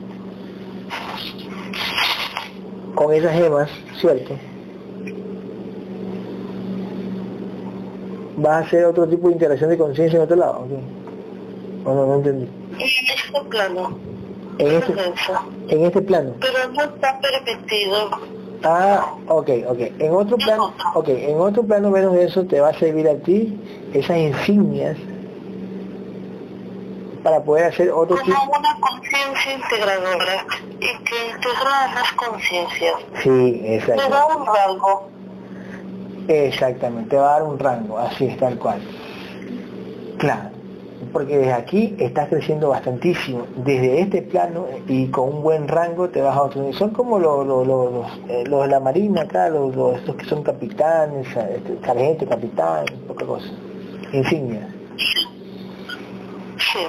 con esas gemas, ¿cierto? Vas a hacer otro tipo de interacción de conciencia en otro lado, ¿ok? ¿O no, no entendí?
En este plano,
En
menos
este,
denso.
en este plano.
Pero no está permitido.
Ah, ok, ok. En otro plano, ok, en otro plano menos denso te va a servir a ti esas insignias para poder hacer otro tipo.
Como una conciencia integradora y que integra a las conciencias.
Sí,
Le
exacto.
da un rango.
Exactamente, te va a dar un rango, así es, tal cual. Claro, porque desde aquí estás creciendo bastantísimo. Desde este plano y con un buen rango te vas a otro nivel. Son como los, los, los, los, eh, los de la marina acá, los, los, estos que son capitanes, este, sargento, capitán, poca cosa. Insignia.
Sí.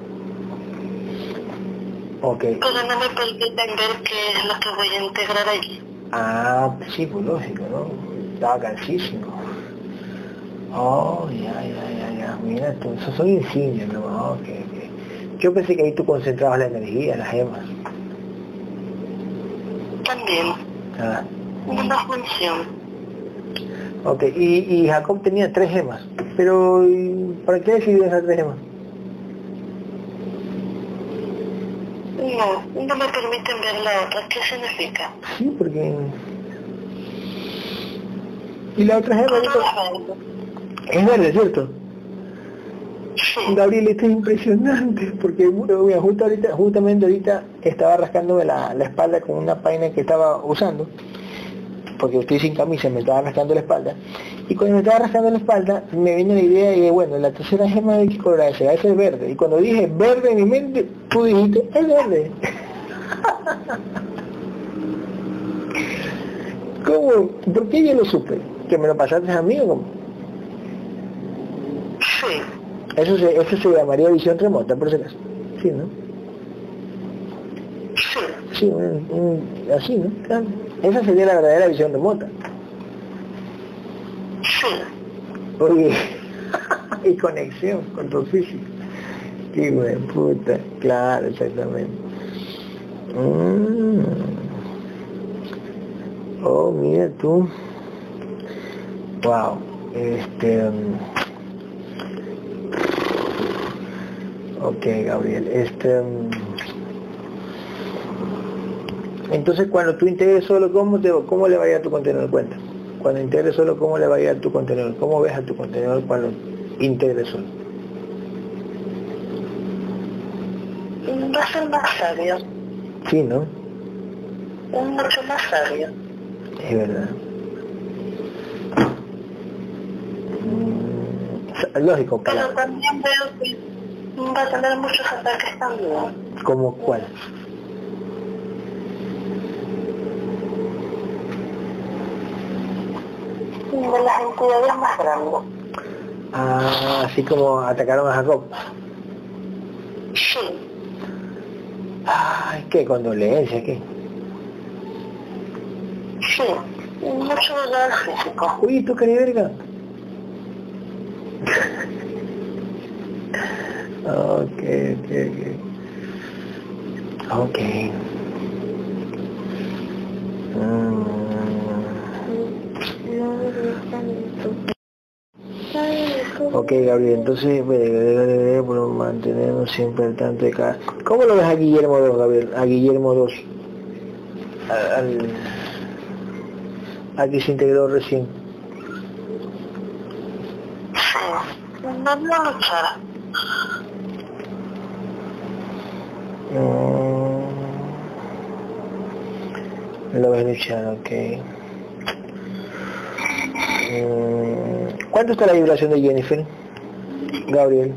Ok.
Pero no me permiten ver qué es lo que voy a integrar allí.
Ah, sí, pues lógico, ¿no? Estaba cansísimo. Oh, ya, ya, ya, ya. Mira, tú, eso son insignias, ¿no? Ok, ok. Yo pensé que ahí tú concentrabas la energía, las gemas.
También,
Ah,
una función.
ok. Y, y Jacob tenía tres gemas. Pero, ¿y ¿para qué decidió esas tres gemas?
No, no me permiten ver la otra. ¿Qué significa?
Sí, porque... ¿Y la otra gema?
Color
Ahorita-
verde.
Es verde, ¿cierto?
Sí.
Gabriel, esto es impresionante, porque mira, justo ahorita, justamente ahorita estaba rascándome la, la espalda con una paina que estaba usando, porque estoy sin camisa, me estaba rascando la espalda, y cuando me estaba rascando la espalda, me vino la idea y dije, bueno, la tercera gema de qué color es, ese es verde, y cuando dije verde en mi mente, tú dijiste, es verde. ¿Cómo? ¿Por qué yo lo supe? ¿Que me lo pasaste a mí o cómo?
Sí.
Eso se, eso se llamaría visión remota, por si acaso. Sí, ¿no?
Sí.
Sí, un- un- así, ¿no? Claro. Esa sería la verdadera visión remota.
Sí.
Oye, y conexión con tu físico. Qué hijo de puta. Claro, exactamente. Mm. Oh, mira tú. Wow. Este... Um... Ok, Gabriel. Este... Um... Entonces, cuando tú integres solo, ¿cómo, te, ¿cómo le va a ir a tu contenedor? Cuenta. Cuando integres solo, ¿cómo le va a ir a tu contenedor? ¿Cómo ves a tu contenedor cuando integres solo?
Va a ser más sabio.
Sí, ¿no?
Mucho más sabio.
Es verdad. Mm, lógico,
Pero
palabra.
también veo que va a tener muchos ataques también.
¿Cómo cuál?
De las entidades más grandes.
Ah, así como atacaron a Jacob.
Sí.
Ay, qué condolencia, qué.
Sí. Mucho dolor físico.
Uy, ¿tú querías verga? Ok, ok, ok. Ok. Mm. Ok, Gabriel, entonces bueno, mantenemos siempre al tanto de cada... ¿Cómo lo ves a Guillermo dos, Gabriel? A Guillermo dos. Al, al, al que se integró recién.
Sí. No voy a luchar.
Mm, lo ves luchar, ok. Mm, ¿cuánto está la vibración de Jennifer, Gabriel?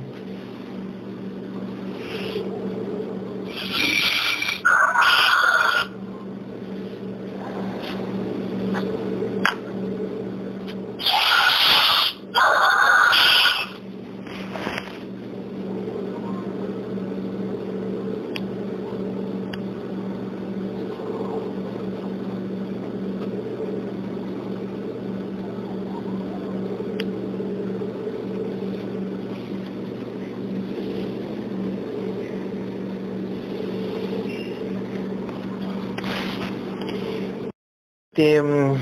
Este, um,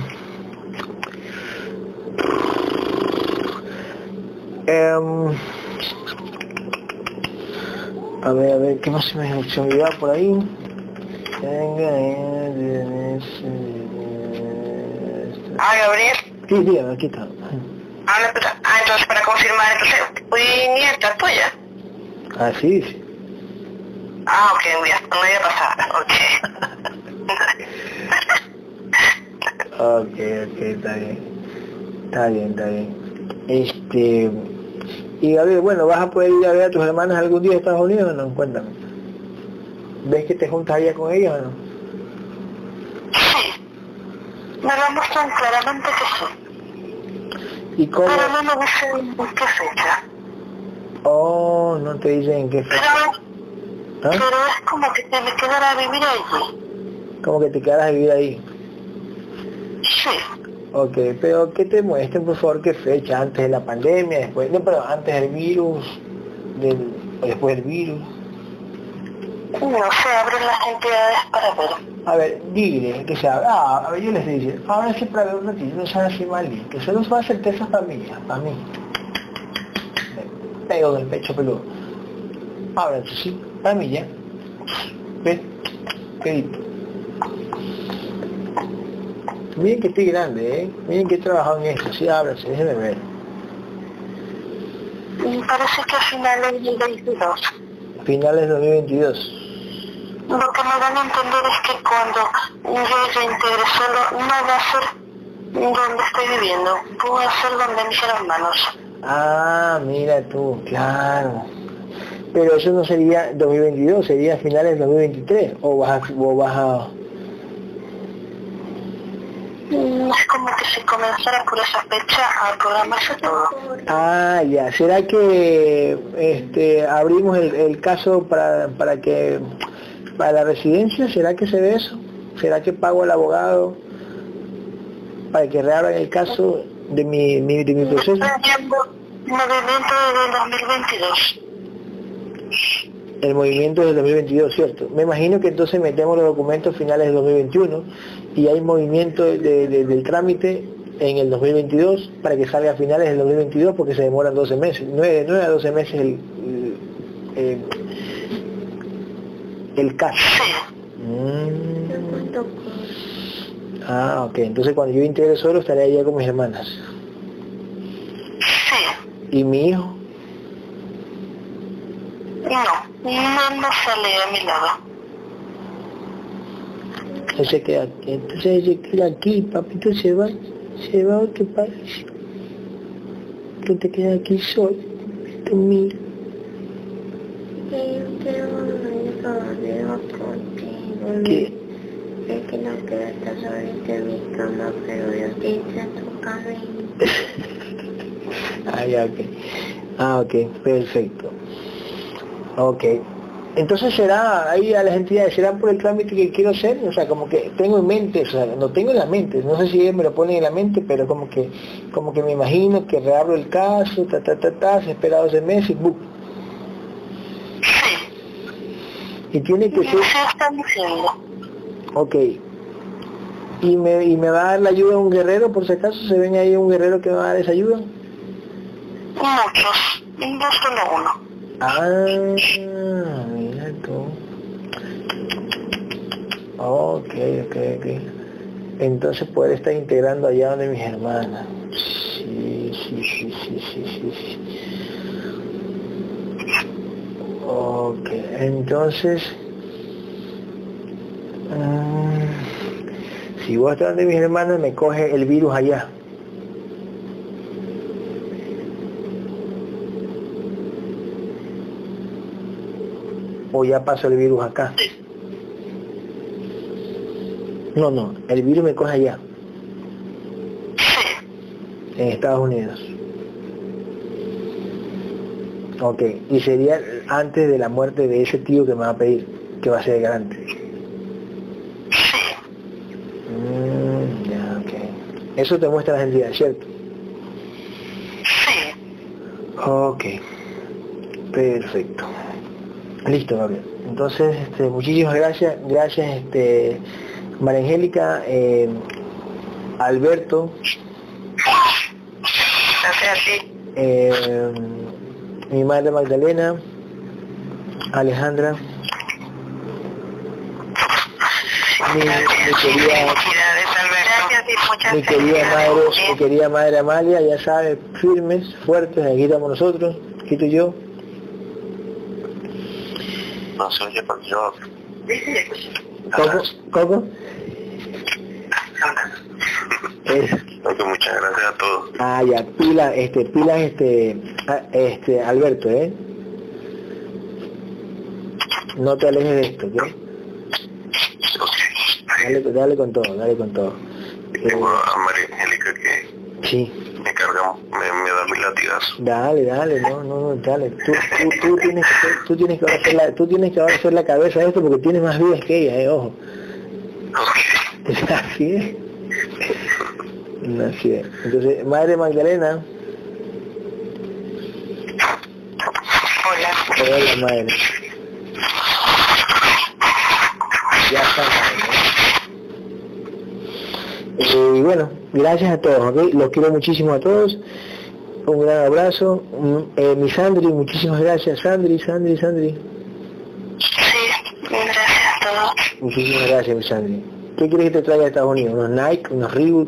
um, a ver, a ver, ¿qué más se me se me olvidaba por ahí?
Ah, Gabriel.
Sí, dígame, aquí está.
Ah, no, pero, ah, entonces para confirmar, entonces, fui nieta tuya.
Ah, sí, sí.
Ah, ok, voy a, no voy a pasar, ok.
Ok, ok, está bien. Está bien, está bien. Este... Y Gabriel, bueno, ¿vas a poder ir a ver a tus hermanas algún día a Estados Unidos o no? Cuéntame. ¿Ves que te juntas allá con ellos o no?
Sí. Me lo muestran claramente que sí.
¿Y cómo?
Pero no me dicen en qué fecha.
Oh, no te dicen en qué fecha.
Pero,
¿Ah?
pero es como que te me quedara a vivir allí.
Como que te quedas a vivir ahí.
Sí.
Ok, pero que te muestren por favor qué fecha, antes de la pandemia, después, no, pero antes del virus, del, o después del virus.
No se abren las entidades para ver.
A ver, dile que se abra. Ah, a ver, yo les dice, ábranse para ver un ratito, no sean así mal, que solo va a hacer tesas para mí, para mí. Me pego en el pecho peludo. Ábranse, sí, para mí ya. ¿Ves? Quedito. Miren que estoy grande, ¿eh? Miren que he trabajado en esto, sí, ábranse, déjenme ver.
Y parece que a finales del veintidós.
Finales de dos mil veintidós.
Lo que me dan a entender es que cuando yo ya integre solo, no va a ser donde estoy viviendo, puede ser donde mis hermanos.
Ah, mira tú, claro. Pero eso no sería dos mil veintidós, sería finales de dos mil veintitrés, o vas a... O vas a...
Es como que si comenzara por esa fecha a programarse todo.
Ah, ya. ¿Será que este abrimos el, el caso para, para que para la residencia? ¿Será que se ve eso? ¿Será que pago al abogado para que reabran el caso de mi, mi, de mi proceso.
Movimiento del dos mil veintidós.
El movimiento del dos mil veintidós, ¿cierto? Me imagino que entonces metemos los documentos finales del dos mil veintiuno y hay movimiento de, de, del trámite en el dos mil veintidós para que salga a finales del dos mil veintidós porque se demoran doce meses, nueve a doce meses el, el, el, el caso. Mm. Ah, ok, entonces cuando yo integre solo estaré allá con mis hermanas.
Sí.
¿Y mi hijo?
No, no, no sale a mi lado.
Él se queda aquí, entonces él se queda aquí, papito se va, se va a otro país. Tú te quedas aquí solo, tú mira. ¿Qué?
Es que no quiero estar solita en mi cama, pero yo pienso en tu cama.
Ah, ya, ok. Ah, ok, perfecto. Ok. Entonces será, ahí a las entidades, será por el trámite que quiero hacer, o sea, como que tengo en mente, o sea, no tengo en la mente, no sé si ellos me lo ponen en la mente, pero como que, como que me imagino que reabro el caso, ta, ta, ta, ta, se espera doce meses y ¡bum!
Sí.
Y tiene que ser...
Sí, está diciendo.
Ok. ¿Y me, ¿Y me va a dar la ayuda un guerrero, por si acaso? ¿Se ven ahí un guerrero que me va a dar esa ayuda?
Muchos, no solo uno.
Ah, mira tú. Ok, ok, ok. Entonces poder estar integrando allá donde mis hermanas. Sí, sí, sí, sí, sí, sí, sí. Ok, entonces... Um, si vos estás donde mis hermanas, me coge el virus allá. O ya pasó el virus acá. No, no, el virus me coge allá. En Estados Unidos. Ok, y sería antes de la muerte de ese tío que me va a pedir, que va a ser el garante. Mm, ya, ok. Eso te muestra las entidades, ¿cierto?
Sí.
Ok, perfecto. Listo, Gabriel. Entonces, este, muchísimas gracias, gracias, este, María Angélica, eh, Alberto,
Gracias a ti.
eh, mi madre Magdalena, Alejandra, mi, mi querida, mi querida madre, mi querida madre Amalia, ya sabes, firmes, fuertes, aquí estamos nosotros, aquí tú y yo.
No se oye porque yo...
¿Coco? ¿Coco? Es,
Ok, muchas gracias a todos.
ah, ya, pila, este, pila, este, ah, este, Alberto, ¿eh? No te alejes de esto, ¿ok? Dale, dale con todo, dale con todo.
Tengo
Eh,
a María Angélica que
sí.
me carga, me, me da mi latigazo.
Dale, dale, no, no, no, dale. Tú, tú, tú tienes que, tú tienes que ahora hacer la, tú tienes que ahora hacer la cabeza de esto porque tienes más vidas que ella, eh, ojo.
Ok.
Así es. Así es. Entonces, Madre Magdalena.
Hola.
Hola, madre. Ya está, madre. Eh, y bueno, gracias a todos, ¿ok? Los quiero muchísimo a todos. Un gran abrazo. Eh, mi Sandri, muchísimas gracias, Sandri, Sandri, Sandri.
Sí, gracias a todos.
Muchísimas gracias, mi Sandri. ¿Qué quieres que te traiga a Estados Unidos? ¿Unos Nike, unos Reebok?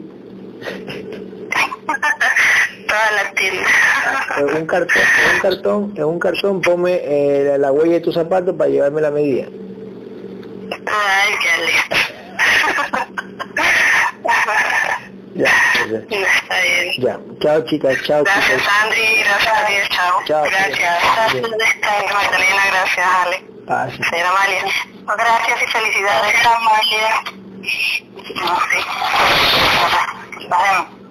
Todas las tiendas.
En un cartón, en un cartón, en un cartón ponme eh, la, la huella de tus zapatos para llevarme la medida.
Ay, qué listo.
Ya, entonces,
Está bien.
ya. Chao, chicas, chao,
Gracias,
chicas.
Andri, gracias a Dios, chao.
Chao,
Gracias.
chao.
Gracias, Magdalena, gracias, Ale.
Ah, sí.
Señora Amalia. Gracias y felicidades, Amalia. No, sí. Vamos.